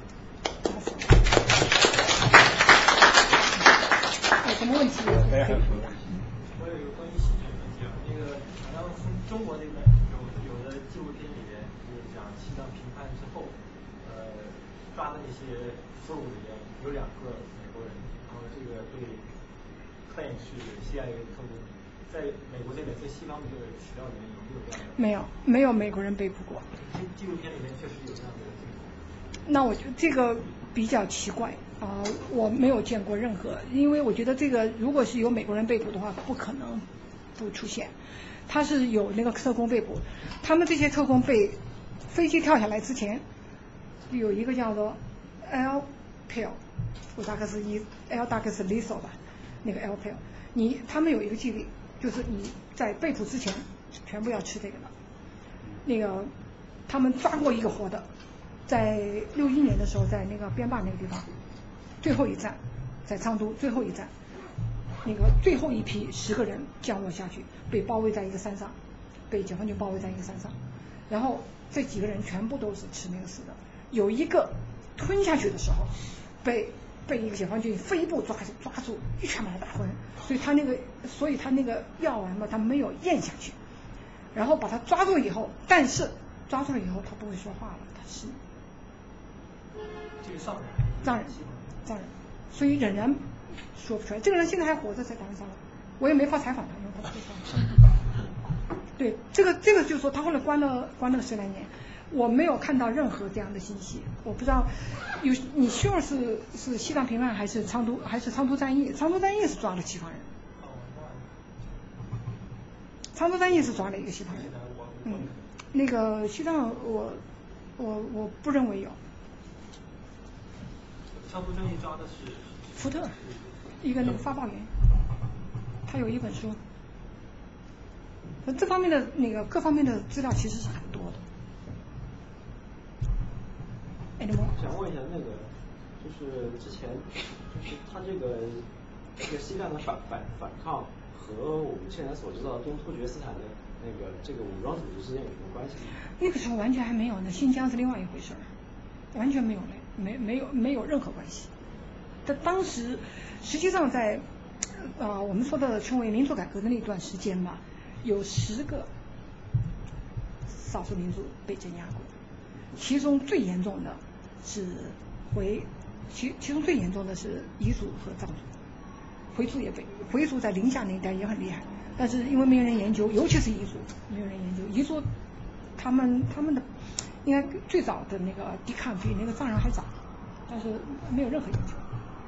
有什么问题可以回答？ 我有一个关于细菌的问题啊，那个好像从中国那边有有的纪录片里面就是讲西藏平叛之后，呃，抓的那些俘虏里面有两个美国人，然后这个被 claim 是 C I A 的特工，在美国这边，在西方的这个史料里面有没有这样的？ 没有，没有美国人被捕过。 纪录片里面确实有这样的。 那我觉得这个比较奇怪啊、呃，我没有见过任何，因为我觉得这个如果是有美国人被捕的话，不可能不出现。他是有那个特工被捕，他们这些特工被飞机跳下来之前，有一个叫做 L pill， 我大概是一 L 大概是 lethal 吧，那个 L pill， 你他们有一个纪律，就是你在被捕之前全部要吃这个的。那个他们抓过一个活的。在六一年的时候，在那个边坝那个地方，最后一站，在昌都最后一站，那个最后一批十个人降落下去，被包围在一个山上，被解放军包围在一个山上，然后这几个人全部都是吃那个死的，有一个吞下去的时候，被被一个解放军飞步抓住，抓住一拳把他打昏，所以他那个所以他那个药丸嘛，他没有咽下去，然后把他抓住以后，但是抓住了以后他不会说话了，他是。 这个藏人， 藏人，藏人，所以仍然说不出来。这个人现在还活着，在达赖萨拉，我也没法采访他，因为他不会说。对，这个这个就是说，他后来关了关了十来年，我没有看到任何这样的信息。我不知道有你 sure 是是西藏平叛还是昌都还是昌都战役？昌都战役是抓了西方人。昌都战役是抓了一个西方人。嗯，那个西藏我我我不认为有。 昌都战役抓的是福特，一个那个发报员，他有一本书，这方面的那个各方面的资料其实是很多的。Anymore？ 想问一下那个，就是之前就是他这个这个西藏的反反反抗和我们现在所知道的东突厥斯坦的那个这个武装组织之间有什么关系？ 那个时候完全还没有呢，新疆是另外一回事儿，完全没有没没有没有任何关系。但当时实际上在呃我们说的称为民主改革的那段时间吧，有十个少数民族被镇压过，其中最严重的是回其其中最严重的是彝族和藏族，回族也被回族在宁夏那一带也很厉害，但是因为没有人研究，尤其是彝族没有人研究，彝族他们他们的应该最早的那个抵抗比那个藏人还早，但是没有任何研究。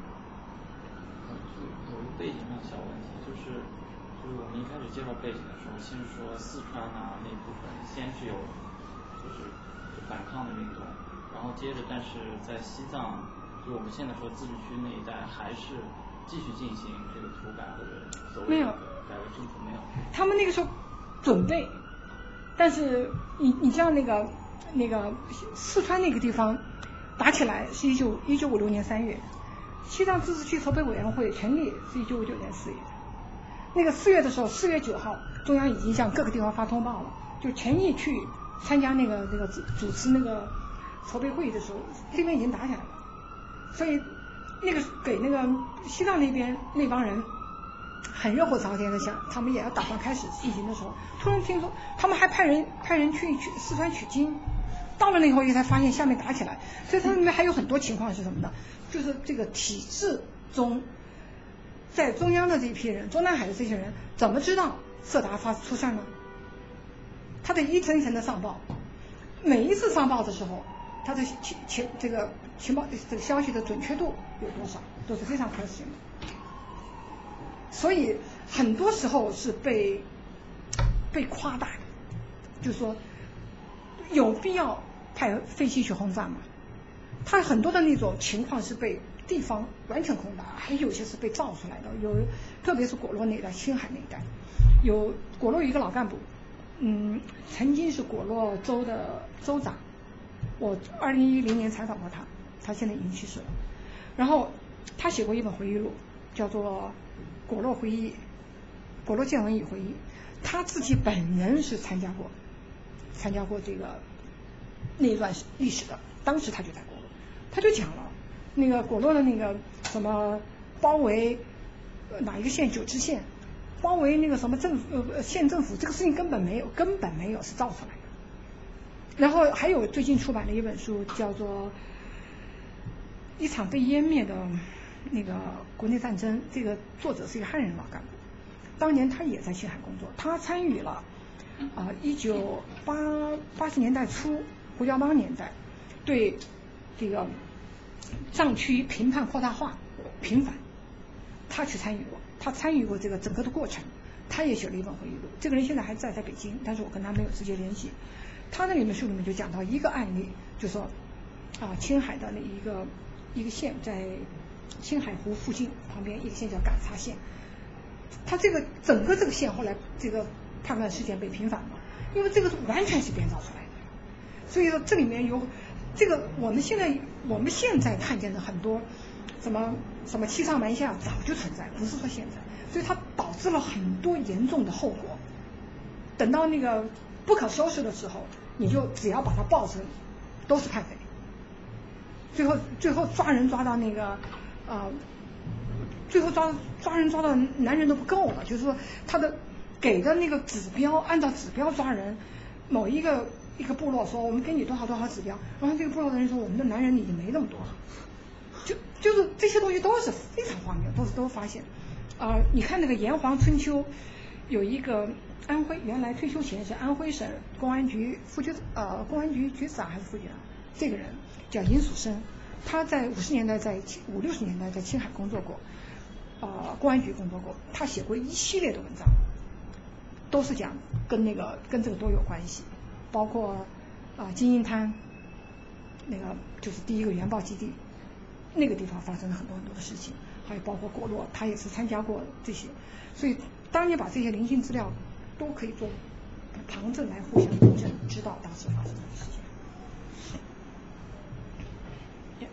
有一个背景上小问题，就是就是我们一开始介绍背景的时候，先是说四川啊那部分先是有就是反抗的运动，然后接着但是在西藏，就我们现在说自治区那一带还是继续进行这个土改或者所谓的改革政策没有。 他们那个时候准备，但是你你知道那个那个四川那个地方打起来是一九一九五六年三月，西藏自治区筹备委员会成立是一九五九年四月。那个四月的时候，四月九号，中央已经向各个地方发通报了，就陈毅去参加那个那个主主持那个筹备会议的时候，这边已经打起来了，所以那个给那个西藏那边那帮人很热火朝天的想，他们也要打算开始进行的时候，突然听说他们还派人派人去去四川取经，到了那以后才发现下面打起来，所以它里面还有很多情况是什么呢？就是这个体制中，在中央的这一批人，中南海的这些人怎么知道色达发出事呢？他得一层一层的上报，每一次上报的时候，他的情情这个情报这个消息的准确度有多少，都是非常可信的。所以很多时候是被被夸大的，就是说有必要派飞机去轰炸吗？他很多的那种情况是被地方完全空打，还有些是被造出来的。有特别是果洛那一带，青海那一带，有果洛有一个老干部，嗯，曾经是果洛州的州长，我二零一零年采访过他，他现在已经去世了。然后他写过一本回忆录，叫做《果洛回忆》，果洛见闻与回忆。他自己本人是参加过参加过这个那一段历史的，当时他就在果洛，他就讲了那个果洛的那个什么包围哪一个县九支县，包围那个什么政府呃县政府，这个事情根本没有，根本没有，是造出来的。然后还有最近出版的一本书叫做《一场被湮灭的那个国内战争》，这个作者是一个汉人老干部，当年他也在青海工作，他参与了啊一九八八十年代初胡椒帮年代对这个藏区评判扩大化平反，他去参与过，他参与过这个整个的过程，他也写了一本回忆录。这个人现在还在在北京，但是我跟他没有直接联系。他那里面书里面就讲到一个案例，就说啊青海的那一个一个县，在青海湖附近旁边一个县叫敢察县，他这个整个这个县后来这个叛乱事件被平反了，因为这个完全是编造出来的。所以说这里面有这个我们现在我们现在看见的很多什么什么欺上瞒下早就存在，不是说现在，所以它导致了很多严重的后果。等到那个不可收拾的时候，你就只要把它报成都是叛匪，最后最后抓人抓到那个呃，最后抓抓人抓到男人都不够了，就是说他的给的那个指标按照指标抓人，某一个一个部落说我们给你多少多少指标，然后这个部落的人说我们的男人已经没那么多了，就就是这些东西都是非常荒谬，都是都发现啊、呃，你看那个炎黄春秋有一个安徽，原来退休前是安徽省公安局副局呃公安局局长还是副局长，这个人叫尹曙生，他在五十年代在五六十年代在青海工作过，呃公安局工作过，他写过一系列的文章，都是讲跟那个跟这个都有关系，包括啊、呃、金银滩那个就是第一个原爆基地，那个地方发生了很多很多的事情，还有包括果洛，他也是参加过这些，所以当你把这些零星资料都可以做旁证来互相印证，知道当时发生的事情。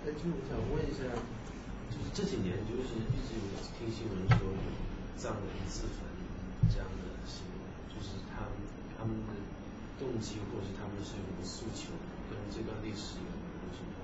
哎，就我想问一下，就是这几年就是一直有听新闻说有藏人自焚这样的新闻，就是他们他们的动机或者是他们是有什么诉求，跟这段历史有什么？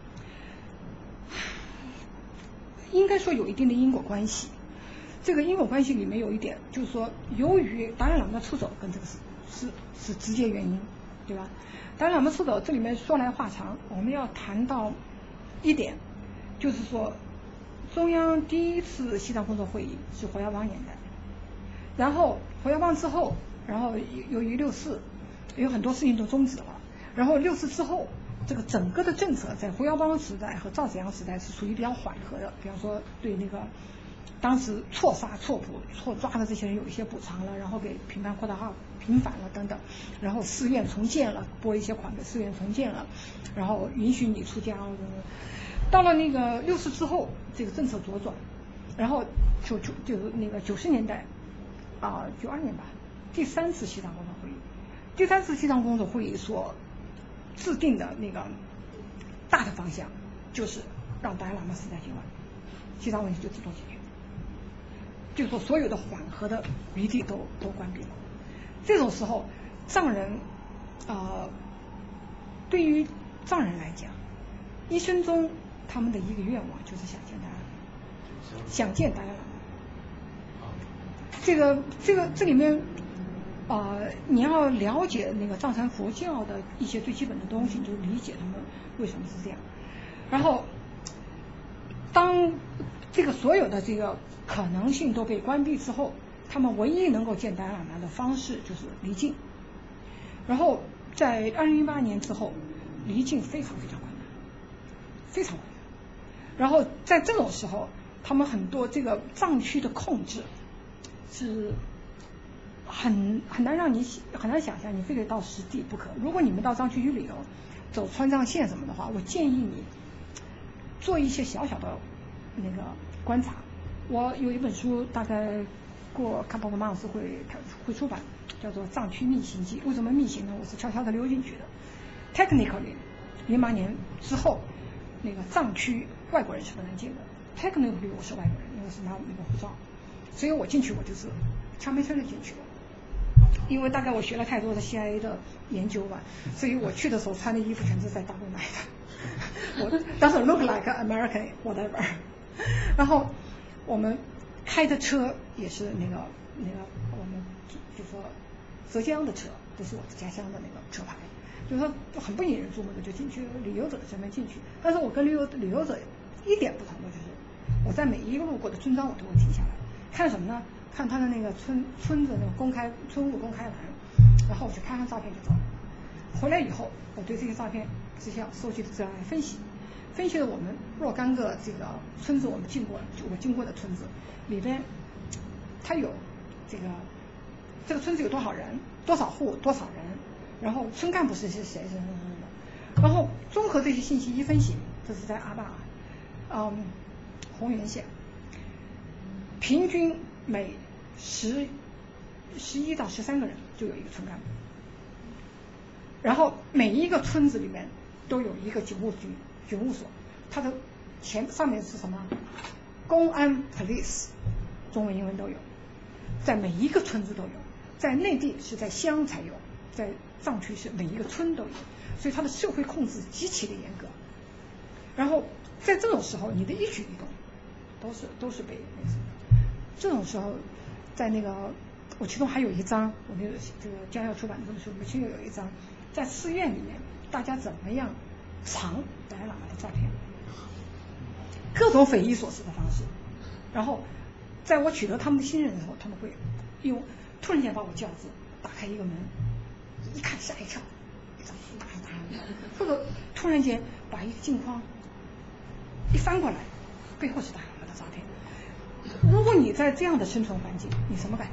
应该说有一定的因果关系。这个因果关系里面有一点，就是说，由于达赖喇嘛的出走跟这个是是是直接原因，对吧？达赖喇嘛出走，这里面说来话长，我们要谈到一点，就是说，中央第一次西藏工作会议是胡耀邦年代，然后胡耀邦之后，然后由于六四，有很多事情都终止了，然后六四之后。这个整个的政策在胡耀邦时代和赵紫阳时代是属于比较缓和的，比方说对那个当时错杀错捕错抓的这些人有一些补偿了，然后给平叛扩大号平反了等等，然后寺院重建了，拨一些款给寺院重建了，然后允许你出家了。到了那个六四之后，这个政策左转，然后就就就那个九十年代啊九二年吧，第三次西藏工作会议，第三次西藏工作会议所制定的那个大的方向就是让达赖喇嘛死在境外，西藏问题就自动解决，就是说所有的缓和的余地都都关闭了。这种时候，藏人呃，对于藏人来讲，一生中他们的一个愿望就是想见达赖喇嘛，想见达赖喇嘛。这个这个这里面。啊、呃，你要了解那个藏传佛教的一些最基本的东西，你就理解他们为什么是这样。然后，当这个所有的这个可能性都被关闭之后，他们唯一能够见达赖喇嘛的方式就是离境。然后在二零一八年之后，离境非常非常困难，非常困难。然后在这种时候，他们很多这个藏区的控制是。很很难让你很难想象，你非得到实地不可。如果你们到藏区去旅游，走川藏线什么的话，我建议你做一些小小的那个观察。我有一本书，大概过 couple of months 会会出版，叫做《藏区逆行记》。为什么逆行呢？我是悄悄的溜进去的。Technically， 零八年之后，那个藏区外国人是不能进的。Technically， 我是外国人，因为是拿那个护照，所以我进去我就是悄没悄的进去了。因为大概我学了太多的 C I A 的研究吧，所以我去的时候穿的衣服全是在大陆买的。我当时 look like American whatever。然后我们开的车也是那个那个我们就说浙江的车，不是我的家乡的那个车牌，就是说很不引人注目的就进去，旅游者的身份进去。但是我跟旅游旅游者一点不同的就是，我在每一个路过的村庄我都会停下来看什么呢？看他的那个村村子那个公开村务公开栏，然后我去拍张照片就走了。回来以后，我对这些照片这些收集的资料来分析，分析了我们若干个这个村子，我们经过就我经过的村子里边，它有这个这个村子有多少人，多少户，多少人，然后村干部是谁谁谁谁的，然后综合这些信息一分析，这是在阿坝，嗯，红原县，平均每十十一到十三个人就有一个村干部，然后每一个村子里面都有一个警务局警务所，它的前上面是什么？公安 police， 中文英文都有，在每一个村子都有，在内地是在乡才有，在藏区是每一个村都有，所以它的社会控制极其的严格。然后在这种时候，你的一举一动都是都是被那什么。这种时候，在那个我其中还有一张，我那个这个将要出版的这本书里面其中有一张，在寺院里面大家怎么样藏达赖喇嘛的照片，各种匪夷所思的方式。然后在我取得他们的信任的时候，他们会用突然间把我叫住，打开一个门，一看吓一跳，一张书打开达赖喇嘛，或者突然间把一个镜框一翻过来，背后是达赖喇嘛的照片。如果你在这样的生存环境，你什么感觉？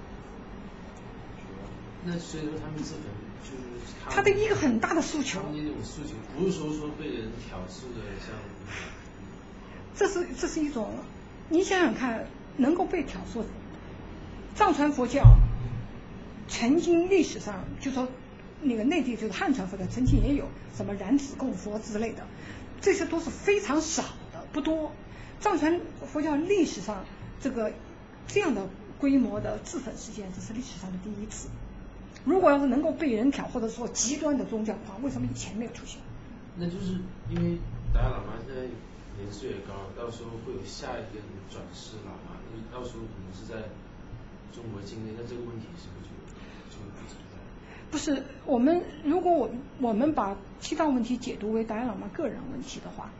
那所以说他们自焚就是他的一个很大的诉求， 他们那种诉求不是说说被人挑唆的像。 这是这是一种，你想想看，能够被挑唆，藏传佛教曾经历史上就说那个内地就是汉传佛教曾经也有什么燃指供佛之类的， 这些都是非常少的，不多。藏传佛教历史上这个这样的规模的自焚事件，这是历史上的第一次。如果要是能够被人挑，或者说极端的宗教的话，为什么以前没有出现？ 那就是因为达赖喇嘛现在年岁也高，到时候会有下一个转世喇嘛，到时候可能是在中国境内，那这个问题是不是就就不存在？ 不是，我们如果我我们把西藏问题解读为达赖喇嘛个人问题的话，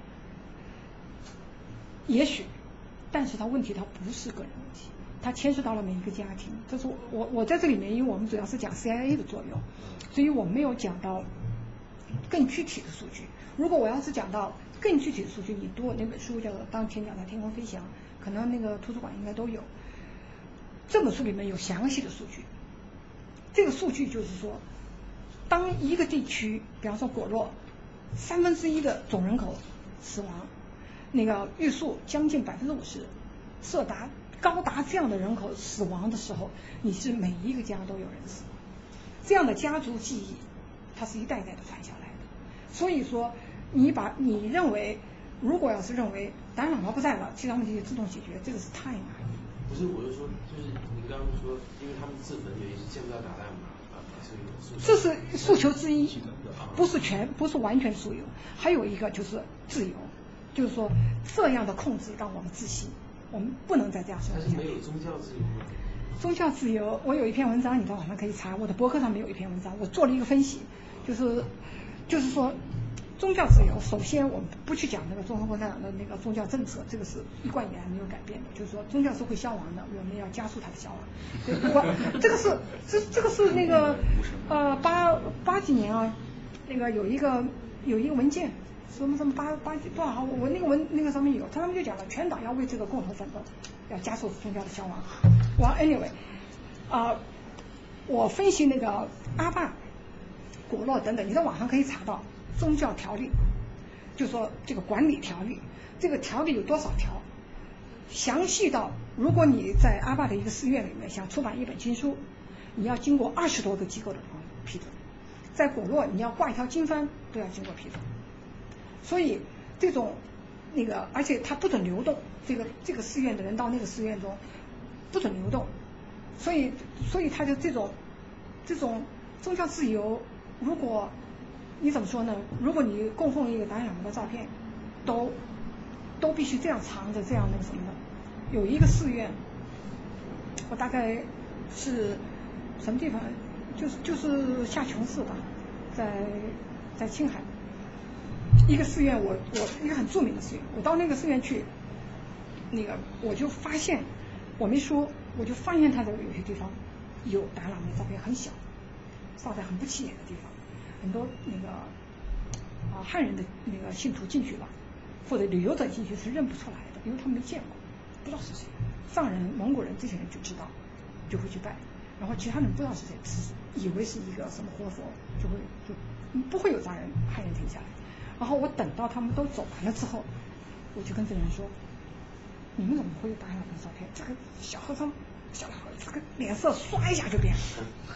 也许，但是他问题他不是个人问题。它牵涉到了每一个家庭，这是我我在这里面，因为我们主要是讲 C I A 的作用，所以我没有讲到更具体的数据。如果我要是讲到更具体的数据，你读我那本书叫做《当前讲的天空飞翔》，可能那个图书馆应该都有。这本书里面有详细的数据。这个数据就是说，当一个地区，比方说果洛，三分之一的总人口死亡，那个玉树将近百分之五十，色达高达这样的人口死亡的时候，你是每一个家都有人死，这样的家族记忆，它是一代代的传下来的。所以说，你把你认为，如果要是认为达赖喇嘛不在了，西藏问题就自动解决，这个是太难了。 不是，我就说，就是您刚刚说，因为他们自焚原因是见不到达赖嘛，啊，所以这是诉求之一，不是全，不是完全诉求。还有一个就是自由，就是说这样的控制让我们窒息。我们不能再这样生活下去。 但是没有宗教自由吗？ 宗教自由，我有一篇文章，你在网上可以查，我的博客上面有一篇文章，我做了一个分析，就是就是说宗教自由，首先我们不去讲那个中国共产党的那个宗教政策，这个是一贯以来没有改变的，就是说宗教是会消亡的，我们要加速它的消亡。我这个是这这个是那个呃八八几年啊，那个有一个有一个文件。什么什么八八多少号？我那个文那个上面有，他们就讲了，全党要为这个共同奋斗，要加速宗教的消亡。我 anyway， 啊、呃，我分析那个阿坝、果洛等等，你在网上可以查到宗教条例，就说这个管理条例，这个条例有多少条，详细到如果你在阿坝的一个寺院里面想出版一本经书，你要经过二十多个机构的批准，在果洛你要挂一条经幡都要经过批准。所以这种那个，而且它不准流动，这个这个寺院的人到那个寺院中不准流动，所以所以他就这种这种宗教自由，如果你怎么说呢？如果你供奉一个达赖喇嘛的照片，都都必须这样藏着，这样那个什么的。有一个寺院，我大概是什么地方？就是就是下琼寺吧，在在青海。一个寺院我，我我一个很著名的寺院，我到那个寺院去，那个我就发现，我没说，我就发现它的有些地方有达赖喇嘛的照片，很小，放在很不起眼的地方，很多那个啊汉人的那个信徒进去吧，或者旅游者进去是认不出来的，因为他们没见过，不知道是谁。藏人、蒙古人这些人就知道，就会去拜，然后其他人不知道是谁，是以为是一个什么活佛，就会就不会有藏人、汉人停下来。然后我等到他们都走完了之后，我就跟这个人说：“你们怎么会有达赖喇嘛的照片？”这个小和尚、小老这个脸色唰一下就变了。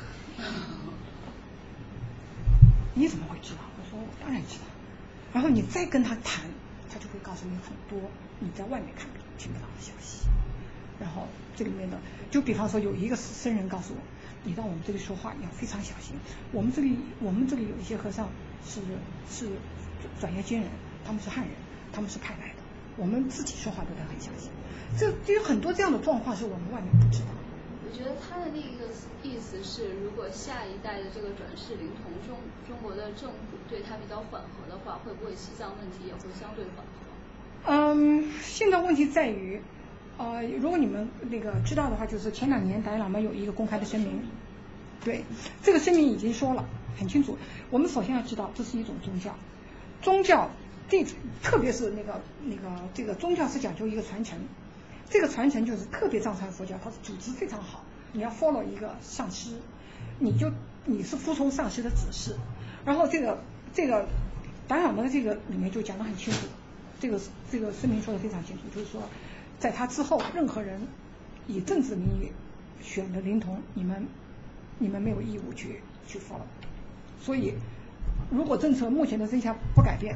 你怎么会知道？我说我当然知道。然后你再跟他谈，他就会告诉你很多你在外面看不听不到的消息。然后这里面的，就比方说有一个僧人告诉我，你到我们这里说话你要非常小心。我们这里我们这里有一些和尚是是转业军人，他们是汉人，他们是派来的，我们自己说话都得很小心。这就有很多这样的状况是我们外面不知道。 我觉得他的另一个意思是，如果下一代的这个转世灵童中中国的政府对他比较缓和的话，会不会西藏问题也会相对缓和？ 嗯，现在问题在于，呃，如果你们那个知道的话，就是前两年达赖喇嘛有一个公开的声明，对，这个声明已经说了很清楚。我们首先要知道，这是一种宗教，宗教这特别是那个那个这个宗教是讲究一个传承。这个传承就是特别藏传佛教，它的组织非常好。你要 follow 一个上师，你就你是服从上师的指示。然后这个这个达赖喇嘛的这个里面就讲得很清楚，这个这个声明说得非常清楚，就是说，在他之后，任何人以政治名义选的灵童，你们你们没有义务去去 follow。所以，如果政策目前的政策不改变，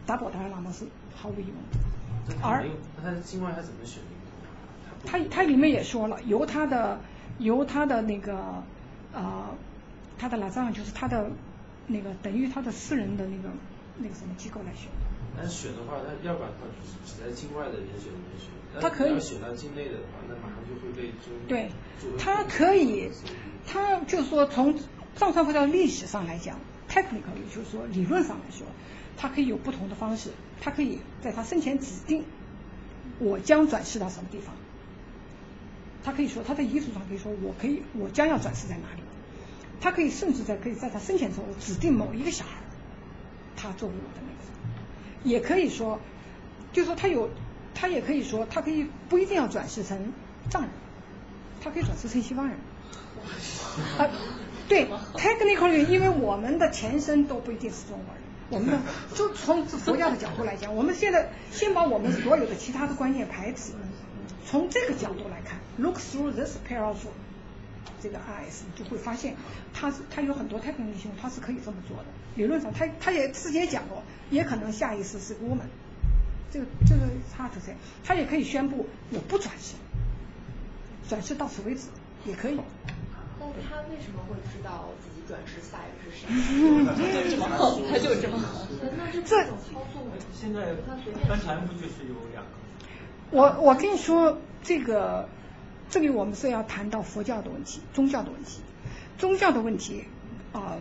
达宝达赖喇嘛是毫无疑问的。 那而那他境外他怎么选灵童？ 他他里面也说了，由他的由他的那个呃他的拉藏就是他的那个等于他的私人的那个那个什么机构来选。 但是选的话，他要不然的话只在境外的人选里面选。 他可以选到境内的话，那马上就会被中。 对，他可以，他就是说从藏传佛教历史上来讲 ，technically 就是说理论上来说，他可以有不同的方式，他可以在他生前指定我将转世到什么地方。他可以说他在遗嘱上可以说我可以我将要转世在哪里。他可以甚至在可以在他生前时候指定某一个小孩，他作为我的那个。也可以说，就是说他有，他也可以说，他可以不一定要转世成藏人，他可以转世成西方人。啊，对 ，technically， 因为我们的前身都不一定是中国人，我们的就从佛教的角度来讲，我们现在先把我们所有的其他的观念排斥，从这个角度来看 ，look through this pair of 这个 eyes， 就会发现他是他有很多 technical 性，他是可以这么做的。理论上，他他也自己也讲过，也可能下一世是个 woman， 这个这个他就这样，他也可以宣布我不转世，转世到此为止也可以。 但他为什么会知道自己转世下一个是谁？他就这么横，他就这么横。那这种操纵， 现在翻船不就是有两个？ 我我跟你说，这个这里我们是要谈到佛教的问题，宗教的问题，宗教的问题啊。呃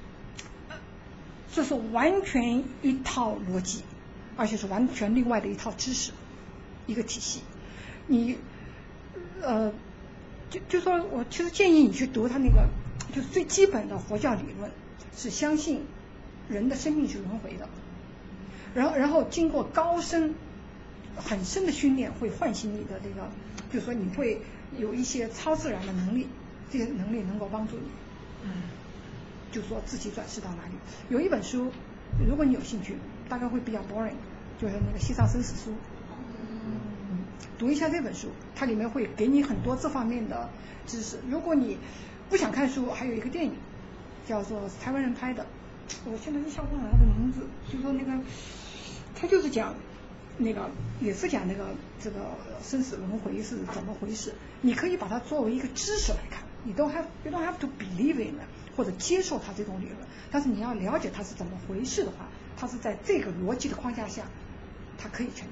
这是完全一套逻辑，而且是完全另外的一套知识，一个体系。你呃，就就说我其实建议你去读他那个，就是最基本的佛教理论，是相信人的生命是轮回的，然后然后经过高深、很深的训练，会唤醒你的这个，就是说你会有一些超自然的能力，这些能力能够帮助你。嗯。就说自己转世到哪里。有一本书，如果你有兴趣，大概会比较 boring， 就是那个《西藏生死书》。嗯，读一下这本书，它里面会给你很多这方面的知识。如果你不想看书，还有一个电影叫做台湾人拍的，我现在一下忘了它的名字，就说那个，他就是讲那个也是讲那个这个生死轮回是怎么回事。你可以把它作为一个知识来看，你 don't have you don't have to believe in it。或者接受它这种理论，但是你要了解它是怎么回事的话，它是在这个逻辑的框架下，它可以成立。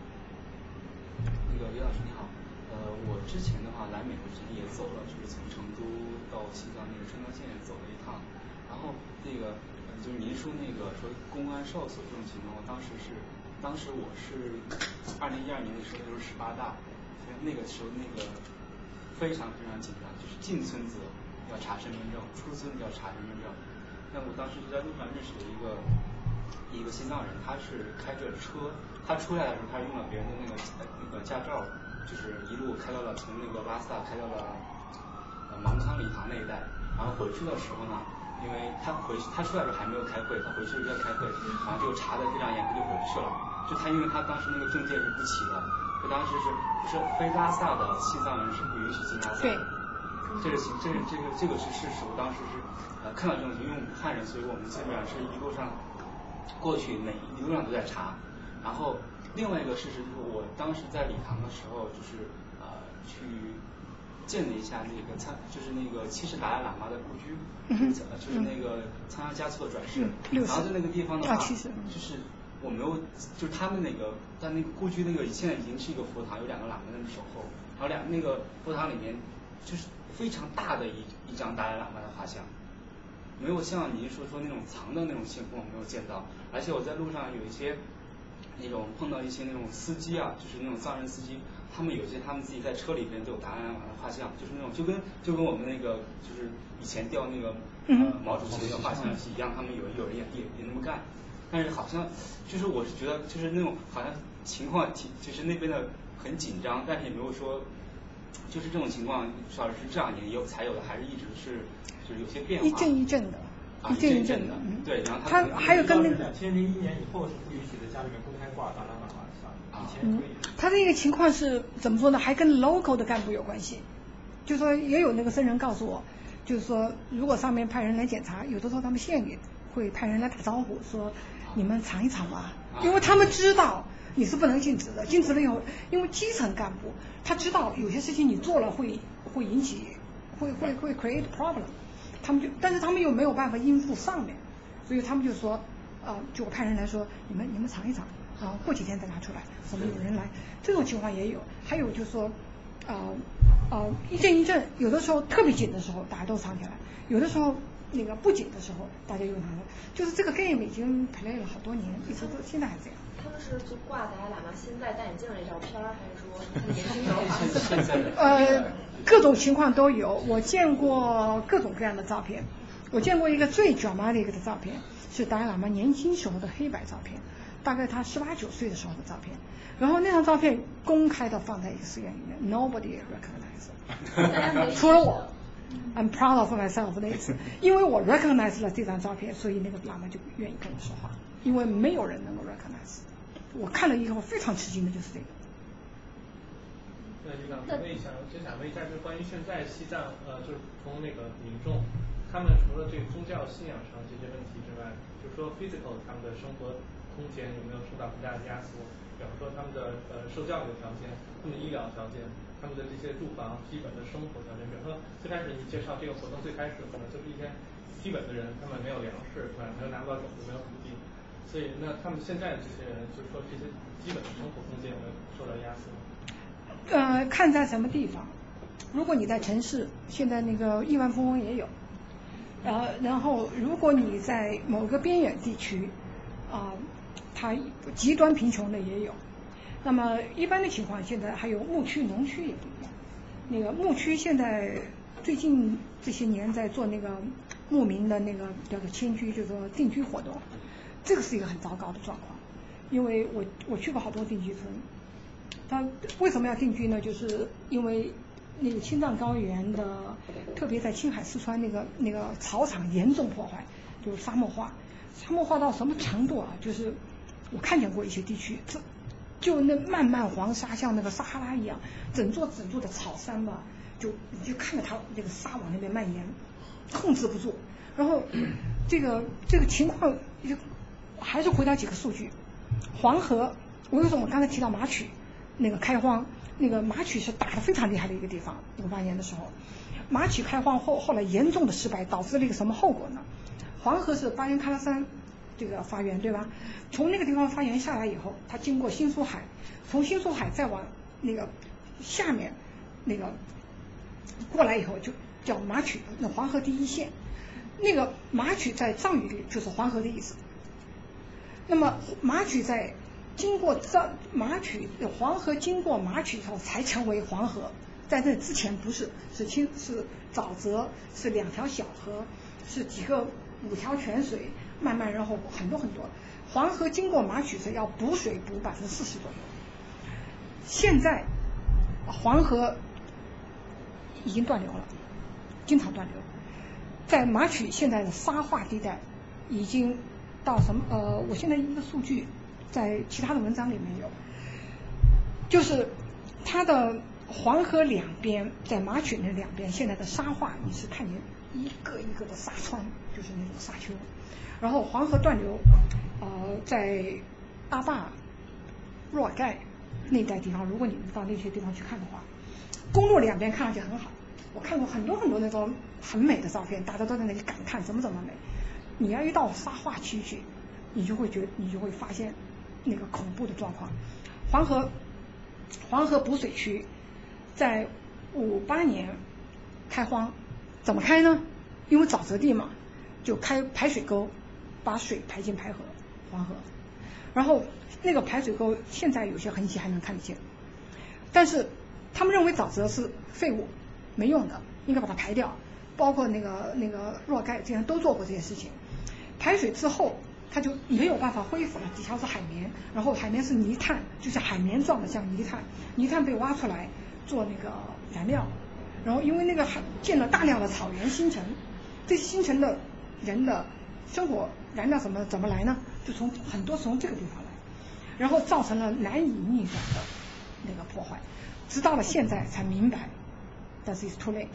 那个李老师你好，呃，我之前的话来美国之前也走了，就是从成都到西藏那个川藏线走了一趟，然后那个就是您说那个说公安哨所这种情况，我当时是当时我是二零一二年的时候就是十八大，所以那个时候那个非常非常紧张，就是进村子要查身份证，出村要查身份证。但我当时就在路上认识了一个一个西藏人，他是开着车，他出来的时候他用了别人的那个那个驾照，就是一路开到了从那个拉萨开到了呃芒康礼堂那一带，然后回去的时候呢，因为他回他出来的时候还没有开会，他回去要开会，然后就查的非常严，他就回去了。就他因为他当时那个证件是不齐的，就当时是就是非拉萨的西藏人是不允许进拉萨。 对。 这个这个这个这个是事实，我当时是呃看到这种，因为我们汉人，所以我们基本上是一路上过去每一路上都在查。然后另外一个事实就是，我当时在礼堂的时候，就是呃去见了一下那个参，就是那个七十达赖喇嘛的故居，嗯、就是那个仓央嘉措的转世。嗯、然后在那个地方的话，就是我没有，就是他们那个在那个故居那个现在已经是一个佛堂，有两个喇嘛在那守候，然后两那个佛堂里面就是非常大的一一张达赖喇嘛的画像，没有像您说说那种藏的那种情况没有见到，而且我在路上有一些那种碰到一些那种司机啊，就是那种藏人司机，他们有些他们自己在车里边都有达赖喇嘛的画像，就是那种就跟就跟我们那个就是以前雕那个呃毛主席那个画像是一样，他们有有人也也也那么干，但是好像就是我是觉得就是那种好像情况挺就是那边的很紧张，但是也没有说。就是这种情况，至少是这两年有才有的，还是一直是就是有些变化。 一阵一阵的， 啊、一阵一阵的，嗯、对。然后他还有跟那两千零一年以后是不允许在家里面公开挂达赖喇嘛像，以前可以。 嗯、他这个情况是怎么说呢？还跟 local 的干部有关系。就说也有那个僧人告诉我，就是说如果上面派人来检查，有的时候他们县里会派人来打招呼，说你们尝一尝吧，因为他们知道你是不能禁止的，禁止了以后，因为基层干部他知道有些事情你做了会会引起会会会 create problem， 他们就但是他们又没有办法应付上面，所以他们就说啊、呃，就我派人来说你们你们尝一尝，然后过几天再拿出来，我们有人来，这种情况也有，还有就是说啊啊、呃呃、一阵一阵，有的时候特别紧的时候大家都藏起来，有的时候那个不紧的时候大家又拿了，就是这个 game 已经 play 了好多年，一直都现在还这样。 他们是就挂达赖喇嘛现在戴眼镜那照片，还是说年轻时候？ 呃，各种情况都有，我见过各种各样的照片。我见过一个最 dramatic 的照片，是达赖喇嘛年轻时候的黑白照片，大概他十八九岁的时候的照片。然后那张照片公开的放在一个寺院里面 ，nobody recognize， 除了我。I'm proud of myself 那一次，因为我 recognize 了这张照片，所以那个喇嘛就愿意跟我说话，因为没有人能够 recognize。我看了以后非常吃惊的就是这个。 那就想问一下，就想问一下，就是关于现在西藏呃，就是普通那个民众，他们除了这个宗教信仰上这些问题之外，就是说 physical 他们的生活空间有没有受到很大的压缩？比方说他们的呃受教育的条件、他们的医疗条件、他们的这些住房基本的生活条件。比如说最开始你介绍这个活动最开始可能就是一些基本的人，他们没有粮食，对吧？没有拿不到种子，没有土地，所以那他们现在这些人，就是说这些基本的生活空间有没有受到压缩？ 呃，看在什么地方。如果你在城市，现在那个亿万富翁也有，呃，然后如果你在某个边远地区，啊、呃，它极端贫穷的也有。那么一般的情况，现在还有牧区、农区也不一样。那个牧区现在最近这些年在做那个牧民的那个叫做迁居，就是说定居活动，这个是一个很糟糕的状况。因为我我去过好多定居村，他为什么要定居呢？就是因为那个青藏高原的，特别在青海、四川那个那个草场严重破坏，就是沙漠化，沙漠化到什么程度啊？就是我看见过一些地区，这就那漫漫黄沙像那个撒哈拉一样，整座整座的草山吧，就你就看着它那个沙往那边蔓延，控制不住。然后这个这个情况就还是回到几个数据，黄河，我为什么我刚才提到马曲那个开荒，那个马曲是打得非常厉害的一个地方，五八年的时候，马曲开荒后后来严重的失败，导致了一个什么后果呢？黄河是巴颜喀拉山这个发源，对吧？从那个地方发源下来以后，它经过新苏海，从新苏海再往那个下面那个过来以后，就叫马曲，那黄河第一线。那个马曲在藏语里就是黄河的意思。那么马曲在经过藏马曲黄河经过马曲以后才成为黄河，在这之前不是，是清是沼泽，是两条小河，是几个五条泉水，慢慢然后很多很多。黄河经过马曲是要补水补百分之四十左右，现在黄河已经断流了，经常断流。在马曲现在的沙化地带已经到什么？呃，我现在一个数据在其他的文章里面有，就是它的黄河两边，在马曲那两边，现在的沙化你是看见一个一个的沙川，就是那种沙丘。然后黄河断流，呃，在阿坝、若尔盖那带地方，如果你们到那些地方去看的话，公路两边看上去很好。我看过很多很多那种很美的照片，大家都在那里感叹怎么怎么美。你要一到沙化区去，你就会觉得你就会发现那个恐怖的状况。黄河黄河补水区在五八年开荒，怎么开呢？因为沼泽地嘛，就开排水沟，把水排进排河黄河。然后那个排水沟现在有些痕迹还能看得见，但是他们认为沼泽是废物，没用的，应该把它排掉。包括那个那个若盖这样都做过这些事情。排水之后，它就没有办法恢复了，底下是海绵，然后海绵是泥炭，就是海绵状的，像泥炭，泥炭被挖出来做那个燃料，然后因为那个建了大量的草原新城，这些新城的人的生活燃料怎么怎么来呢？就从很多从这个地方来，然后造成了难以逆转的那个破坏，直到了现在才明白 ，that is too late。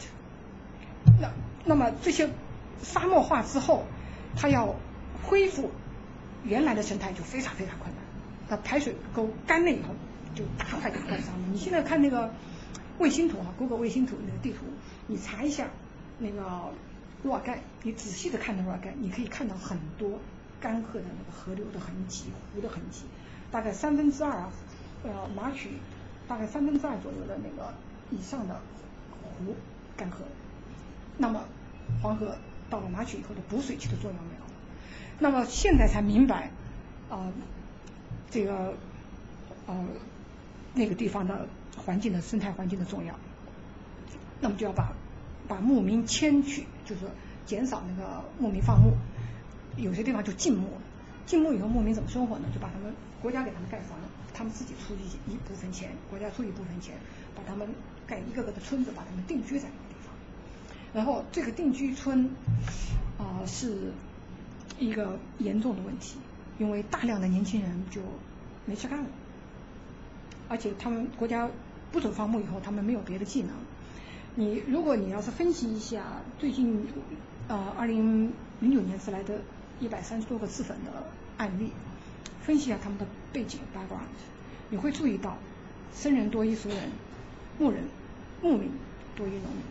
那那么这些沙漠化之后，它要恢复原来的生态就非常非常困难。它排水沟干了以后，就大块大块上面。你现在看那个卫星图啊 ，Google 卫星图那个地图，你查一下那个若尔盖，你仔细的看那若尔盖，你可以看到很多干涸的那个河流的痕迹、湖的痕迹，大概三分之二啊，呃，马曲大概三分之二左右的那个以上的湖干涸。那么黄河到了马曲以后的补水期的作用没有了。那么现在才明白啊、呃，这个呃那个地方的环境的生态环境的重要。那么就要把把牧民迁去，就是说减少那个牧民放牧，有些地方就禁牧，禁牧以后牧民怎么生活呢？就把他们国家给他们盖房，他们自己出一一部分钱，国家出一部分钱，把他们盖一个个的村子，把他们定居在那个地方。然后这个定居村啊、呃、是一个严重的问题，因为大量的年轻人就没事干了，而且他们国家不准放牧以后，他们没有别的技能。你如果你要是分析一下最近呃二零零九年出来的一百三十多个自焚的案例，分析一下他们的背景 background， 你会注意到僧人多于俗人，牧人牧民多于农民，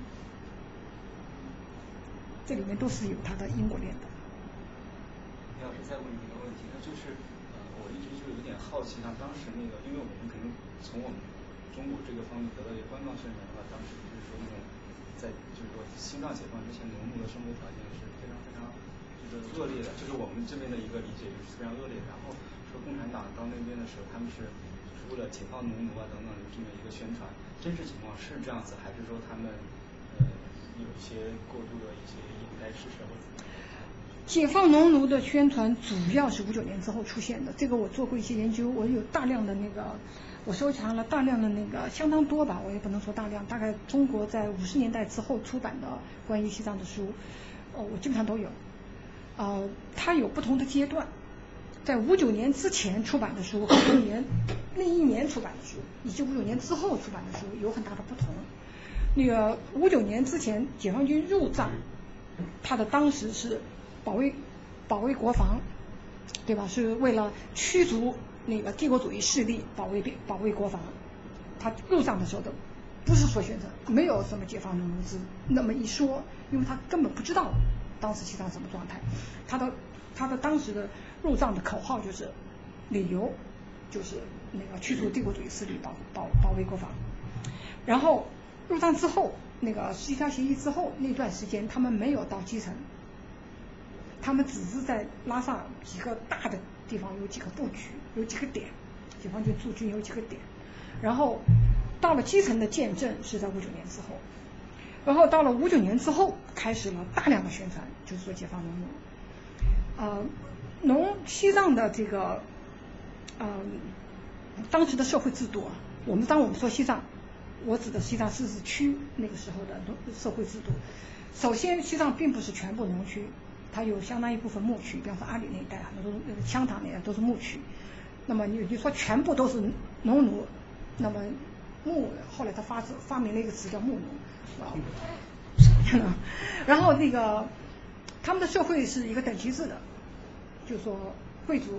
这里面都是有它的因果链的。 李老师再问你一个问题，那就是呃我一直就有点好奇，那当时那个，因为我们肯定从我们中国这个方面得到一个官方宣传的话，当时就是说那种在就是说西藏解放之前，农牧的生活条件是非常非常就是恶劣的，就是我们这边的一个理解就是非常恶劣。然后说共产党到那边的时候，他们是就是为了解放农奴啊等等这么一个宣传，真实情况是这样子，还是说他们呃有一些过度的一些掩盖事实或者？ 解放农奴的宣传主要是五九年之后出现的，这个我做过一些研究，我有大量的那个，我收藏了大量的那个，相当多吧，我也不能说大量，大概中国在五十年代之后出版的关于西藏的书，哦，我基本上都有。呃，它有不同的阶段，在五九年之前出版的书和五九年那一年出版的书，以及五九年之后出版的书有很大的不同。那个五九年之前，解放军入藏，它的当时是保卫保卫国防，对吧？是为了驱逐那个帝国主义势力，保卫保卫国防。他入藏的时候的不是说宣传，没有什么解放农奴制那么一说，因为他根本不知道当时西藏什么状态。他的他的当时的入藏的口号就是理由就是那个驱逐帝国主义势力，保保保卫国防。然后入藏之后，那个十七条协议之后那段时间，他们没有到基层。他们只是在拉萨几个大的地方有几个布局，有几个点，解放军驻军有几个点，然后到了基层的建政是在五九年之后，然后到了五九年之后开始了大量的宣传，就是说解放农奴。呃，农西藏的这个呃当时的社会制度啊，我们当我们说西藏，我指的西藏自治区那个时候的社会制度，首先西藏并不是全部农区。它有相当一部分牧区，比方说阿里那一带，很多都是羌塘那一带都是牧区。那么你你说全部都是农奴，那么牧后来他发发明了一个词叫牧奴，啊，然后那个他们的社会是一个等级制的，就是说贵族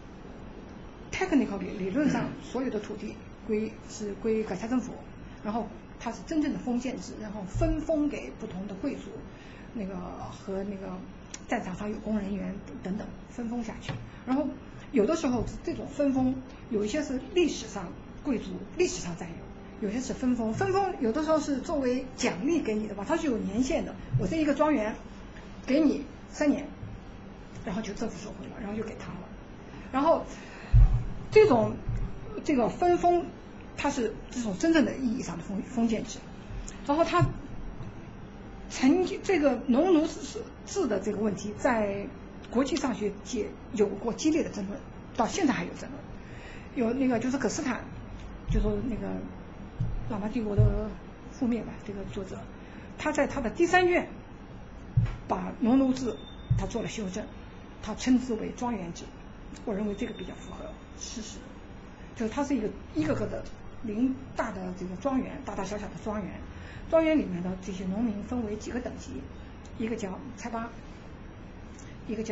technical 理理论上所有的土地归是归改革政府，然后它是真正的封建制，然后分封给不同的贵族，那个和那个。战场上有工人员等等分封下去，然后有的时候这种分封有一些是历史上贵族历史上占有，有些是分封，分封有的时候是作为奖励给你的吧，它是有年限的，我这一个庄园给你三年，然后就政府收回了，然后就给他了，然后这种这个分封它是这种真正的意义上的封封建制，然后它曾经这个农奴制的这个问题，在国际上学界有过激烈的争论，到现在还有争论。有那个就是葛斯坦，就说那个喇嘛帝国的覆灭吧，这个作者，他在他的第三卷把农奴制他做了修正，他称之为庄园制。我认为这个比较符合事实，就是它是一个一个个的零大的这个庄园，大大小小的庄园。庄园里面的这些农民分为几个等级，一个叫猜巴，一个叫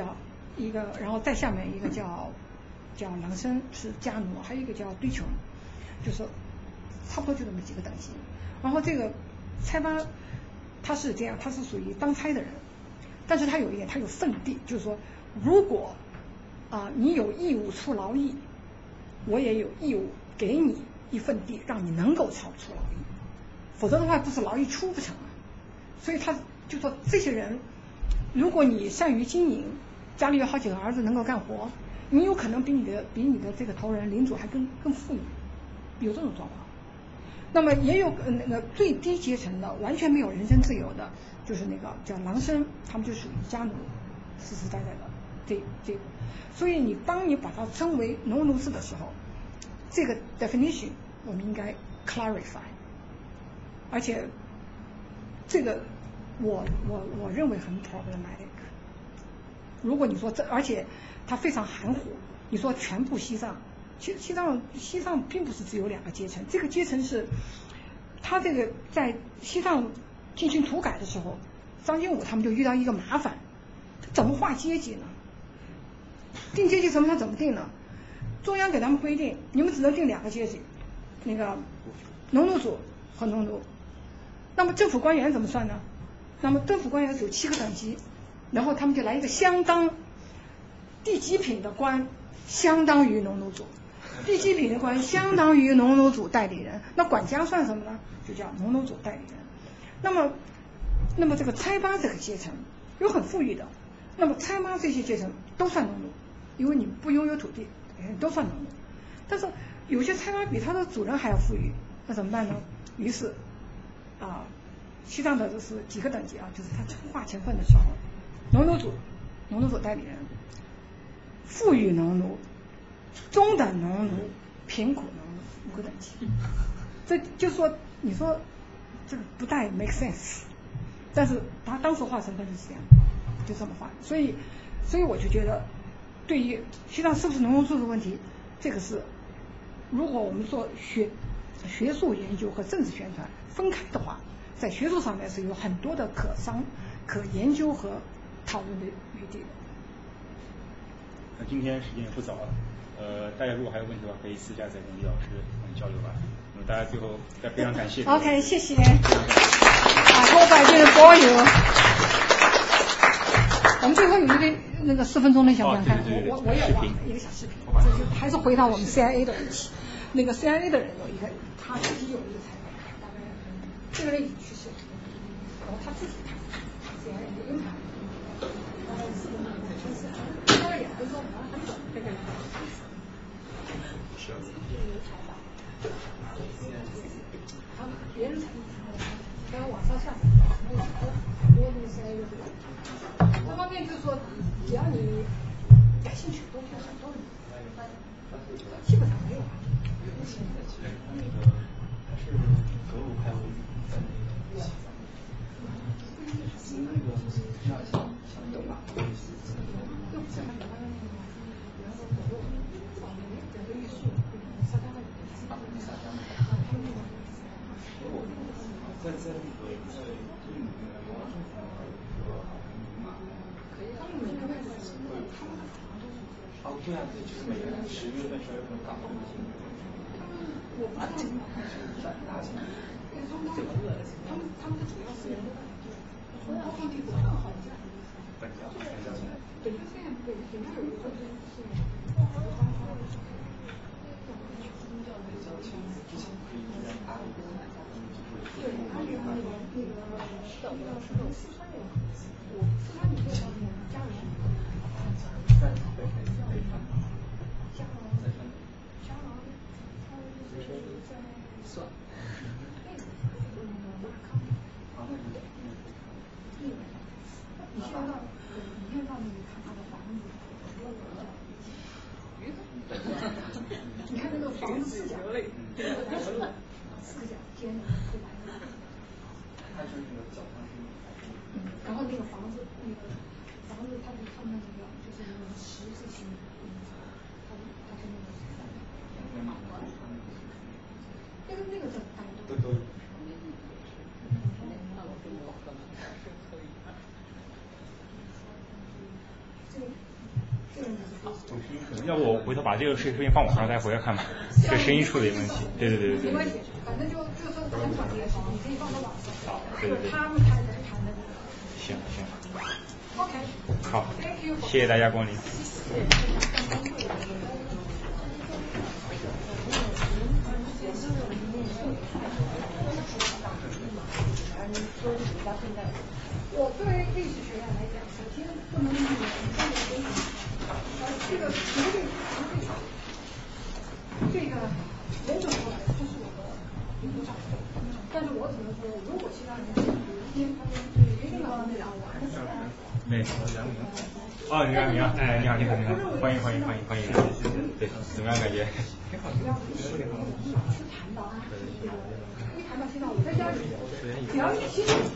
一个，然后再下面一个叫叫狼参是加奴，还有一个叫堆琼，就是差不多就这么几个等级。然后这个猜吧，他是这样，他是属于当差的人，但是他有一点，他有份地，就是说，如果啊、呃、你有义务出劳役，我也有义务给你一份地，让你能够超出劳役，否则的话不是劳役出不成啊。所以他就说这些人，如果你善于经营，家里有好几个儿子能够干活，你有可能比你的比你的这个头人领主还更更富裕，有这种状况。那么也有那个最低阶层的完全没有人身自由的，就是那个叫狼参，他们就属于家奴，实实在在的这这个。所以你当你把它称为农奴制的时候，这个 definition 我们应该 clarify， 而且这个我我我认为很 problematic。如果你说这，而且它非常含糊，你说全部西藏。其实西藏西藏并不是只有两个阶层，这个阶层是他这个在西藏进行土改的时候，张经武他们就遇到一个麻烦，怎么划阶级呢？定阶级什么他怎么定呢？中央给他们规定，你们只能定两个阶级，那个农奴组和农奴。那么政府官员怎么算呢？那么政府官员有七个等级，然后他们就来一个相当，第几品的官相当于农奴组。第几品的官相当于农奴组代理人，那管家算什么呢？就叫农奴组代理人。那么，那么这个猜吧这个阶层有很富裕的，那么猜吧这些阶层都算农奴，因为你不拥有土地，都算农奴。但是有些猜吧比他的主人还要富裕，那怎么办呢？于是啊，西藏的就是几个等级啊，就是他划成分的时候，农奴组、农奴组代理人、富裕农奴。中等农奴、贫苦农奴五个等级，这就说你说这个不太 make sense， 但是他当时划成分是这样，就这么划，所以所以我就觉得，对于西藏是不是农奴制的问题，这个是如果我们做学学术研究和政治宣传分开的话，在学术上面是有很多的可商、可研究和讨论的余地的。 那今天时间也不早了。呃，大家如果还有问题的话，可以私下再跟李老师交流吧。那么大家最后再非常感谢。 OK， 谢谢。I hope I didn't bore you。我们最后有一个那个四分钟的想不想看？ 哦、对对对我我也忘了一个小视频，这就还是回到我们 C I A 的问题。那个 C I A 的人有一个，他自己有一个采访，大概这个人已经去世了，然后他自己谈 C I A 的英谈，大概四分钟，大概两分钟，很短，这个。他别人才刚刚网上下载很多很多那个 C I A 的这方面就是说，只要你感兴趣，都有很多人，基本上没有。 那个还是格鲁派为主，在那个西藏，那个像像像德玛那些， 就像他们那个，然后走路，啊，整个艺术，沙滩的， 沙滩的，在在那个在对那个流亡政府那个马， 他们每个月都是，他们哦，对啊，对，就是每年十月份、十二月份港风节。 我不知道怎么回事， 大型。 他们这个恶心，他们他们的主要是人，从高峰地更好一点。 本家本家本身现在本本家有一个就是是， 之前可以让阿里对，阿里那个那个那个是有四川人，我四川有个家人， 在北北北川， 家人在川， 家人，他就是在算， 那个那个马康， 啊，那个那个， 你现在到你现在到那里看他的房子，你看那个房子四角，四角尖的，对吧？ 它是那个脚上是。 嗯，然后那个房子，那个房子，它不是他们那个就是那种十字形，嗯，它它是那个。那个那个在大陆。 都都有。 这个。 要不我回头把这个视频放网上，大家回来看吧。这声音出了点问题。对对对对对。 没关系，反正就就说很短的一个视频，你可以放在网上。 好，对对对。 他们谈人谈的。 行行。 OK。 好，谢谢大家光临。 我作为历史学院来讲，首先不能以人生的为主，呃，这个绝对这个人怎么说来，这是我的领导长辈，但是我只能说，如果其他人有一天他们决定了这样玩的时候， 没错，杨明。哦，李阳明，哎，你好，你好，你好，欢迎欢迎欢迎欢迎，对，怎么样感觉？挺好，挺好，挺好。 谈到这个，一谈到西藏，我在家里，只要一提。